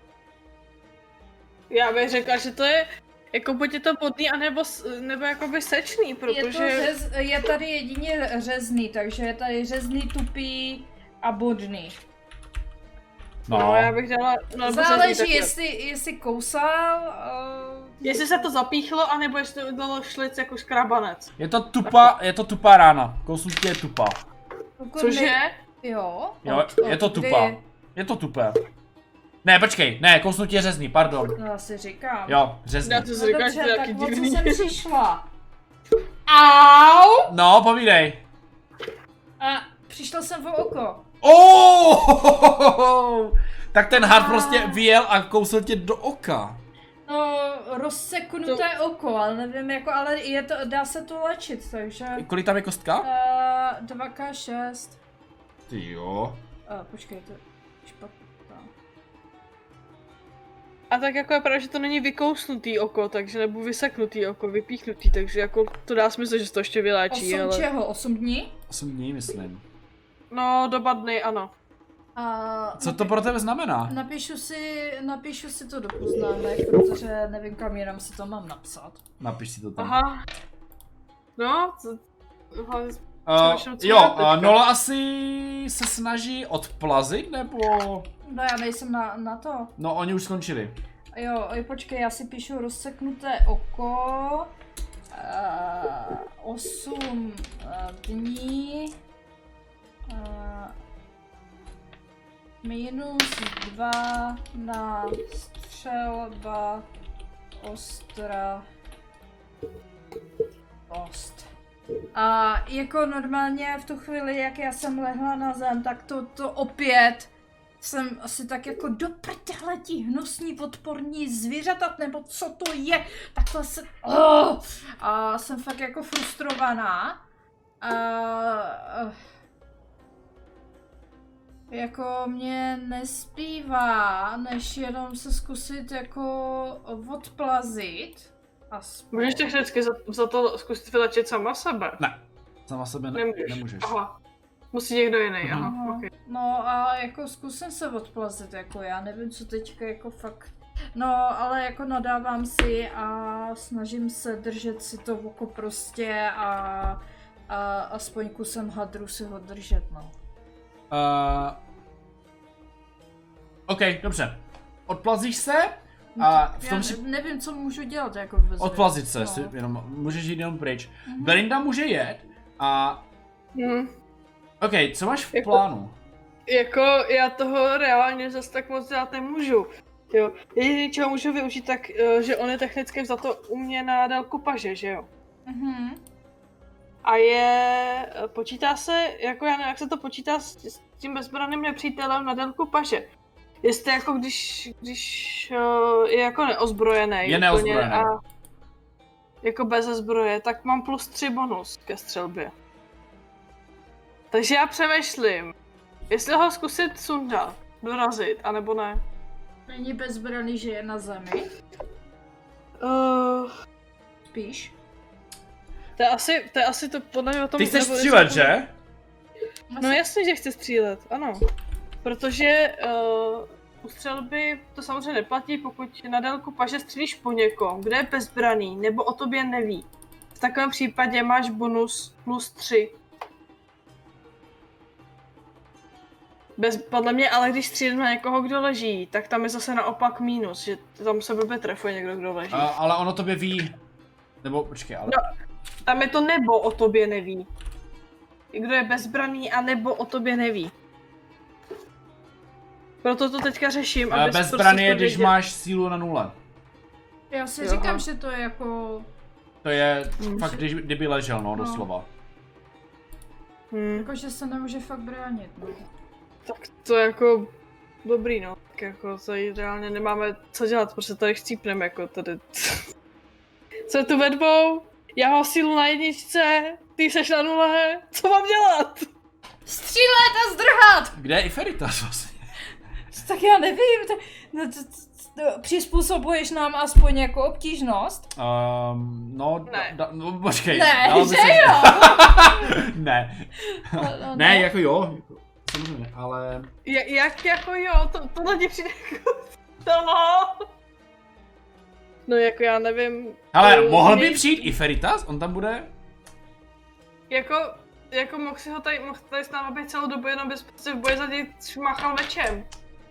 Já bych řekla, že to je jako buď je to bodný, anebo, s- nebo jakoby sečný, Je, to protože... řez, je tady jedině řezný, takže je tady řezný, tupý a bodný. No, No, já bych dala... No, nebo řezný Záleží, takhle. jestli, jestli kousal... Uh, Jestli se to zapíchlo, anebo jestli to udělalo šlic jako škrabanec. je to tupa, je to tupá rána. Kousnutí je tupa. pokud Cože? ne- Jo. Jo, od- je to od kdy? tupa. Je to tupé. Ne, počkej, ne, kousnutí je řezný, pardon. No já si říkám. Jo, řezný. Já to No si říkám, že to dobře, je tak taky o co divný. jsem přišla? Au! No, povídej. A přišla jsem o oko. Oh! Tak ten had A- prostě vyjel a kousl tě do oka. No, rozseknuté to... oko, ale nevím, jako, ale je to, dá se to léčit, takže... Kolik tam je kostka? Uh, dva ká šest. Ty jo. Uh, počkej, to je špatná. A tak jako je pravda, že to není vykousnutý oko, takže nebo vyseknutý oko, vypíchnutý, takže jako to dá smysl, že se to ještě vyléčí, Osm ale... čeho? Osm dní? osm dní, myslím. No, doba dny, ano. A Co to pro tebe znamená? Napíšu si, napíšu si to do poznámek, protože nevím, kam jinam si to mám napsat. Napiš si to tam. Aha. No, co... Aha, Uh, Přemýšlím, co jo, dělat teďka. uh, Nola asi se snaží odplazit, nebo... No já nejsem na, na to. No, oni už skončili. Jo, oj, počkej, já si píšu rozseknuté oko. Uh, osm uh, dní. Uh, minus dva na střelba ostra post. A jako normálně v tu chvíli, jak já jsem lehla na zem, tak to, to opět jsem asi tak jako do prdele ti hnusní odporní zvířata, nebo co to je, takhle se... Oh! A jsem fakt jako frustrovaná. A... a jako mě nespívá, než jenom se zkusit jako odplazit. Aspoň. můžeš tak vždycky za, za to zkusit vylečit sama sebe? Ne, sama sebe ne, Nemůžeš. nemůžeš. Aha. Musí někdo jiný, Mhm. aha, Aha. okay. No a jako zkusím se odplazit, jako já nevím, co teďka jako fakt. No, ale jako nadávám si a snažím se držet si to oko prostě a, a aspoň kusem hadru si ho držet, no. Uh, OK, dobře. Odplazíš se a v tom já si... ne, nevím, co můžu dělat, jako vůbec. Odplazit se, no. si, jenom, můžeš jít jenom pryč. Mhm. Belinda může jet a... Mhm. OK, co máš v Jako- plánu? jako já toho reálně zase tak moc dělat nemůžu. Jo. Jediný, čeho můžu využít, tak, že on je technicky za to u mě na délku paže, že jo? Mhm. A je, počítá se, jako já nevím, jak se to počítá s, s tím bezbranným nepřítelem na délku paže. Jestli jako když, když uh, je jako neozbrojený. Je neozbrojený. A jako bez zbroje, tak mám plus tři bonus ke střelbě. Takže já přemýšlím, jestli ho zkusit sundat, dorazit, anebo ne. Není bezbranný, že je na zemi? Uh, Spíš. to, je asi, to je asi to podle mě o tom... Ty chceš nebo střílet, jestli- že? No jasně, že chci střílet, ano. Protože uh, u střelby to samozřejmě neplatí, pokud na délku paže střílíš po někom, kde je bezbraný, nebo o tobě neví. V takovém případě máš bonus plus tři. Bez, podle mě, ale když střílím na někoho, kdo leží, tak tam je zase naopak mínus, že tam se blbě trefuje někdo, kdo leží. Uh, ale ono tobě ví. Nebo počkej, ale... No, tam je to nebo o tobě neví. Kdo je bezbraný a nebo o tobě neví. Proto to teďka řeším, Uh, aby bezbraný je, když věděl. máš sílu na nule. Já si Jo. říkám, že to je jako... To je Hmm. fakt, když, kdyby ležel, no, No. doslova. Hmm, Jako, že se nemůže fakt bránit, no. tak to je jako dobrý, no. Tak jako tady reálně nemáme co dělat, protože tady chcípneme jako tady. Co je tu ve dvou? Já mám sílu na jedničce, ty seš na nule, co mám dělat? Střílet a zdrhat! Kde je Iferitas vlastně? Tak já nevím, to, no, to, to, to, přizpůsobuješ nám aspoň jako obtížnost? Um, no, Ne. da, no, počkej. Ne, dalo by že se- jo? ne. No, no, Ne, no. jako jo, jako, samozřejmě, ale... Ja, jak jako jo, to, tohle ti přijde jako toho. No jako já nevím. Hele, eh, mohl mě- by přijít Iferitas? On tam bude? Jako, jako mohl si ho tady, mohl tady s náma být celou dobu, jenom bys prostě v boji za něj šmáchal mečem.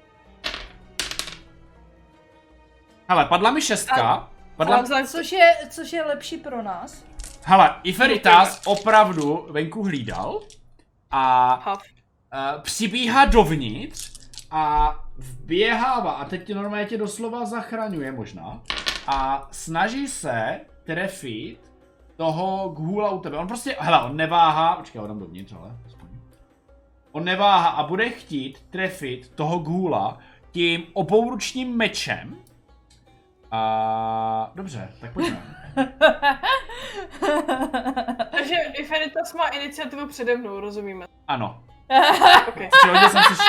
Hele, padla mi šestka. Padla... Ale vzhledem- Což je, což je lepší pro nás. Hele, Iferitas opravdu venku hlídal a Hav. uh, přibíhá dovnitř a vběhává a teď tě normálně tě doslova zachraňuje možná a snaží se trefit toho ghula u tebe. On prostě, hele, on neváhá, počkej, ho dám dovnitř, ale aspoň. On neváhá a bude chtít trefit toho ghula tím obouručním mečem. A dobře, tak pojďme. Takže Iferitas má iniciativu přede mnou, rozumíme. Ano. Okay. Přihodil jsem si...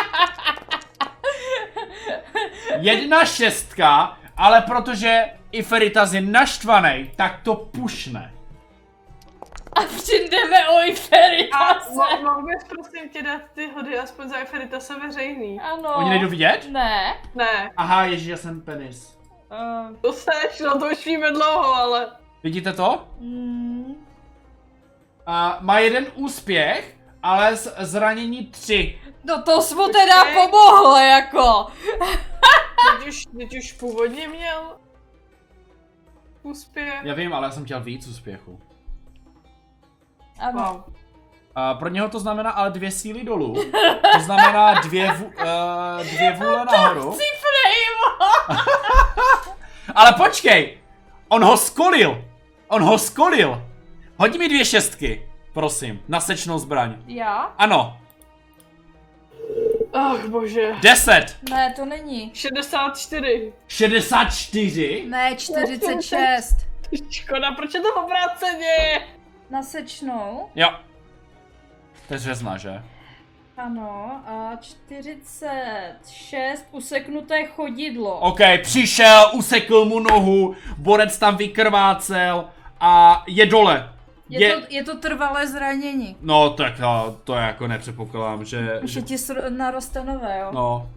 Jedna šestka, ale protože Iferitas je naštvaný, tak to pušne. A přijdeme o A Iferitase. mo- mohl bys prosím tě dát ty hody aspoň za Iferitase veřejný? Ano. Oni nejdou vidět? Ne. Ne, Aha, ježiš, já jsem penis. Uh, to seš, no to už víme dlouho, ale... Vidíte to? mm, A má jeden úspěch, ale z zranění tři. no to jsi mu teda Počkej. pomohl, jako. Teď už, teď už původně měl úspěch. Já vím, ale já jsem chtěl víc úspěchu. Ano. Wow. A pro něho to znamená ale dvě síly dolů. To znamená dvě, vů, uh, dvě vůle nahoru. Cifrejmo. Ale počkej! On ho skolil! On ho skolil! Hodí mi dvě šestky, prosím, na sečnou zbraň. Já? Ano, Ach bože. deset, Ne, to není. šedesát čtyři. šedesát čtyři, Ne, čtyřicet šest. Škoda, proč je to obráceně? Na sečnou. jo. To je řezna, že? Ano, a čtyřicet šest useknuté chodidlo. OK, přišel, usekl mu nohu, borec tam vykrvácel a je dole. Je, to, je to trvalé zranění. No tak to, to jako nepředpokládám, že... Už že... je ti sr- naroste nové, jo? No.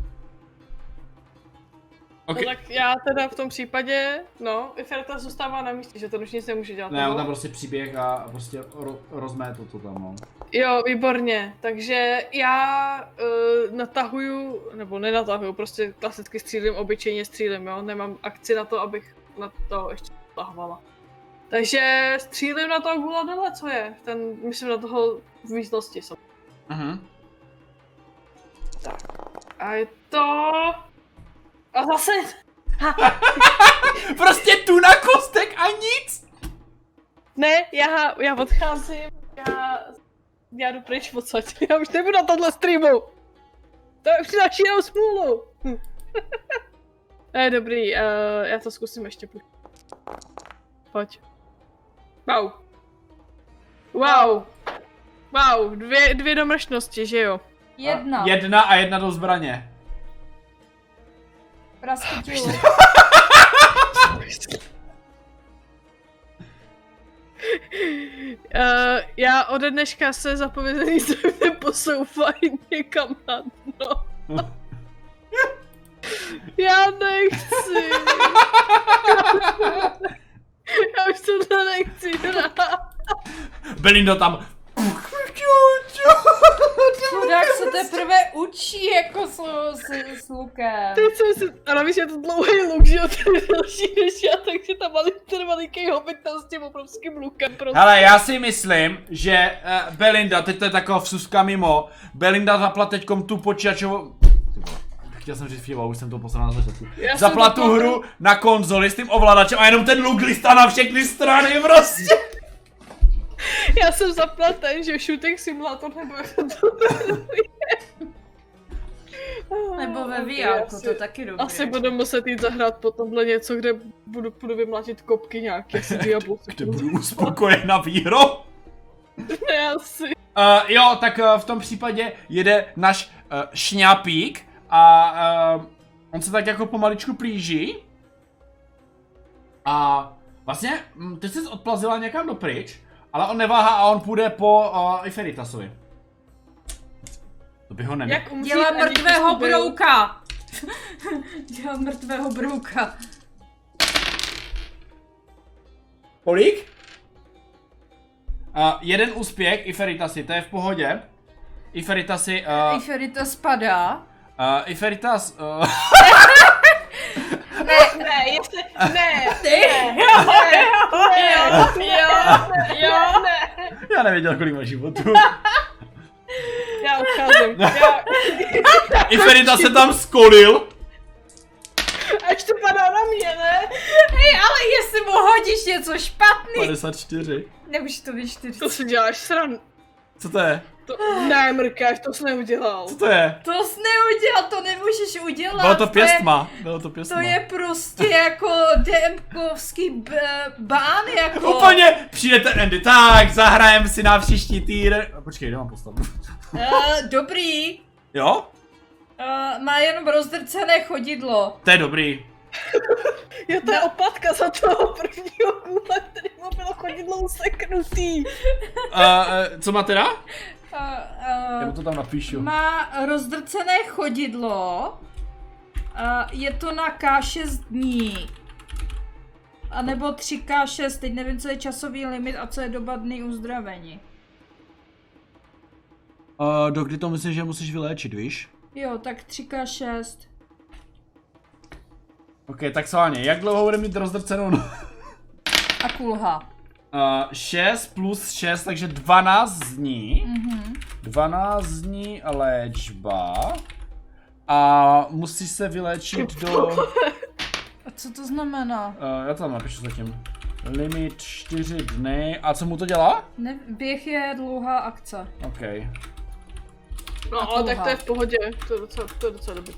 No OK. tak já teda v tom případě, no, Iferitas zůstává na místě, že to už nic nemůže dělat. Ne, nebo? on tam prostě přiběh a prostě ro, rozmétl to tam, no. Jo, výborně. Takže já uh, natahuju, nebo nenatahuju, prostě klasicky střílím, obyčejně střílím, jo. Nemám akci na to, abych na to ještě natahovala. Takže střílím na toho gula dole, co je. Ten, myslím na toho v místnosti. Mhm. A je to... A zase... Prostě tu na kostek a nic! Ne, já, já odcházím, já... Já jdu pryč odsaď, já už nebudu na tohle streamu! To je přináší jenom smůlu! Ne, dobrý, uh, já to zkusím ještě půjď. Pojď. Wow. Wow. Wow, dvě, dvě domršnosti, že jo? Jedna. Jedna a jedna do zbraně. Praskutilo. Uh, já ode dneška se zapovězený zdroje posouvají někam na dno. Já nechci. Já už tohle nechci hrát. Belinda tam... Chudák se teprve učí jako s, s, s lukem. Teď jsem si... A navíc je to dlouhý luk, že jo, to je další než já, takže ta malý, ten maliký hobbit tam s tím obrovským lukem prostě. Hele, já si myslím, že uh, Belinda, teď to je taková vsuska mimo, Belinda zapla teďkom tu počítačovou... Chtěl jsem říct FIFA, už jsem to poslal na začátku. Zapla tu hru na konzoli s tím ovladačem a jenom ten luk listá na všechny strany prostě. Já jsem zapla ten, že shooting simulator nebo jak to Nebo ve V R, to taky dobrý. Asi budu muset jít zahrát po tomhle něco, kde budu, budu vymlátit kopky nějaké si diablu. Kde budu uspokojená výhrou? Ne, asi. Uh, jo, tak uh, v tom případě jede náš uh, šňápík a uh, on se tak jako pomaličku plíží. A vlastně, ty jsi odplazila někam dopryč, ale on neváhá a on půjde po uh, Iferitasovi. To by ho neměl. Dělá mrtvého brouka! Dělá mrtvého brouka. Kolik? Uh, jeden úspěch, Iferitasi, to je v pohodě. Iferitasi... Uh, Iferitas spadá. uh, Iferitas... Uh, Ne, ne, ještě, ne, Ty! ne, ne, ne, jo, ne. já nevěděl, kolik má životů. Já odcházím, já... Iferita se tam skolil. Až to padá na mě, ne? Hej, ale jestli mu hodíš něco špatný. padesát čtyři. Nemůžeš to být čtyřicet. To si děláš sran... Co to je? To, ne, mrkáš, to jsi neudělal. Co to je? To jsi neudělal, to nemůžeš udělat. Bylo to je- pěstma. Bylo to pěstma. To je prostě jako DMkovský b- bán, jako. Úplně přijde ten Andy. Tak, zahrajem si na příští týden. Počkej, nemám postavu. Uh, dobrý. Jo? Uh, má jenom rozdrcené chodidlo. To je dobrý. Jo, to je opatka za toho prvního kůle, který mu bylo chodidlo useknutý. Uh, uh, co má teda? Uh, Já mu uh, to tam napíšu. má rozdrcené chodidlo. Uh, je to na K šest dní. A nebo tři K šest, teď nevím, co je časový limit a co je doba dny uzdravení. Uh, dokdy to myslím, že musíš vyléčit, víš? Jo, tak tři K šest. Ok, tak sváně, jak dlouho bude mít rozdrcenou no? A kulha. Uh, šest plus šest, takže dvanáct dní. Mhm. dvanáct dní léčba. A musí se vyléčit do... A co to znamená? Uh, já to tam napíšu zatím. Limit čtyři dny. A co mu to dělá? Ne, běh je dlouhá akce. OK. No, ale tak to je v pohodě, to je docela, to je docela dobrý.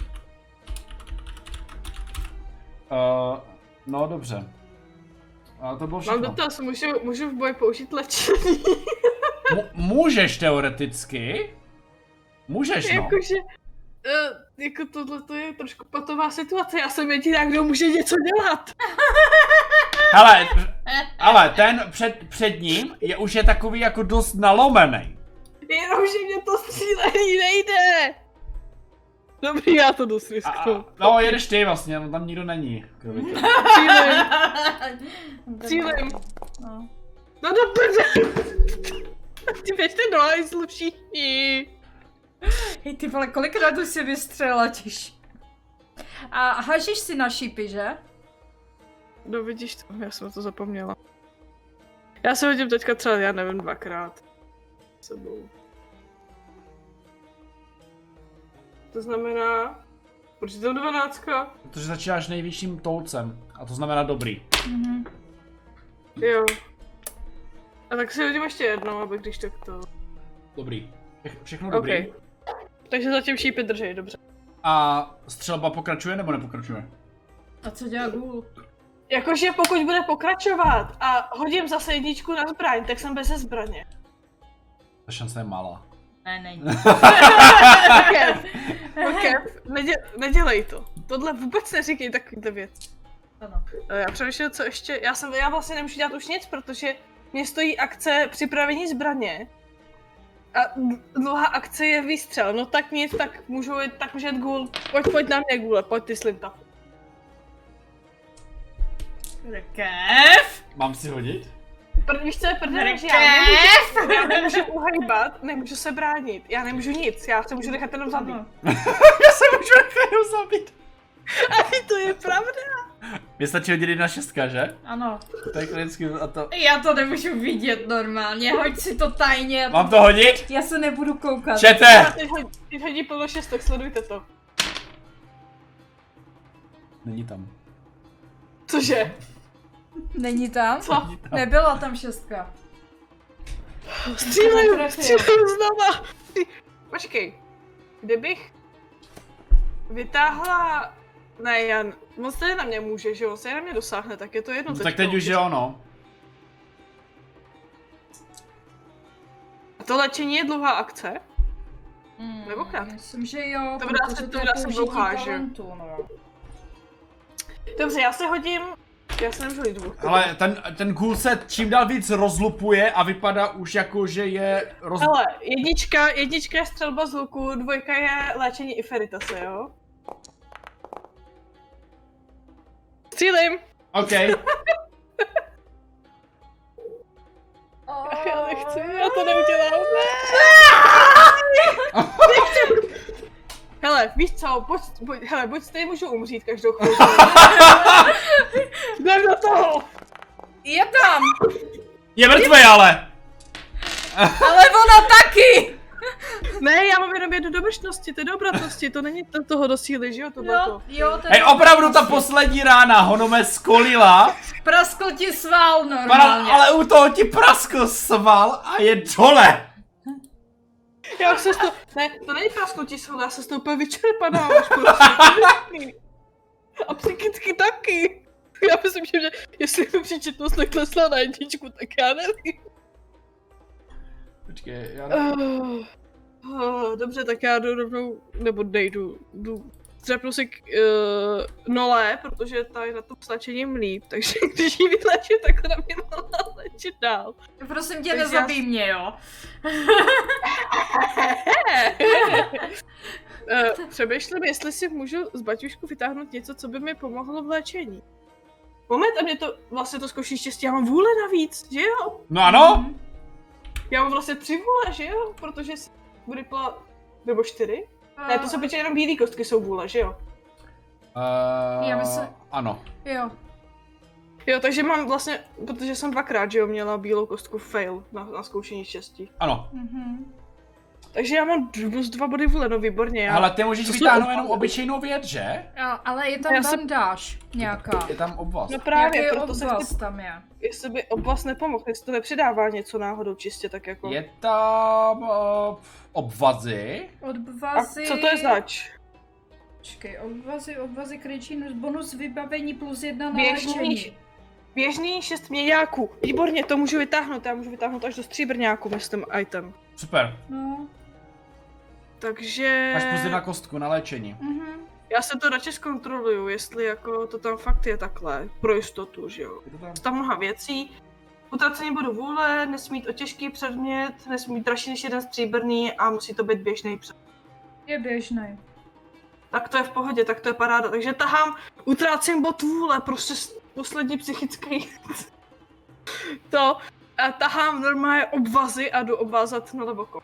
Uh, no dobře. A to bylo Mám všechno. dotaz, můžu, můžu v boji použít léčení? M- můžeš teoreticky. Můžeš no. Jakože, uh, jako tohle to je trošku patová situace, já jsem jediná, kdo může něco dělat. Hele, ale ten před, před ním je už je takový jako dost nalomený. Jenomže mě to střílení nejde. Dobrý, já to jdu A, risknout. no jedeš ty vlastně, no, tam nikdo není. Kromě tebe. Cílím, cílím. No. No do prdele. Ty běžte do hajzlu všichni. Hej ty vole, kolikrát už si vystřelila těž. A hažíš si na šípy, že? No vidíš to, já jsem to zapomněla. Já se hodím teďka třeba, já nevím, dvakrát. Sebou. To znamená... Proč je to dvanáctka? Protože začínáš nejvyšším tolcem. A to znamená dobrý. Mhm. Jo. A tak si hodím ještě jednou, aby když tak to... Dobrý. Všechno dobrý. Okay. Takže zatím šípy držej, dobře. A střelba pokračuje nebo nepokračuje? A co dělá gůl? Jakože pokud bude pokračovat a hodím zase jedničku na zbraň, tak jsem bez zbraně. Ta šance je malá. Ne, není. Okay. Okay. Nedě, nedělej to. Tohle vůbec neříkej takovýhle věc. Ano. Já přemýšlím, co ještě. Já jsem, já vlastně nemůžu dělat už nic, protože mě stojí akce připravení zbraně. A dlouhá akce je výstřel. No tak nic, tak můžu jít, tak může jít gůl. Pojď, pojď na mě gůle, pojď ty slinta. Kev? Mám si hodit? Pr- víš co je prdele, že já nemůžu, já nemůžu uhejbat, nemůžu se bránit, já nemůžu nic, já se můžu nechat jenom zabít. Já se můžu nechat jenom zabít. A to je pravda. Mně stačí hodit jedna šestka, že? Ano. To je klinický a to... Já to nemůžu vidět normálně, hoď si to tajně. Mám to hodit? Já se nebudu koukat. Čete! Teď hodí, teď hodí plno šestok, sledujte to. Není tam. Cože? Není tam? Co? Není tam. Nebyla tam šestka. Střílej, Netrefil. střílej znova. Počkej, kdybych vytáhla... Ne, Jan, moc tady na mě může, že jo, se na mě dosáhne, tak je to jedno. No, tak teď už jo, no. A to léčení je dlouhá akce? Hmm, Nebo krátka? myslím, že jo, To dá se- protože to je dá se použití dlouhá, že? talentu, no. Dobře, já se hodím... Já se nemůžu hodit dvůch. Ale ten, ten ghoul se čím dál víc rozlupuje a vypadá už jako, že je roz... Hele, jednička, jednička je střelba z luku, dvojka je léčení Iferitase, jo? Střílím! OK. Já nechci, já to neudělám. Hele, víš co, pojď, pojď, hele, buď stejně můžu umřít každou chvíli. Jdem do toho! Je tam! Je mrtvý ale! Ale ona taky! Ne, já mám jenom jednu dobrečnosti, to je do obratnosti, to není to toho do síly, že jo, tohleto. Jo, jo, to je Hej, opravdu ta poslední rána honome skolila, praskl ti sval para, normálně. ale u toho ti praskl sval a je dole! Já se to, ne, to není prasknutí sval, já se z toho úplně vyčerpaná už prostě. A psychicky taky. Já myslím, že mě, jestli mi příčetnost neklesla na jedničku, tak já nevím. Počkej, já... Uh, uh, dobře, tak já jdu rovnou, nebo nejdu, jdu, třepnu si k uh, nole, protože ta je na tom slačením líp, takže když ji vylečím, tak ona mě mohla léčit dál. Prosím tě, Takže nezabij já- mě, jo? uh, přemýšlím, jestli si můžu z baťušku vytáhnout něco, co by mi pomohlo v léčení. Moment, a mě to, vlastně to zkouší štěstí, já mám vůle navíc, že jo? No ano? Já mám vlastně tři vůle, že jo? Protože si budu pla... nebo čtyři? Ne, to jsou piče jenom bílý kostky, jsou vůle, že jo? Uh, Já myslím- Ano. Jo. Jo, takže mám vlastně, protože jsem dvakrát, že jo, měla bílou kostku fail na, na zkoušení štěstí. Ano. Mhm. Takže já mám plus dva body vůle, no výborně, já... Ale ty můžeš To jsou vytáhnout obvaz. jenom obyčejnou věc, že? Jo, ale je tam Já jsem- bandáž nějaká. Je tam obvaz. No právě, Nějaký proto se obvaz chci, tam je. jestli by obvaz nepomohl, jestli to nepřidává něco náhodou čistě, tak jako... Je tam uh, obvazy. A Odvazy... co to je zač? Počkej, obvazy, obvazy kryčí, bonus vybavení plus jedna na Běžný. léčení. Běžný šest měďáků, výborně, to můžu vytáhnout, já můžu vytáhnout až do stříbrňáku, myslím, item. Super. No. Takže... Máš plus jedna kostku na léčení. Mhm. Já se to radši zkontroluju, jestli jako to tam fakt je takhle, pro jistotu, že jo. Je to tam? Tam mnoha věcí. Utracení bodu vůle, nesmí mít těžký předmět, nesmí mít dražší než jeden stříbrný a musí to být běžný předmět. Je běžný. Tak to je v pohodě, tak to je paráda. Takže tahám, utrácím bod vůle, prostě s- poslední psychický to. A tahám normálně obvazy a jdu obvázat na levoko.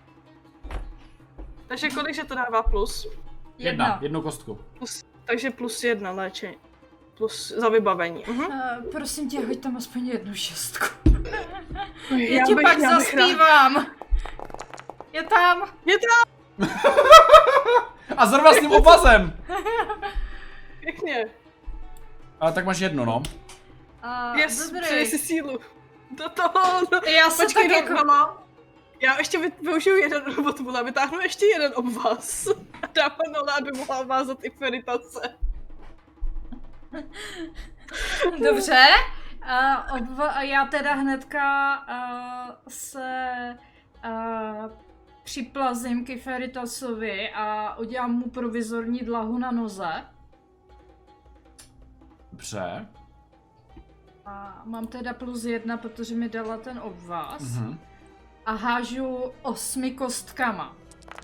Takže kolik, že to dává plus? Jedna. Jedna. Jednu kostku. plus takže plus jedna léčení. Plus za vybavení. Mhm. Uh, prosím tě, hoď tam aspoň jednu šestku. Já, Já ti bych- pak já bych rád- zaspívám. Je tam. Je tam! A zrovna s tím obvazem. Pěkně. Ale tak máš jedno, no. Uh, Yes, dobrý. přijde si sílu. Do toho, do... Já se Počkej, tak no, jako... no. Já ještě vy, využiju jeden robot, vole, vytáhnu ještě jeden obvaz. A dám Nola, aby mohla vázat i Feritase. Dobře. Uh, obva- a já teda hnedka uh, se uh, připlazím k Feritasovi a udělám mu provizorní dlahu na noze. Dobře. A mám teda plus jedna, protože mi dala ten obvaz. Mhm. A hážu osmi kostkama.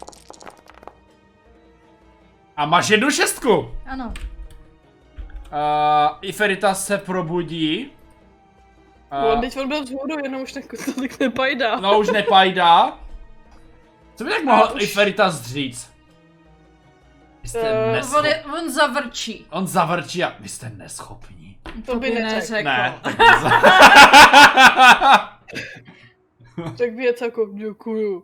A máš jednu šestku. Ano. Uh, Iferitas se probudí. No, Uh, teď on byl vzhůru, jenom už tak tolik nepajdá. no už nepajdá. Co by tak mohl už- Iferitas říct? Vy jste Eh, On, neschopní. je, on zavrčí. On zavrčí a vy jste neschopní. To by neřekl. Ne, tak Řekl by něco jako, děkuju.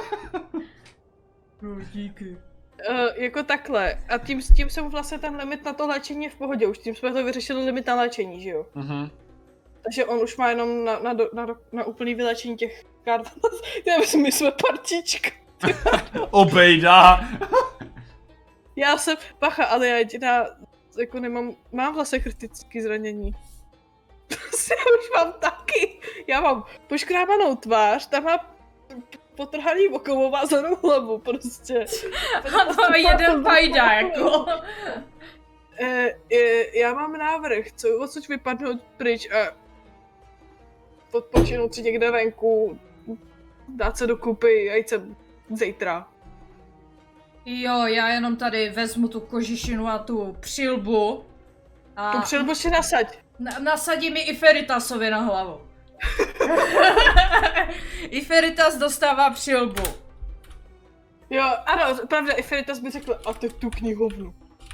No, díky. Uh, jako takhle. A tím, s tím jsem vlastně ten limit na to léčení je v pohodě. Už tím jsme to vyřešili limit na léčení, že jo? Mhm. Takže on už má jenom na, na, do- na, na, na úplný vyléčení těch kart. Já myslím, my jsme partička. Obejda. Já jsem, pacha, ale já jediná, jako nemám, mám vlastně kritické zranění. Prostě já už mám taky. Já mám poškrábanou tvář, tam má potrhaný okovou vázanou hlavu, prostě. Ano, jeden pajda, jako. E, e, já mám návrh, co odsud vypadnout pryč a odpočinout si někde venku, dát se dokupy a jít se zítra. Jo, já jenom tady vezmu tu kožišinu a tu přilbu. A Tu přilbu si nasaď. na- nasadí mi i Feritasovi na hlavu. I Feritas dostává přilbu. Jo, ano, pravda, i Feritas by řekl, a teď tu knihovnu.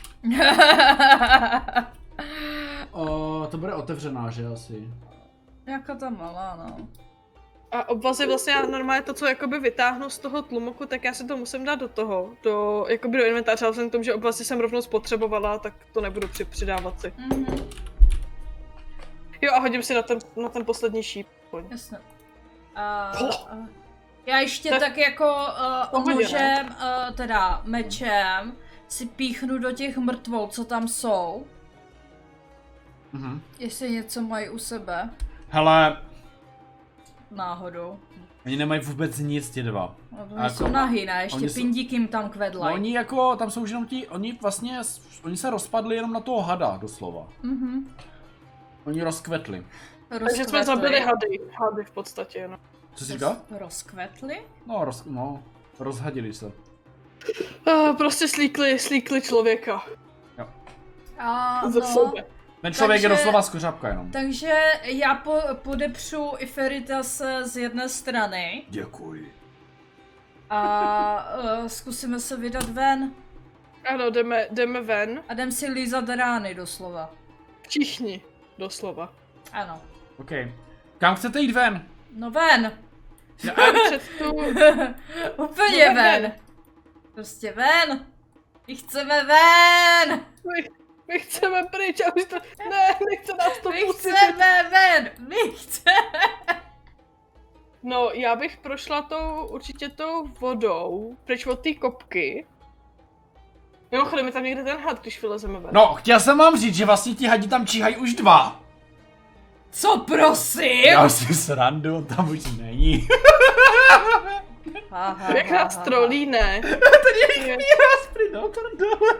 O, to bude otevřená, že asi? Jako ta malá, no. A obvazy vlastně já normálně to, co jakoby vytáhnu z toho tlumoku, tak já si to musím dát do toho, do, jakoby do inventáře, ale vzhledem k tomu, že obvazy jsem rovnou spotřebovala, tak to nebudu při, přidávat si. Mhm, Jo a hodím si na ten, na ten poslední šíp. Pojď. jasně. A, Oh. a já ještě Tak- tak, jako uh, Pohodě, nožem, uh, teda mečem, si píchnu do těch mrtvol, co tam jsou. Mhm. Jestli něco mají u sebe. Hele, Náhodou. oni nemají vůbec nic, ti dva. No, A oni jako- jsou nahý, ne? Ještě oni jsou- pindíky jim tam No, kvedlají. oni jako, tam jsou už jenom ti, oni vlastně, oni se rozpadli jenom na toho hada, doslova. Mhm. Oni rozkvetli. Takže jsme zabili hady, hady v podstatě, no. Co jsi říkal? Rozkvetli? No, roz, no, rozhadili se. Uh, prostě slíkli, slíkli člověka. A Ze no, sebe. Ten člověk je Takže- doslova skořápka jenom. takže já po, podepřu i Feritase z jedné strany Děkuji. a uh, zkusíme se vydat ven Ano, jdeme, jdeme ven. a jdem si lízat rány doslova. Všichni, doslova. Ano. OK. Kam chcete jít ven? No ven! A před tu... Úplně No, ven! ven. Prostě ven! My chceme ven! My, my chceme pryč, a už to... Ne, nechce nás to My pustit. chceme ven! My chceme! No, já bych prošla tou, určitě tou vodou, pryč od té kopky. Mimochodem, je tam někde ten had, když vylezeme ven. No, chtěl jsem vám říct, že vlastně ti hadi tam číhají už dva. Co prosím? Já si srandu, on tam už není. Ha, ha, Jak ha, nás ha, trolí, ne? Ten je prdel, prdel.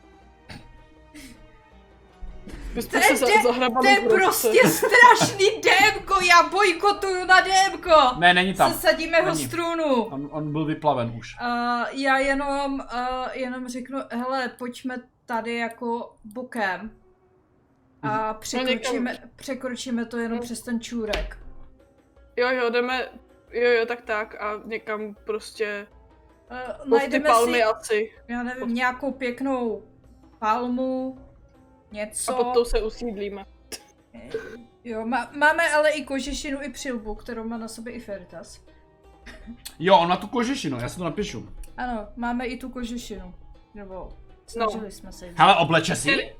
My jsme se za, To zahrabali je v roce. prostě strašný démko, já bojkotuju na démko! Ne, není tam. Sesadíme ho Není. strunu. On, on byl vyplaven už. Uh, já jenom, uh, jenom řeknu, hele, pojďme tady jako bokem. A překročíme, překročíme to jenom No. přes ten čůrek. Jo, jo, jdeme, jo, jo, tak tak a někam prostě, Uh, po ty najdeme palmy si, asi. já nevím, nějakou pěknou palmu, něco. A pod tou se usídlíme. Jo, má, máme ale i kožešinu, i přilbu, kterou má na sobě i Feritas. Jo, on má tu kožešinu, já si to napíšu. Ano, máme i tu kožešinu. Nebo snažili no. jsme se jít. Hele, obleče si?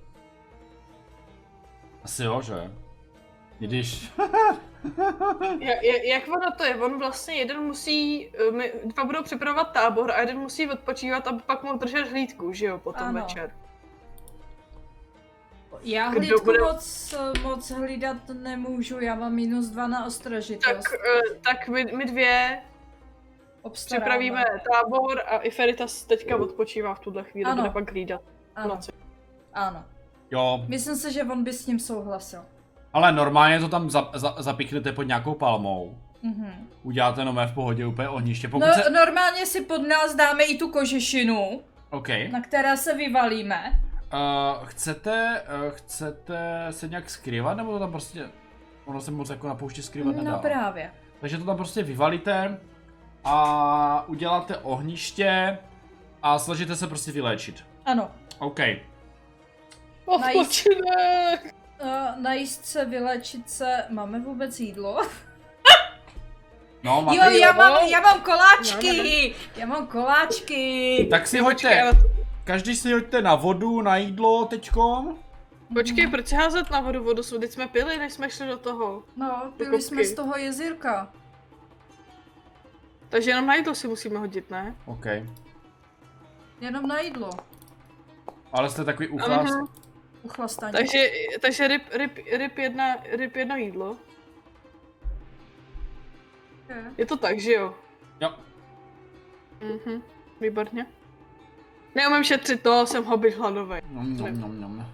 Asi jo, že? Když... jak, jak ono to je? On vlastně jeden musí, my dva budou připravovat tábor a jeden musí odpočívat, aby pak mohl držet hlídku, že jo, potom ano. večer. Já hlídku bude... moc, moc hlídat nemůžu, já mám minus dva na ostražitost. Tak, tak my, my dvě obstaráme. Připravíme tábor a i Feritas teďka odpočívá v tuhle chvíli, ano. bude pak hlídat v noci. Ano. Jo. Myslím si, že on by s ním souhlasil. Ale normálně to tam za, za, zapíknete pod nějakou palmou. Mm-hmm. Uděláte nové v pohodě úplně ohniště. Pokud no, se... normálně si pod nás dáme i tu kožešinu, okay. na které se vyvalíme. Uh, chcete, uh, chcete se nějak skrývat, nebo to tam prostě, ono se moc jako na poušti skrývat nedá. No právě. Takže to tam prostě vyvalíte a uděláte ohniště a snažíte se prostě vyléčit. Ano. OK. Odpočinek! Uh, najíst se, vylečit se, máme vůbec jídlo? No, máte jo, já mám, já mám koláčky, no, já mám koláčky. Tak si hoďte, každý si hoďte na vodu, na jídlo teďkom. Počkej, proč si házet na vodu? Vodu jsme, teď jsme pili, než jsme šli do toho. No, pili do jsme z toho jezírka. Takže jenom na jídlo si musíme hodit, ne? OK. Jenom na jídlo. Ale jste takový uchlas. Uh-huh. Uchlastání. Takže, takže ryb, ryb, ryb, jedna, ryb jedno jídlo. Je. Je to tak, že jo? Jo. Mhm, výborně. Neumím šetřit to, jsem hobit hladový. Nom, nom, nom, nom.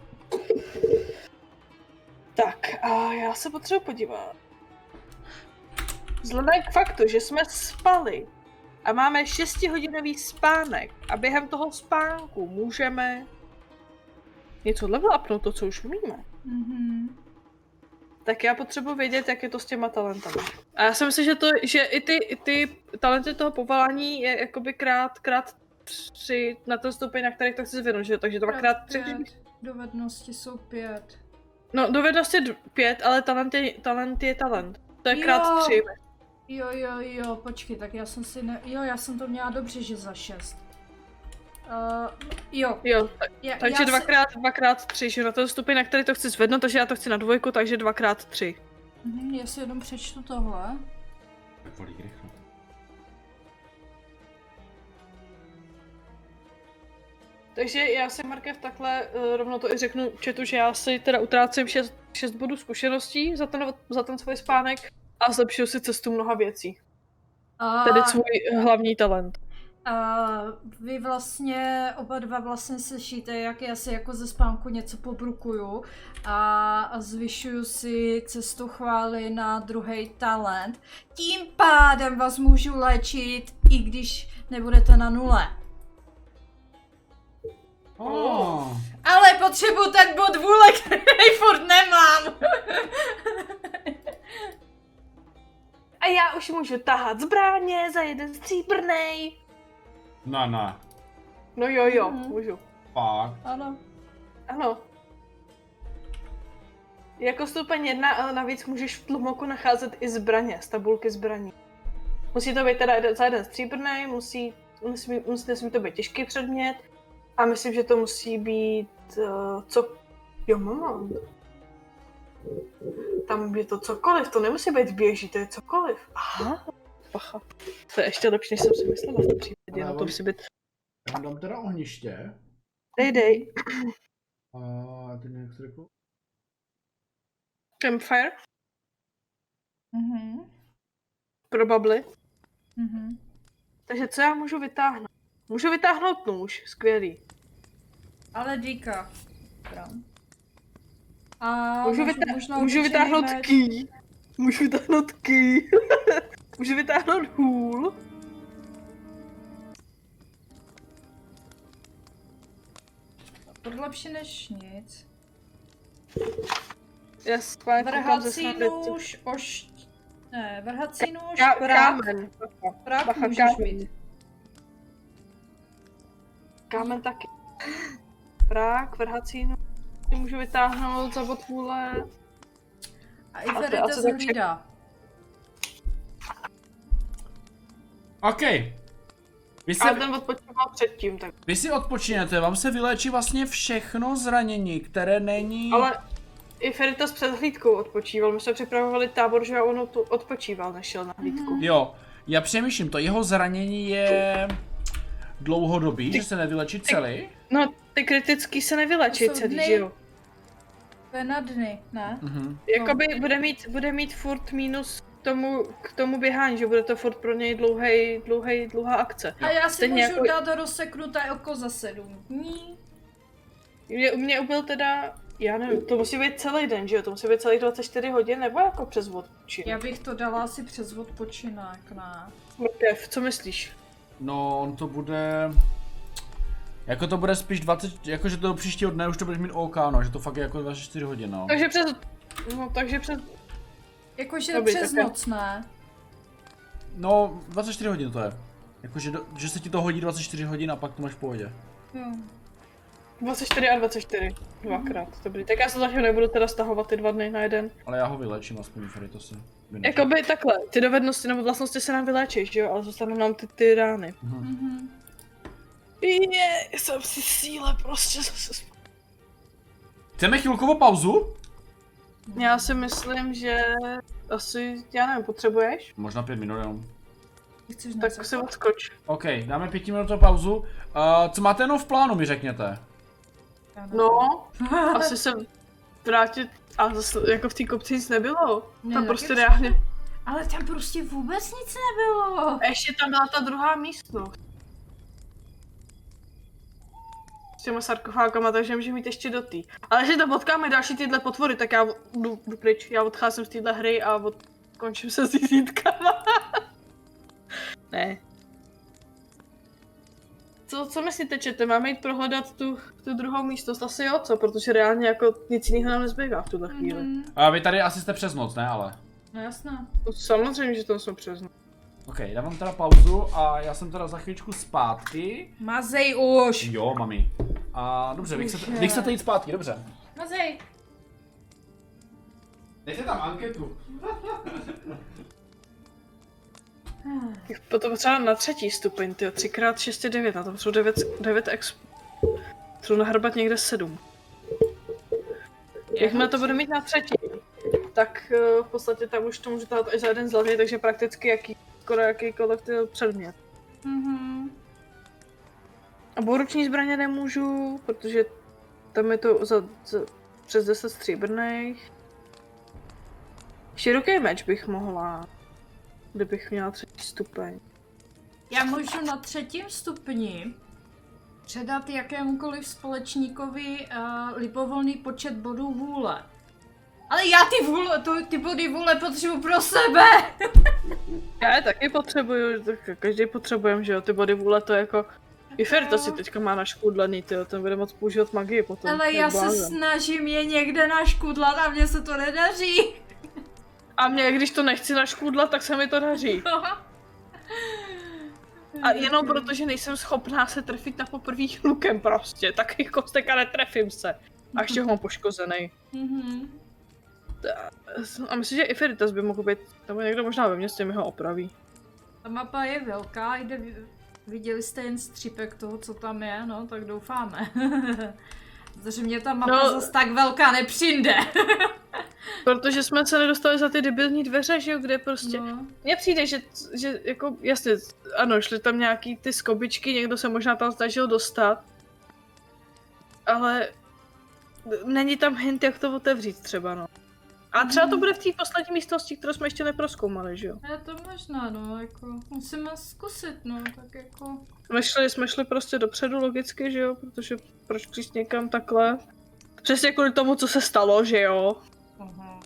Tak, a já se potřebuji podívat. Vzhledem k faktu, že jsme spali a máme šestihodinový spánek a během toho spánku můžeme něco level upnout, to, co už umíme. Mm-hmm. Tak já potřebuji vědět, jak je to s těma talentama. A já si myslím, že, to, že i, ty, i ty talenty toho povolání je jakoby krát, krát tři na ten stupeň, na kterých to chci zvěnout, že? Takže dvakrát tři. Dovednosti jsou pět. No, dovednost je pět, ale talent je talent. Je talent. To je krát tři. Jo, jo, jo, počkej, tak já jsem si ne... Jo, já jsem to měla dobře, že za šest. Uh, jo. Jo, tak, já, takže já dvakrát, si... dvakrát tři, že na ten stupeň, na který to chci zvednout, takže já to chci na dvojku, takže dvakrát tři. Mhm, já si jenom přečtu tohle. Tak volí rychle. Takže já si, Markev, takhle uh, rovnou to i řeknu četu, že já si teda utrácím šest bodů zkušeností za ten, za ten svůj spánek a zlepšuju si cestu mnoha věcí. A... Tedy svůj hlavní talent. A vy vlastně oba dva vlastně slyšíte, jak já si jako ze spánku něco pobrukuju a, a zvyšuju si cestu chvály na druhý talent. Tím pádem vás můžu léčit, i když nebudete na nule. Oh. Ale potřebuji ten bod vůle, který furt nemám. A já už můžu tahat zbraně za jeden stříbrnej. No, no. No jo, jo, mm-hmm. můžu. Fakt. Ano. Ano. Jako stupeň jedna, ale navíc můžeš v tlumoku nacházet i zbraně, z tabulky zbraní. Musí to být teda jeden, za jeden stříbrnej, musí, musí, musí, musí to být těžký předmět a myslím, že to musí být uh, co... Jo, moment. Tam je to cokoliv, to nemusí být běží, to je cokoliv. Aha. Pacha. To je ještě lepší, než jsem si myslela v tom případě, no to musí být... Já dám teda ohniště. Dej, dej. A teď jak jsi řekl? Campfire. Mhm. Probably. Mhm. Takže co já můžu vytáhnout? Můžu vytáhnout nůž, skvělý. Ale díka. A můžu, můžu, vytá- můžu vytáhnout key. Můžu vytáhnout key. Můžu vytáhnout hůl. To lepší než nic. Já spáň vrhací nůž, ošť... Ne, vrhací nůž, Ka- prach. Kámen. Prach Bacha, můžeš kámen. mít. Kámen taky. Prach, vrhací nůž. Můžu vytáhnout za bod hůle. A i Ferita zhlídá. OK. Vy si, Ale ten odpočíval předtím, tak. vy si odpočinete, vám se vyléčí vlastně všechno zranění, které není... Ale i Feritas před hlídkou odpočíval, my jsme připravovali tábor, že on tu odpočíval, než šel na hlídku. Mm-hmm. Jo, já přemýšlím, to jeho zranění je dlouhodobý, ty, že se nevylečí celý? No, ty kritický se nevylečí celý, dny. Že jo? To je na dny, ne? Mm-hmm. Jakoby bude mít, bude mít furt mínus k tomu, k tomu běhání, že bude to furt pro něj dlouhej, dlouhej, dlouhá akce. A já si Stejně můžu jako... dát rozseknuté oko za sedm dní. Mě, u mě ubyl teda, já nevím, to musí být celý den, že jo? To musí být celých dvacet čtyři hodin, nebo jako přes odpočinek? Já bych to dala asi přes odpočinek, ne? Mrkev, co myslíš? No, on to bude... Jako to bude spíš dvacet, jakože to do příštího dne už to budeš mít OK, no, že to fakt je jako dvacet čtyři hodin, no. Takže přes, no takže přes... Jakože Dobrý, přes tak noc, ne? No, dvacet čtyři hodin to je. Jakože, do, že se ti to hodí dvacet čtyři hodin a pak to máš v pohodě. Jo. dvacet čtyři a dvacet čtyři, dvakrát, dobrý. Tak já se zatím nebudu teda stahovat ty dva dny na jeden. Ale já ho vylečím aspoň, Ferry, to si vynežím. Jakoby takhle, ty dovednosti nebo vlastnosti se nám vyléčí, že jo, ale zůstanou nám ty, ty rány. Mhm. Je, jsem si síle prostě zase. Chceme chvilkovou pauzu? Já si myslím, že asi, já nevím, potřebuješ? Možná pět minut jenom. Chceš Tak něco? se odskoč. OK, dáme pětiminutovou pauzu. Uh, co máte jenom v plánu, mi řekněte? No, asi se vrátit, a zase jako v té kopci nic nebylo. Ne, Tam taky prostě přesně. reálně, Ale tam prostě vůbec nic nebylo. ještě tam byla ta druhá místnost. S těma sarkofágama, takže můžeme mít ještě do tý. Ale když tam potkáme další tyhle potvory, tak já jdu, jdu pryč. Já odcházím z téhle hry a od... končím se s vizítkama. Ne. Co, co myslíte, čete? Máme jít prohledat tu, tu druhou místnost? Asi jo, co? Protože reálně jako nic jiného nám nezbývá v tuhle chvíli. Mhm. A vy tady asi jste přes noc, ne ale? No jasné. No, samozřejmě, že to jsme přes noc. OK, dávám teda pauzu a já jsem teda za chvíličku zpátky. Mazej už. Jo, mami. A dobře, vy chcete, vy chcete jít zpátky, dobře. Mazej. Dejte tam anketu. Potom třeba na třetí stupeň, tyjo, tři krát šest je devět, na tom jsou devět exp. Jsou nahrbat někde sedm. Jakmile to bude mít na třetí, tak uh, v podstatě tam už to můžu dát i za jeden zlatý, takže prakticky jaký, skoro jakýkoliv ty předmět. Mhm. A boruční zbraně nemůžu, protože tam je to za, za přes deset stříbrných. Široký meč bych mohla, kdybych měla třetí stupeň. Já můžu na třetím stupni předat jakémukoliv společníkovi uh, libovolný počet bodů vůle. Ale já ty, vůle, to, ty body vůle potřebuji pro sebe! Já je taky potřebuju, tak každý potřebujeme, že jo, ty body vůle to jako... I Ferta si teďka má naškudlaný, tyjo, ten bude moc používat magii potom. Ale já se snažím je někde naškudlat a mně se to nedaří. A mě, když to nechci naškudlat, tak se mi to daří. A jenom proto, že nejsem schopná se trefit na poprvých lukem prostě, tak jako kostek a netrefím se. A ještě ho mám poškozený. Mhm. A myslím, že i Feritas by mohl být, nebo někdo možná ve městě mi ho opraví. Ta mapa je velká, jde, viděli jste jen střípek toho, co tam je, no, tak doufáme. Protože mě ta mapa No. zase tak velká nepřijde. Protože jsme se nedostali za ty debilní dveře, že jo, kde prostě... No. Mně přijde, že, že jako, jasně, ano, šly tam nějaký ty skobičky, někdo se možná tam snažil dostat. Ale není tam hint, jak to otevřít třeba, no. A třeba to bude v té poslední místnosti, kterou jsme ještě neprozkoumali, že jo. Je to možná, no, jako, musíme zkusit, no, tak jako... My šli, jsme šli prostě dopředu logicky, že jo, protože proč přijít někam takhle? Přesně kvůli tomu, co se stalo, že jo. Aha.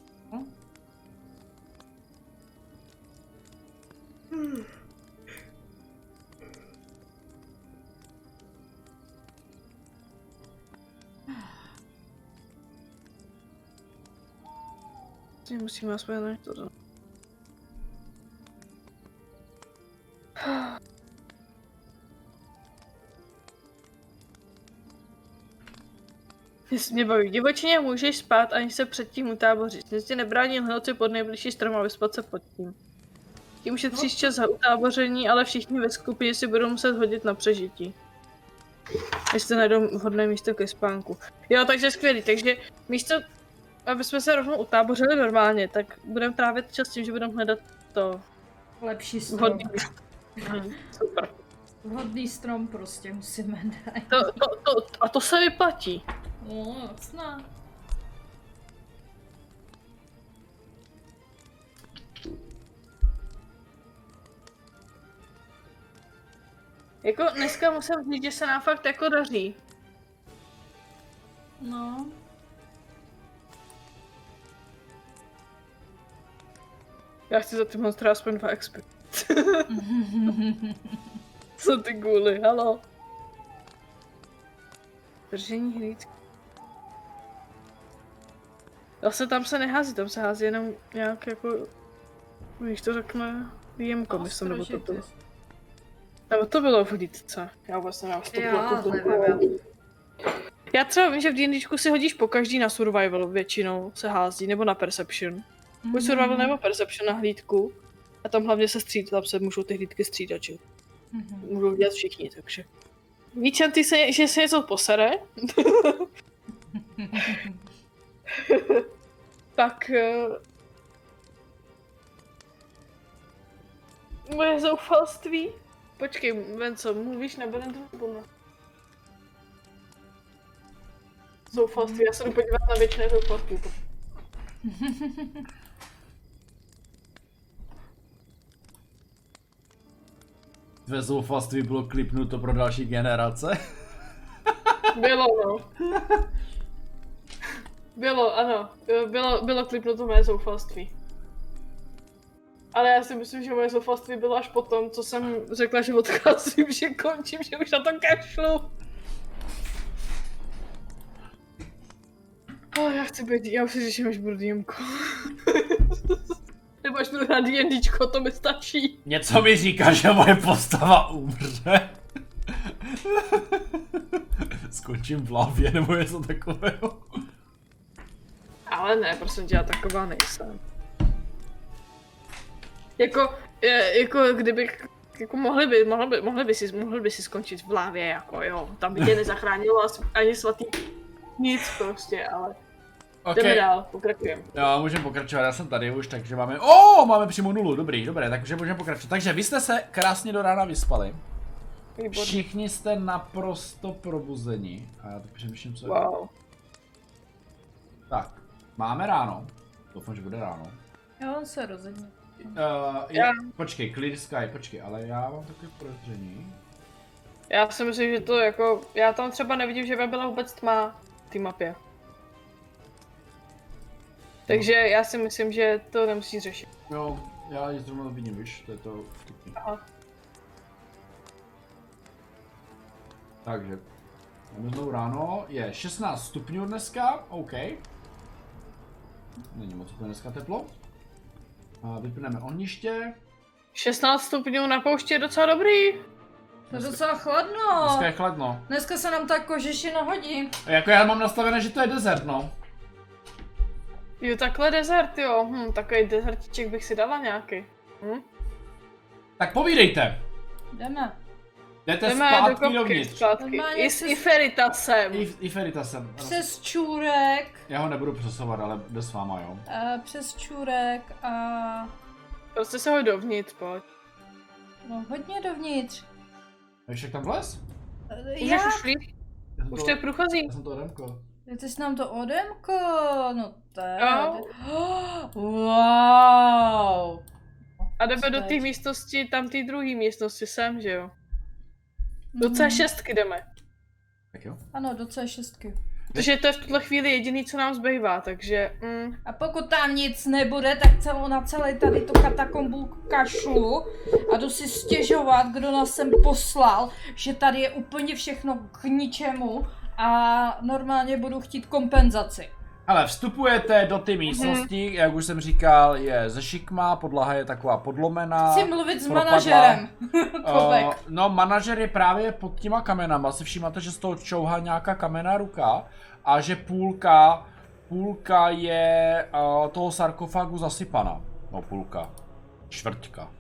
Hmm. Musíme aspoň na to dát. Jestli mě baví. Divočině můžeš spát, ani se předtím utábořit. Nic ti nebrání lhnout si pod nejbližší strom a vyspat se pod tím. Tím ušetříš čas za utáboření, ale všichni ve skupině si budou muset hodit na přežití. Jestli najdou vhodné místo ke spánku. Jo, takže skvělý, takže místo, aby jsme se rovnou utábořili normálně, tak budeme trávit čas tím, že budeme hledat to Lepší strom. vhodný místo. Hm, super. Vhodný strom prostě musíme najít. To, to, to, a to se vyplatí. No, jasná. Jako dneska musím říct, že se nám fakt jako daří. No. Já chci za ty monstra aspoň dva expy. Co ty guly, halo. Držení hlídky. Zase tam se nehází, tam se hází jenom nějak jako, když to řekne, výjimko, myslím, nebo to bylo. Nebo to bylo v hlídce. Já vůbec nevím, to bylo jako nevím. Já třeba vím, že v D&Dčku si hodíš po každý na survival většinou se hází, nebo na perception. Buď mm-hmm. survival nebo perception na hlídku. A tam hlavně se střídá, tam se můžou ty hlídky střídat, že? Mm-hmm. Můžou dělat všichni, takže. Víš, ty se, že se něco posere. Pak... Uh... Moje zoufalství. Počkej, Venco, mluvíš nebo nebo ne? Zoufalství, já se jdu podívat na věčné zoufalství. Tvé zoufalství bylo klipnuto pro další generace? Bylo, no. Bylo, ano. Bylo, bylo klipnuto moje zoufalství. Ale já si myslím, že moje zoufalství bylo až potom, co jsem řekla, že odcházím, že končím, že už na to kašlu. Oh, já chci být, já už si řeším, až budu dímko. Nebo až budu hrát D&Dčko, to mi stačí. Něco mi říká, že moje postava umře. Skončím v hlavě, nebo něco takového. Ale ne, prosím tě, já taková nejsem. Jako, je, jako kdybych, jako mohli by, mohli by, mohli by si, mohli by si skončit v hlavě, jako jo, tam by tě nezachránilo ani svatý nic prostě, ale okay. Jdeme dál, pokračujeme. Jo, můžeme pokračovat, já jsem tady už, takže máme, oh, máme přímo nulu, dobrý, dobré, takže můžeme pokračovat. Takže vy jste se krásně do rána vyspali. Výborný. Všichni jste naprosto probuzení. A já teď přemýšlím, co je. Wow. Tak, máme ráno. Doufám, že bude ráno. Já on se rozhodně. Uh, já... Počkej, clear sky, počkej, ale já mám takové podezření. Já si myslím, že to jako, já tam třeba nevidím, že by byla vůbec tma v té mapě. Takže no. Já si myslím, že to nemusíš řešit. Jo, já ji zrovna vidím, víš, to je to vtipný. Aha. Takže, máme znovu ráno, je šestnáct stupňů dneska, OK. Není moc úplně dneska teplo. A vypneme ohniště. šestnáct stupňů na poušti je docela dobrý. To je docela chladno. Dneska je chladno. Dneska se nám ta kožešina hodí. Jako já mám nastavené, že to je desert, no. Jo, takhle desert, jo. Hm, takový desertíček bych si dala nějaký. Hm? Tak povídejte. Jdeme. Jdete Jdeme zpátky do dovnitř. Zpátky. I s Iferitasem. I, I Feritasem. Přes čůrek. Já ho nebudu přesovat, ale jde s váma, jo. Uh, přes čůrek a... Prostě se hoď dovnitř, pojď. No hodně dovnitř. A však tam vles? Uh, Můžeš jak? už líp? Už to je průchozí. Já jsem to odemko. Ty jsi nám to odemko, no to je... Jo. Wow. A jdeme do té místnosti, tam té druhé místnosti sem, že jo? Do C šest jdeme. Tak jo. Ano, do C šest. Protože to je v tuhle chvíli jediný, co nám zbývá, takže... Mm. A pokud tam nic nebude, tak celou na celé tady tu katakombu kašlu a jdu si stěžovat, kdo nás sem poslal, že tady je úplně všechno k ničemu a normálně budu chtít kompenzaci. Ale vstupujete do ty místnosti, mm-hmm. jak už jsem říkal, je ze šikma, podlaha je taková podlomená. Chci mluvit s propadla. manažerem. uh, no, manažer je právě pod těma kamenama, si všímáte, že z toho čouhá nějaká kamenná ruka a že půlka, půlka je uh, toho sarkofagu zasypaná. No, půlka. Čtvrťka.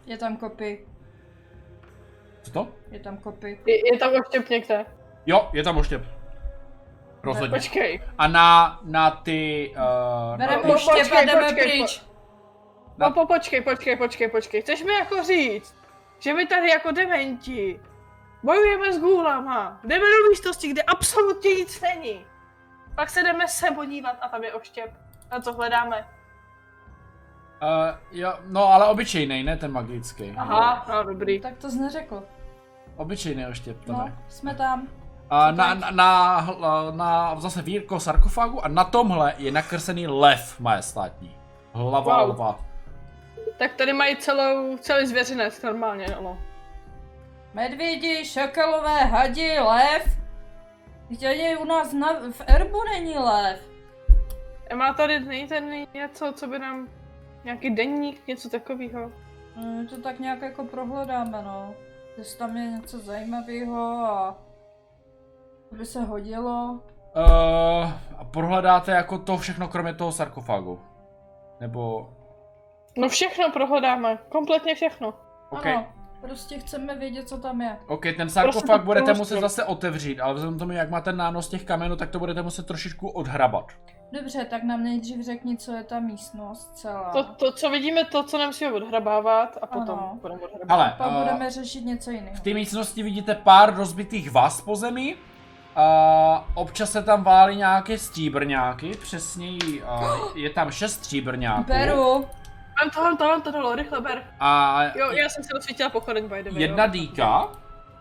Je tam kopy. Co to? Je tam kopy. Je, je tam oštěp někde. Jo, je tam oštěp. Rozhodně. Počkej. A na, na ty... Uh, Bereme no, oštěp a počkej, jdeme počkej, pryč. No po, počkej, počkej, počkej, počkej. Chceš mi jako říct, že my tady jako dementi bojujeme s gůlama, jdeme do místnosti, kde absolutně nic není. Pak se jdeme sem podívat a tam je oštěp. A co hledáme? Uh, jo, no ale obyčejnej, ne ten magický. Aha, no dobrý. Tak to jsi neřekl. Obyčejný oštěp, to No, ne. jsme tam. A na, na, na, na, zase vírko sarkofágu a na tomhle je nakreslený lev majestátní. Hlava, Wow. lva. Tak tady mají celou, celý zvěřinec normálně, no. Medvědi, šakalové, hadi, lev. Teď ani u nás na, v erbu není lev. A má tady není ten něco, co by nám... Nějaký denník, něco takového. No, to tak nějak jako prohledáme, no. Jestli tam je něco zajímavého a... To by se hodilo. Uh, a prohledáte jako to všechno kromě toho sarkofágu. Nebo... No všechno prohledáme, kompletně všechno. OK. Ano, prostě chceme vědět, co tam je. OK, ten Prostě sarkofág to budete prostě. muset zase otevřít, ale vzhledem k tomu, jak má ten nános těch kamenů, tak to budete muset trošičku odhrabat. Dobře, tak nám nejdřív řekni, co je ta místnost celá. To, to, co vidíme, to, co nemusíme odhrabávat a potom Ano. budeme odhrabávat. Ale, Pak uh, budeme řešit něco jiného. v té místnosti vidíte pár rozbitých vaz po zemi. Uh, občas se tam válí nějaké stříbrňáky, přesněji uh, je tam šest stříbrňáků. Beru. Mám to, mám to, mám to dalo, rychle ber. A Jo, já jsem se dosvítila pochodeň, by the way, jedna jo. dýka.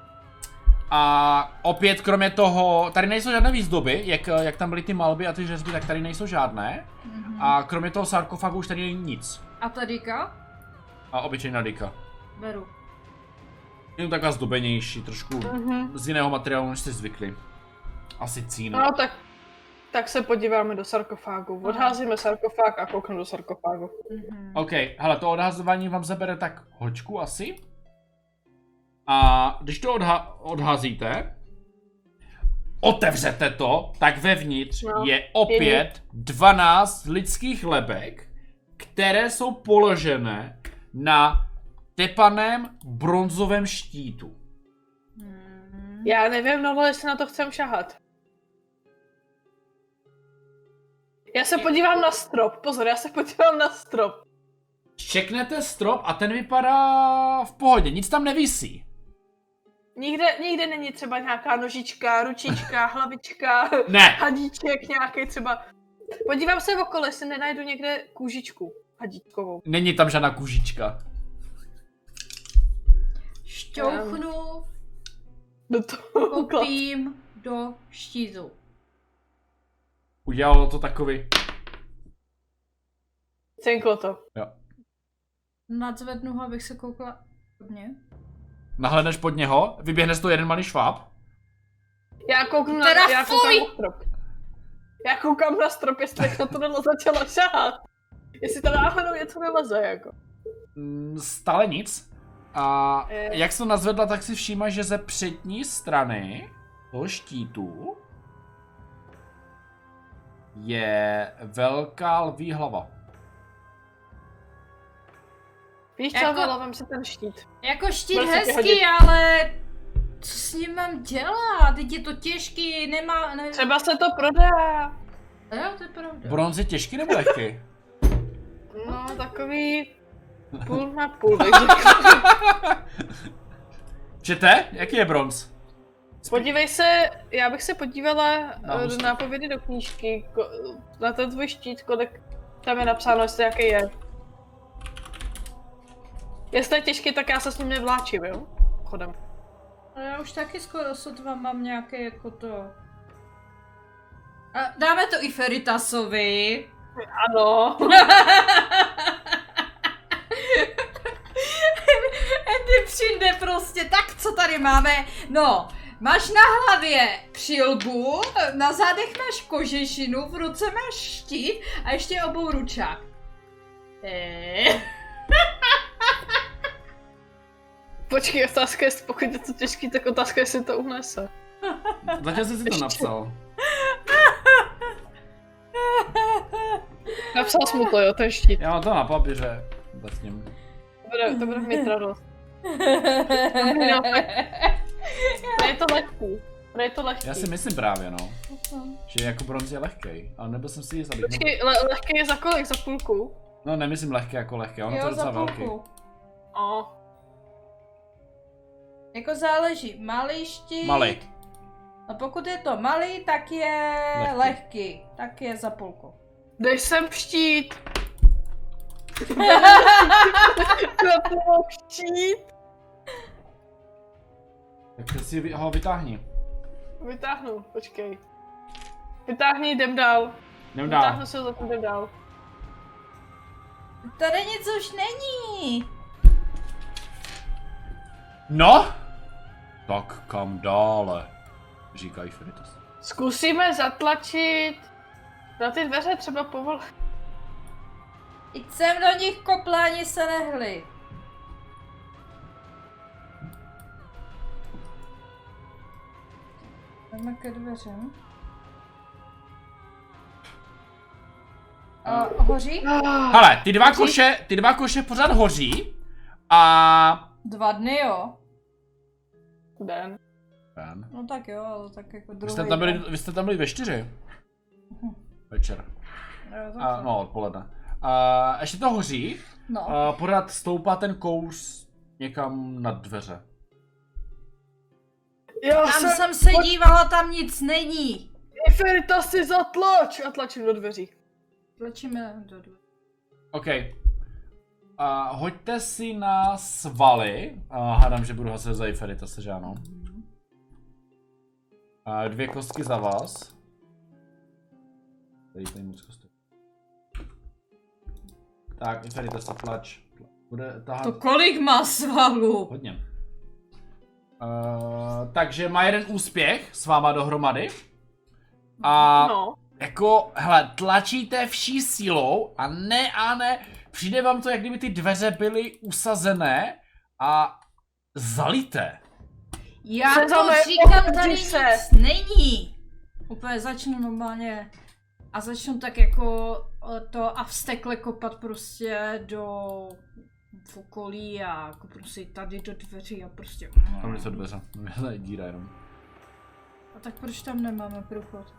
A opět kromě toho, tady nejsou žádné výzdoby, jak, jak tam byly ty malby a ty řezby, tak tady nejsou žádné. Mhm. A kromě toho sarkofagu už tady není nic. A ta dýka? A obyčejná dýka. Beru. Jenom taková zdobenější, trošku Mhm. z jiného materiálu, než jste zvykli. Asi cínu. No tak, tak se podíváme do sarkofágu. Odházíme sarkofág a koukneme do sarkofágu. Mhm. OK, hele, to odhazování vám zabere tak hoďku asi. A když to odha- odházíte, otevřete to, tak vevnitř No, je opět dvanáct lidských lebek, které jsou položené na tepaném bronzovém štítu. Mhm. Já nevím, no jestli na to chcem šahat. Já se podívám na strop, pozor, já se podívám na strop. Čeknete strop a ten vypadá v pohodě, nic tam nevisí. Nikde, nikde není třeba nějaká nožička, ručička, hlavička, Ne. hadíček nějaký třeba. Podívám se okolo, jestli nenajdu někde kůžičku hadíčkovou. Není tam žádná kůžička. Šťouchnu Do toho kopím do štítu. Udělalo to takový. Cinklo to. Jo. Nadzvednu ho, abych se koukla hodně. Nahledneš pod něho, vyběhne z toho jeden malý šváb. Já kouknu na, Teda já koukám fuj! na strop. Já koukám na strop, jestli na to Nelo začala šahat. Jestli tam náhodou něco neleze, jako. Mm, Stále nic. A Eh. jak jsem to nazvedla, tak si všímáš, že ze přední strany toho štítu je velká lví hlava. Víš co, Jako- jako... vem si ten štít. Jako štít Bude se ti hezký, hodit. ale co s ním mám dělat? Teď je to těžký, nemá... Ne... Třeba se to prodá. Jo, to je pravda. Bronz je těžký nebo lehký? No, takový půl na půl, bych řekla. Čete? Jaký je bronz? Podívej se, já bych se podívala Na na hustý. do nápovědy do knížky, ko, na ten tvůj štít, kolik tam je napsáno, jestli jaký je. Jestli je těžký, tak já se s ním nevláčím, jo? Chodem. No já už taky skoro sotva mám nějaké jako to... A dáme to i Feritasovi. Ano. Andy přijde prostě, tak co tady máme? No, máš na hlavě přilbu, na zádech máš kožešinu, v ruce máš štít a ještě obou ručák. Eee. Počkej, otázka je, pokud je to těžký, tak otázka je, jestli to unese. Zatím jsi si to napsal. Napsal jsi mu to, jo, ten štít. Já mám to na papíře. Zatím. bude, to bude mít radost. No, je to lehký. Je to lehký. Já si myslím právě, no. Že jako bronz je lehkej, ale nebyl jsem si jist, abych... Počkej, le lehký je za kolik? Za půlku? No nemyslím lehký jako lehký, ono Jo, to je docela za velký. půlku. O. Jako záleží, malý štít. Malý. A pokud je to malý, tak je Lehký. lehký. Tak je za půlku. Dej sem štít. Na to štít. Tak si ho vytáhni. Vytáhnu, počkej. Vytáhni, jdem dál. Jdem Vytáhnu dál. se za tím, jdem dál. Tady nic už není. No? Tak kam dále? Říkají Feritas. Zkusíme zatlačit na ty dveře třeba povol. Teď jsem do nich kopla, ani se nehli. Jdeme ke dveřem. A hoří? Hele, ty dva koše, ty dva koše pořád hoří a... Dva dny, jo. Den. Ben. No tak jo, ale tak jako Vy druhý jste tam byli, den. vy jste tam byli ve čtyři. Večer. Jo, tak A, jo. no, odpoledne. A ještě to hoří. No. A pořád stoupá ten kous někam na dveře. Já Tam jsem se dívala, tam nic není. Ferita si zatlač! A tlačím do dveří. Tlačíme do dveří. OK. A hoďte si na svaly. A hádám, že budu hasit za Feritas, že ano. A dvě kostky za vás. Tady tady moc kostek. Tak, Feritas se tlač. Bude tahat To kolik má svalů? hodně. Uh, takže má jeden úspěch s váma dohromady. A No. jako, hele, tlačíte vší sílou a ne a ne, přijde vám to, jak kdyby ty dveře byly usazené a zalité. Já Se to zame- říkám, tady otevři nic se. není. Úplně začnu normálně a začnu tak jako eh, to a vstekle kopat prostě do v okolí a jako prostě tady do dveří a prostě... Tam jsou dveře, to je díra jenom. A tak proč tam nemáme průchod?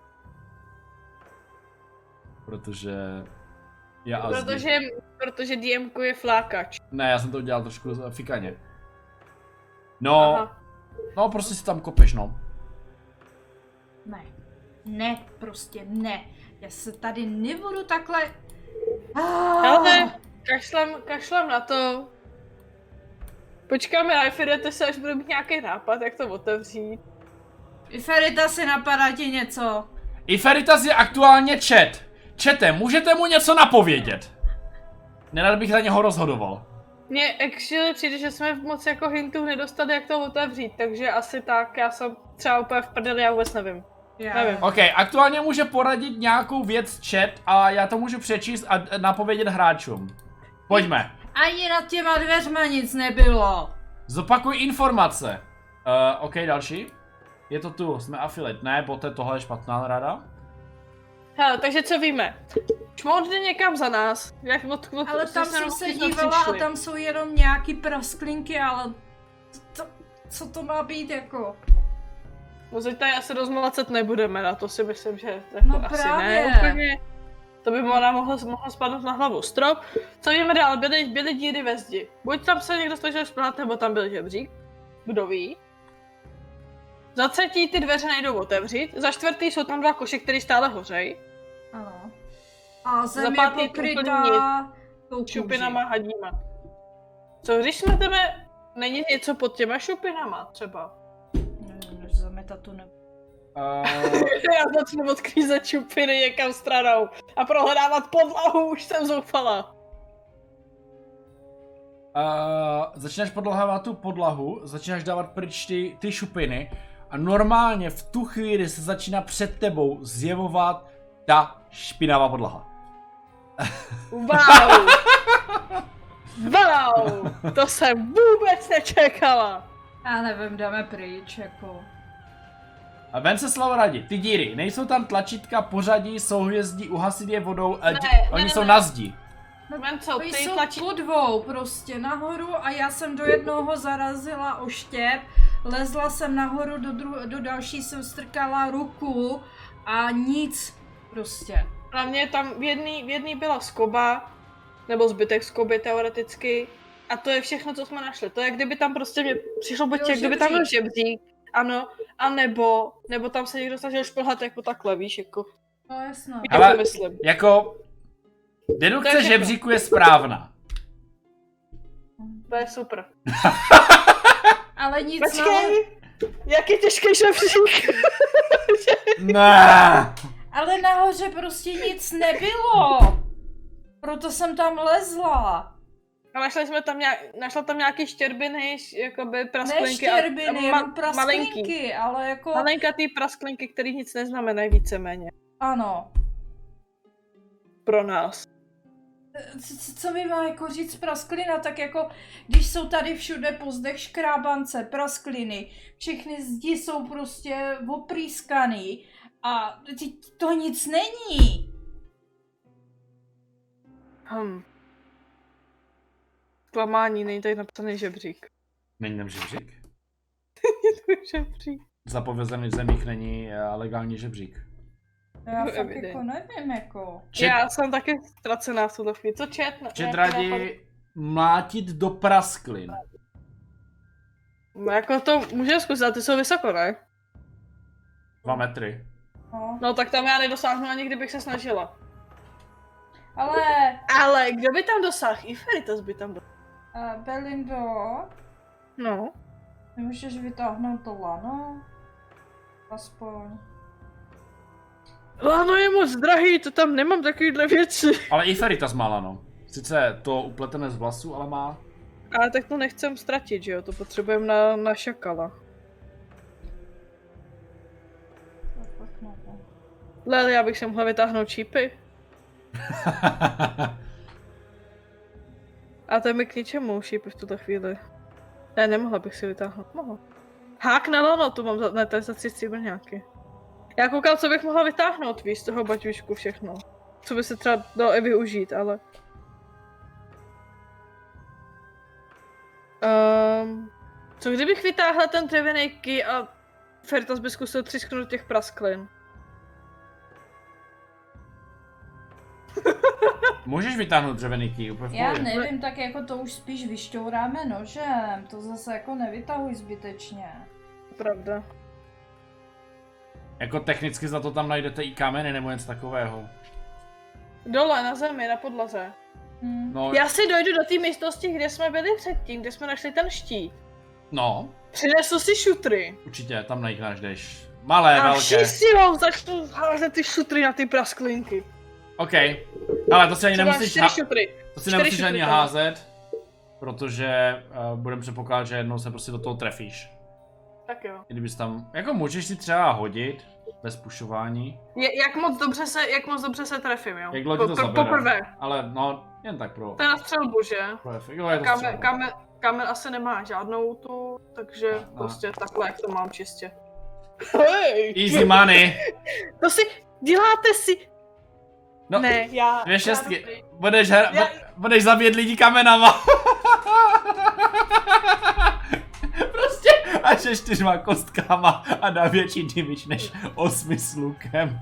Protože já a zdi. Protože, protože DMku je flákač. Ne, já jsem to udělal trošku fikaně. No, Aha. no prostě si tam kopeš, no. Ne. Ne, prostě ne. Já se tady nebudu takhle... Ah. Ale kašlem, kašlem na to. Počkáme na Ferita se, až bude mít nějaký nápad, jak to otevřít. Ferita si napadá ti něco. I Feritas je aktuálně chat. Čete, můžete mu něco napovědět? Nerad bych za něho rozhodoval. Mně actually přijde, že jsme moc jako hintů nedostali, jak to otevřít, takže asi tak, já jsem třeba úplně v prdeli, já vůbec nevím. Já. Nevím. OK, aktuálně může poradit nějakou věc chat a já to můžu přečíst a napovědět hráčům. Pojďme. Ani nad těma dveřma nic nebylo. Zopakuj informace. Uh, OK, další. Je to tu, jsme affiliate. Ne, poté tohle je špatná rada. Hele, takže co víme? Šmout jde někam za nás. Jak od, od, Ale tam jsme jsem se jsme dívala a přišli. tam jsou jenom nějaký prasklinky, ale to, co to má být jako? No teď tady asi rozmlacet nebudeme, na to si myslím, že jako No asi právě. ne úplně. To by mohla, mohlo, mohlo spadnout na hlavu strop. Co víme dál? Byly, byly díry ve zdi. Buď tam se někdo snažil šplhat, nebo tam byl žebřík. Kdo ví? Za třetí ty dveře nejdou otevřít. Za čtvrtý jsou tam dva koše, které stále hořejí. Ano. A zem Za je pátý pokrytá tou kůží. Šupinama hadíma. Co když smeteme, není něco pod těma šupinama třeba? Nevím, než zametat tu ne... Uh, Já začnu odklízet šupiny někam stranou a prohledávat podlahu, už jsem zoufala. uh, začínáš podlahávat tu podlahu, začínáš dávat pryč ty, ty šupiny a normálně v tu chvíli se začíná před tebou zjevovat ta špinavá podlaha. Wow! Wow! To jsem vůbec nečekala. Já nevím, dáme pryč, jako... A Venceslav radí, ty díry, nejsou tam tlačítka pořadí, souhvězdí, uhasit je vodou, ne, Ne, oni ne, jsou ne. na zdi. Vem co, Ty ty jsou tlačí... po dvou prostě nahoru a já jsem do jednoho zarazila oštěp, lezla jsem nahoru, do, dru- do další jsem strkala ruku a nic prostě. Na mě tam v jedný, v jedný byla skoba, nebo zbytek skoby teoreticky. A to je všechno, co jsme našli. To je, kdyby tam prostě mě přišlo buď, jak kdyby tam byl žebřík. Ano, a nebo, nebo tam se někdo snažil šplhat jako takhle, víš, jako. No jasno. Víš, Ale- co myslím. Jako, dedukce To je všechno. žebříku je správná. To je super. Ale nic nahoru. Počkej, jak je těžký žebřík. Ne. Ale nahoře prostě nic nebylo. Proto jsem tam lezla. A našli jsme tam nějak, našla tam nějaký štěrbiny, š- jakoby Ne prasklinky. štěrbiny, ma- jenom malinký. prasklinky, ale jako... Malinkatý prasklinky, který nic neznamenají víceméně. Ano. Pro nás. Co, co- co mi má jako říct prasklina, tak jako když jsou tady všude po zdech škrábance, praskliny, všechny zdi jsou prostě oprýskaný a ty- to nic není. Hm. Klamání, není tady napsaný žebřík. Není tam žebřík? Je to žebřík. V zapovězených zemích není eh, legální žebřík. Já No, fakt evidentně. jako nevím jako. Čet, Já jsem taky ztracená v tuto chvíli. Co čet? Ne- čet nějaký nápad? radí mlátit do prasklin. No jako to můžeme zkusit, ale ty jsou vysoko, ne? Dva metry. No. No tak tam já nedosáhnu ani kdybych se snažila. Ale Ale kdo by tam dosáhl? I Feritas by tam dosáhl. uh, Belindo, No. nemůžeš vytáhnout to lano? Aspoň. Lano je moc drahý, to tam nemám takovýhle věci. Ale i Feritas má lano. Sice to upletené z vlasů, ale má. Ale tak to nechcem ztratit, že jo? To potřebujeme na, na šakala. To fakt nevím. Leli, já bych si mohla vytáhnout čípy. A to je mi k ničemu, šípy v tuto chvíli. Ne, nemohla bych si vytáhnout. Mohla. Hák na lano, tu mám za, ne, to je za tři stříbrňáky. Já koukám, co bych mohla vytáhnout, víš, z toho baťušku všechno. Co by se třeba dalo i využít, ale... Um, co kdybych vytáhla ten dřevěný ký a Feritas by zkusil třísknout těch prasklin? Můžeš vytáhnout dřevěný ký, úplně v Já pohodě. nevím, tak jako to už spíš vyšťouráme nožem, to zase jako nevytahuj zbytečně. Pravda. Jako technicky za to tam najdete i kameny nebo něco takového. Dole, na zemi, na podlaze. Hm. No, Já si dojdu do té místnosti, kde jsme byli předtím, kde jsme našli ten štít. no, Přinesu si šutry. určitě, tam najít jdeš. Malé, A velké. všísilou začnu házet ty šutry na ty prasklinky. OK. Ale to si ani Třeba nemusíš, čtyři ha- šutry. to si čtyři nemusíš šutry ani tam. házet, protože uh, budeme předpokládat, že jednou se prostě do toho trefíš. Tak jo. I kdybys tam, jako můžeš si třeba hodit, bez pušování, Je, jak moc dobře se, jak moc dobře se trefím, jo? jak dlouho ti to Po- po- zabere. Poprvé. Ale no, jen tak pro... To je na střelbu, že? pro efekt. Jo, je to Kamer, střelba. kamer, kamer asi nemá žádnou tu, takže No. prostě takhle, jak to mám čistě. Hej! Easy money. To si, děláte si... No, Ne, já... dvě já šestky. dobrý. Budeš, hra, Já- budeš zabít lidi kamenama. Prostě až se čtyřma kostkama a dá větší damage než osmi s lukem.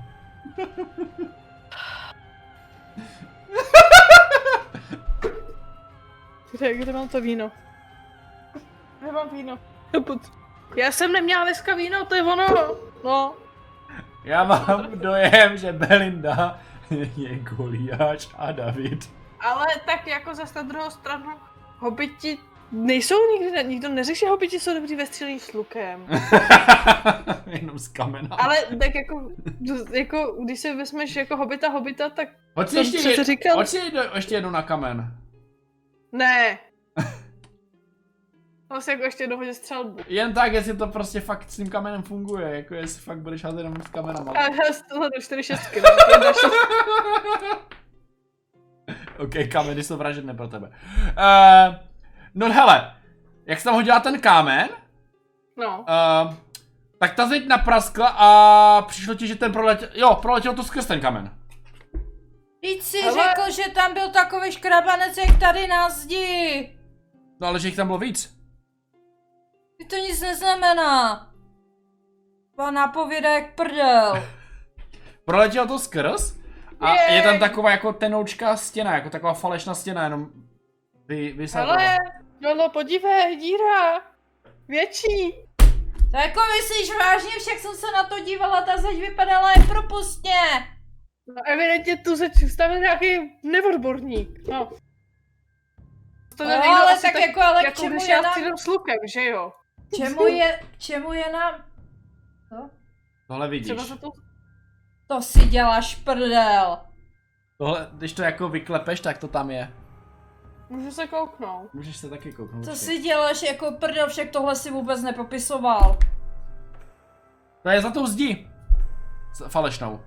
Kde, kde mám to víno? Kde mám víno? Já jsem neměla dneska víno, to je ono. No. Já mám dojem, že Belinda je Goliáš a David. Ale tak jako zase na druhou stranu, hobiti nejsou nikdy, ne, nikdo neřekl, že hobiti jsou dobrý ve střílení s lukem. Jenom z kamena. Ale tak jako, jako když se vezmeš jako hobita hobita, tak Hoď si to ještě, přece jed, říkal. hoď si jedno, ještě jednu na kamen. Ne. Vlastně jako ještě dohodě střelbu. Jen tak, jestli to prostě fakt s tím kamenem funguje, jako jestli fakt budeš házet jenom s kamenem. A já z toho do čtyři šestky, ne? Jedna šest. OK, kameny jsou vražedné pro tebe. Uh, no hele, jak jsi tam hodila ten kámen, No. uh, tak ta zeď napraskla a přišlo ti, že ten proletěl, jo, proletěl to skrz ten kamen. Teď si Ale- řekl, že tam byl takový škrabanec, jak tady na zdi. No ale že jich tam bylo víc. Ty to nic neznamená. Pan napovědá jak prdel. Proletěl to skrz a Jej. je tam taková jako tenoučká stěna, jako taková falešná stěna, jenom vy, vysávala. Ale, no podívej, díra. Větší. To jako myslíš vážně, však jsem se na to dívala, ta zeď vypadala jak propustně. No evidentně tu se stavil nějaký neodborník. No. To No, někdo ale asi tak jako, ale k jako čemu když je já nám... střídám s lukem, že jo? K čemu je, k čemu je nám... Co? Tohle vidíš. Třeba za to... To si děláš prdel. Tohle, když to jako vyklepeš, tak to tam je. Můžu se kouknout. Můžeš se taky kouknout. To počkej. si děláš jako prdel, však tohle si vůbec nepopisoval. To je za tou zdí. S- Falešnou.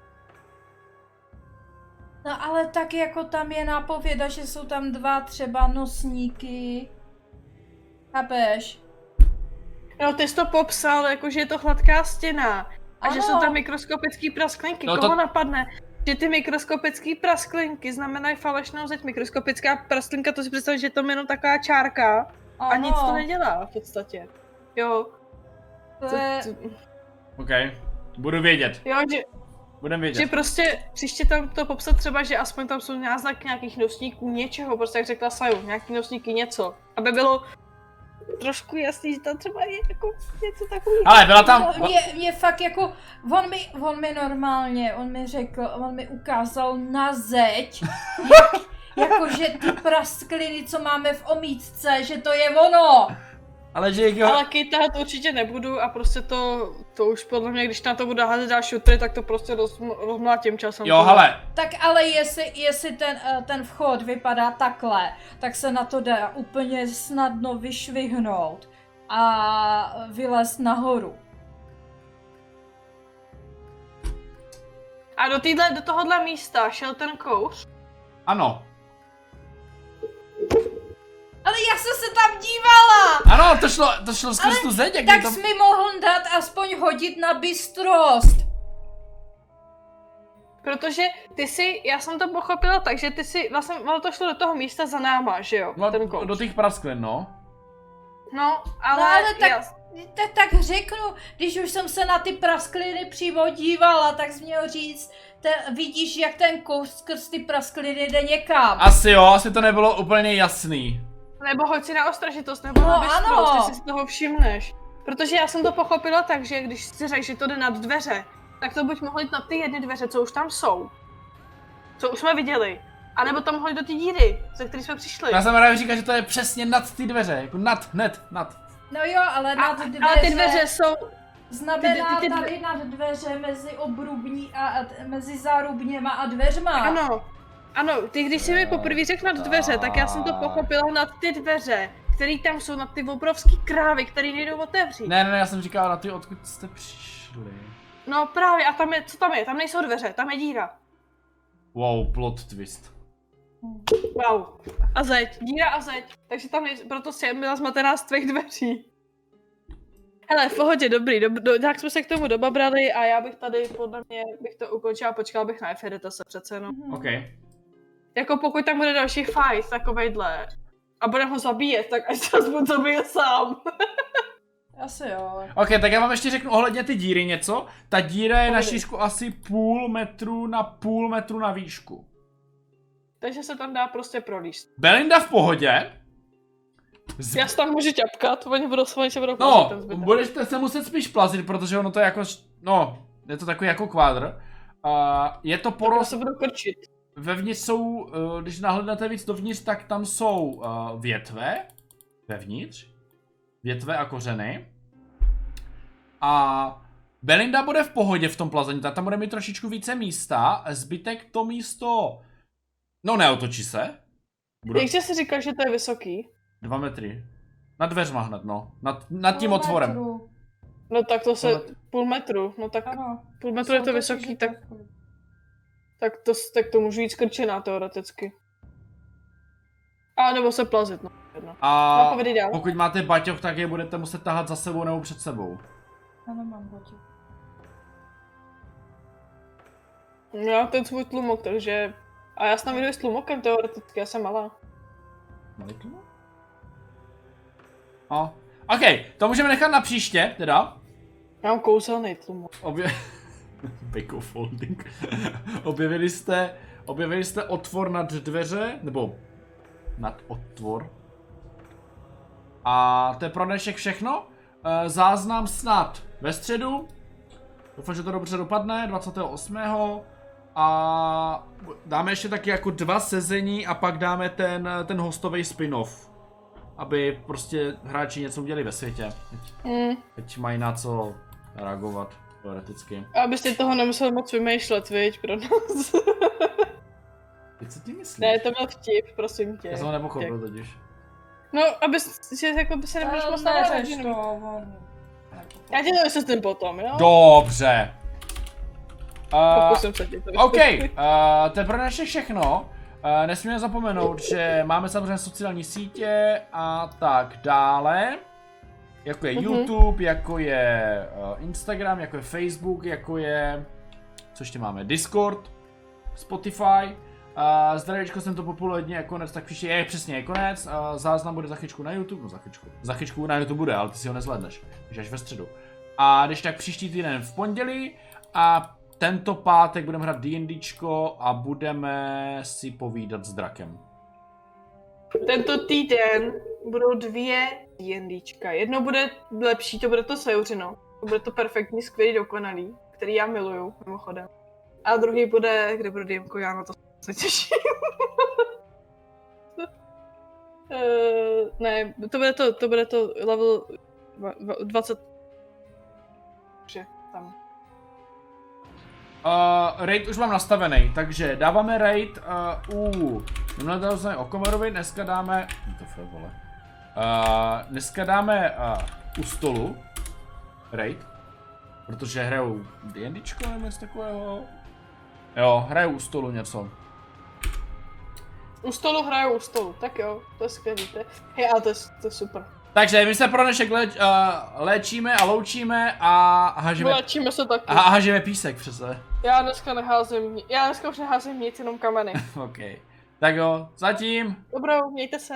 No ale tak jako tam je nápověda, že jsou tam dva třeba nosníky. Chápeš? No ty jsi to popsal, jako že je to hladká stěna. A Ano. že jsou tam mikroskopické prasklinky. No to- Koho napadne? Že ty mikroskopické prasklinky znamenají falešnou zeď. Mikroskopická prasklinka, to si představíš, že je to jenom taková čárka a Ano. nic to nedělá v podstatě. Jo. To je... OK. Budu vědět. Jo, že, Budem vědět. že prostě příště tam to popsat třeba, že aspoň tam jsou náznaky nějakých nosníků, něčeho, prostě jak řekla Saju, nějaký nosníky, něco. Aby bylo trošku jasný, že tam třeba je jako něco takového. Ale byla tam... Mě, mě fakt jako, on mi, on mi normálně, on mi řekl, on mi ukázal na zeď, jak, jakože ty praskliny, co máme v omítce, že to je ono. Ale že jich jo... Ale kytat určitě nebudu a prostě to, to už podle mě, když na to budu házet další utry, tak to prostě roz, rozmlátím časem. Jo, hele. Tak ale jestli, jestli ten, eh, ten vchod vypadá takhle, tak se na to dá úplně snadno vyšvihnout a vylézt nahoru. A do, týhle, do tohohle místa šel ten kouř. Ano. Ale já jsem se tam dívala! Ano, to šlo, to šlo skrz tu zeď, jak Tak to... jsi mi mohl dát aspoň hodit na bystrost. Protože ty si, já jsem to pochopila tak, že ty si, vlastně ono to šlo do toho místa za náma, že jo, No, ten kouř. do těch prasklin, no. No, ale, No ale tak, já, tak, tak řeknu, když už jsem se na ty praskliny přímo dívala, tak jsi měl říct, te, vidíš, jak ten kouř skrz ty praskliny jde někam. Asi jo, asi to nebylo úplně jasný. nebo hoď si na ostražitost, nebo No, na bystrost, ano. ty si z toho všimneš. Protože já jsem to pochopila tak, že když si řekl, že to jde nad dveře, tak to buď mohlo jít na ty jedny dveře, co už tam jsou. Co už jsme viděli. A nebo to mohlo jít do ty díry, ze které jsme přišli. Já jsem rád říkal, že to je přesně nad ty dveře, jako nad, hned, nad. No jo, ale A, nad dveře, ale ty dveře jsou, znamená ty- ty- ty dve- tady nad dveře mezi obrubní a, a mezi zárubněma a dveřma. ano, ano, ty když jsi mi poprvé řekl nad dveře, tak já jsem to pochopila nad ty dveře, které tam jsou, nad ty obrovský krávy, které nejdou otevřít. Ne, ne, ne, já jsem říkal na ty, odkud jste přišli. No právě, a tam je, co tam je? Tam nejsou dveře, tam je díra. Wow, plot twist. Wow. A zeď, díra a zeď. Takže tam nejsou, proto jsem byla zmatená z tvých dveří. Hele, v pohodě, dobrý, do, do, tak jsme se k tomu dobabrali a já bych tady, podle mě, bych to ukončila a počkala bych na Eferitase přece jenom. OK. Jako pokud tam bude další fight, takovejhle, a budeme ho zabíjet, tak až se aspoň zabije sám. Asi jo. OK, tak já vám ještě řeknu ohledně ty díry něco. Ta díra je na Povědej. šířku asi půl metru na půl metru na výšku. Takže se tam dá prostě prolíst. Belinda v pohodě. Z... Já se tam můžu ťapkat, oni budou oni se budou No, plazit ten zbytek. budete se muset spíš plazit, protože ono to je jako, no, je to takový jako kvádr. A je to Nebo porost, se budou krčit. vevnitř jsou, eh, když nahlédnete víc dovnitř, tak tam jsou eh, větve, vevnitř, větve a kořeny. A Belinda bude v pohodě v tom plazení, ta tam bude mít trošičku více místa, zbytek to místo, no neotočí se. Bude Jak jsi říkal, že to je vysoký? dva metry. Nad dveřma hned, no. Nad, nad tím Půl otvorem. metru. No tak to se, Půl půl metru, no tak Ano. půl metru je to Jsou vysoký, totiž tak, jako- tak, to, tak to můžu jít skrčená teoreticky. A nebo se plazit, no. Jedno. No, A povědej dál. pokud máte baťoch, tak je budete muset tahat za sebou nebo před sebou. Já nemám boty. Já mám ten svůj tlumok, takže A já jsem tam viděl s tlumokem teoreticky, já jsem malá. Malý tlumok? No. OK, to můžeme nechat na příště, teda. Já mám kouzelný tlumok. Obje... Backup folding. objevili jste, objevili jste otvor nad dveře, nebo nad otvor. A to je pro dnešek všechno. E, záznam snad ve středu. Doufám, že to dobře dopadne, dvacátého osmého A dáme ještě taky jako dva sezení a pak dáme ten, ten hostový spin-off. Aby prostě hráči něco udělali ve světě. Mm. Teď mají na co reagovat, teoreticky. Abyste toho nemusel moc vymýšlet, viď, pro nás. Teď co ty myslíš? Ne, to byl vtip, prosím tě. Já jsem ho nepochopil totiž. No, aby si, jako by se nebudeš moc Neřeš navážit. to, on... Já tě to vysvětlím potom, jo? Dobře. Uh, Pokusím se tě to OK, vysvětlit. uh, to je pro naše všechno. Uh, nesmíme zapomenout, že máme samozřejmě sociální sítě a tak dále. Jako je Mhm. YouTube, jako je uh, Instagram, jako je Facebook, jako je... Co ještě máme? Discord, Spotify. Uh, zdravíčko jsem to populárně je konec, tak příště je přesně je konec. Uh, záznam bude za chyčku na YouTube, no za chyčku. Za chyčku na YouTube bude, ale ty si ho nezhlédneš, takže až ve středu. A když tak příští týden v pondělí a tento pátek budeme hrát D&Dčko a budeme si povídat s drakem. Tento týden budou dvě D&Dčka. Jedno bude lepší, to bude to Seuřino. To bude to perfektní, skvělý, dokonalý, který já miluju, mimochodem. A druhý bude, kde bude Dýmko, já na to se těším. uh, ne, to bude to, to bude to level dvacet. Že, tam. Uh, raid už mám nastavený, takže dáváme raid uh, u... Minulé to jsme o Komarovi, dneska dáme... To je vole. Uh, dneska dáme uh, u stolu raid, protože hrajou D&Dčko nebo něco takového. Jo, hrajou u stolu něco. U stolu hrajou u stolu, tak jo, to je skvělý, to je, hej, ale to je, to je super. Takže my se pro dnešek léč, uh, léčíme a loučíme a hážeme, Vylečíme se taky. a hážeme písek přece. Já dneska neházím, já dneska už neházím nic, jenom kameny. OK. Tak jo, zatím. Dobrou, mějte se.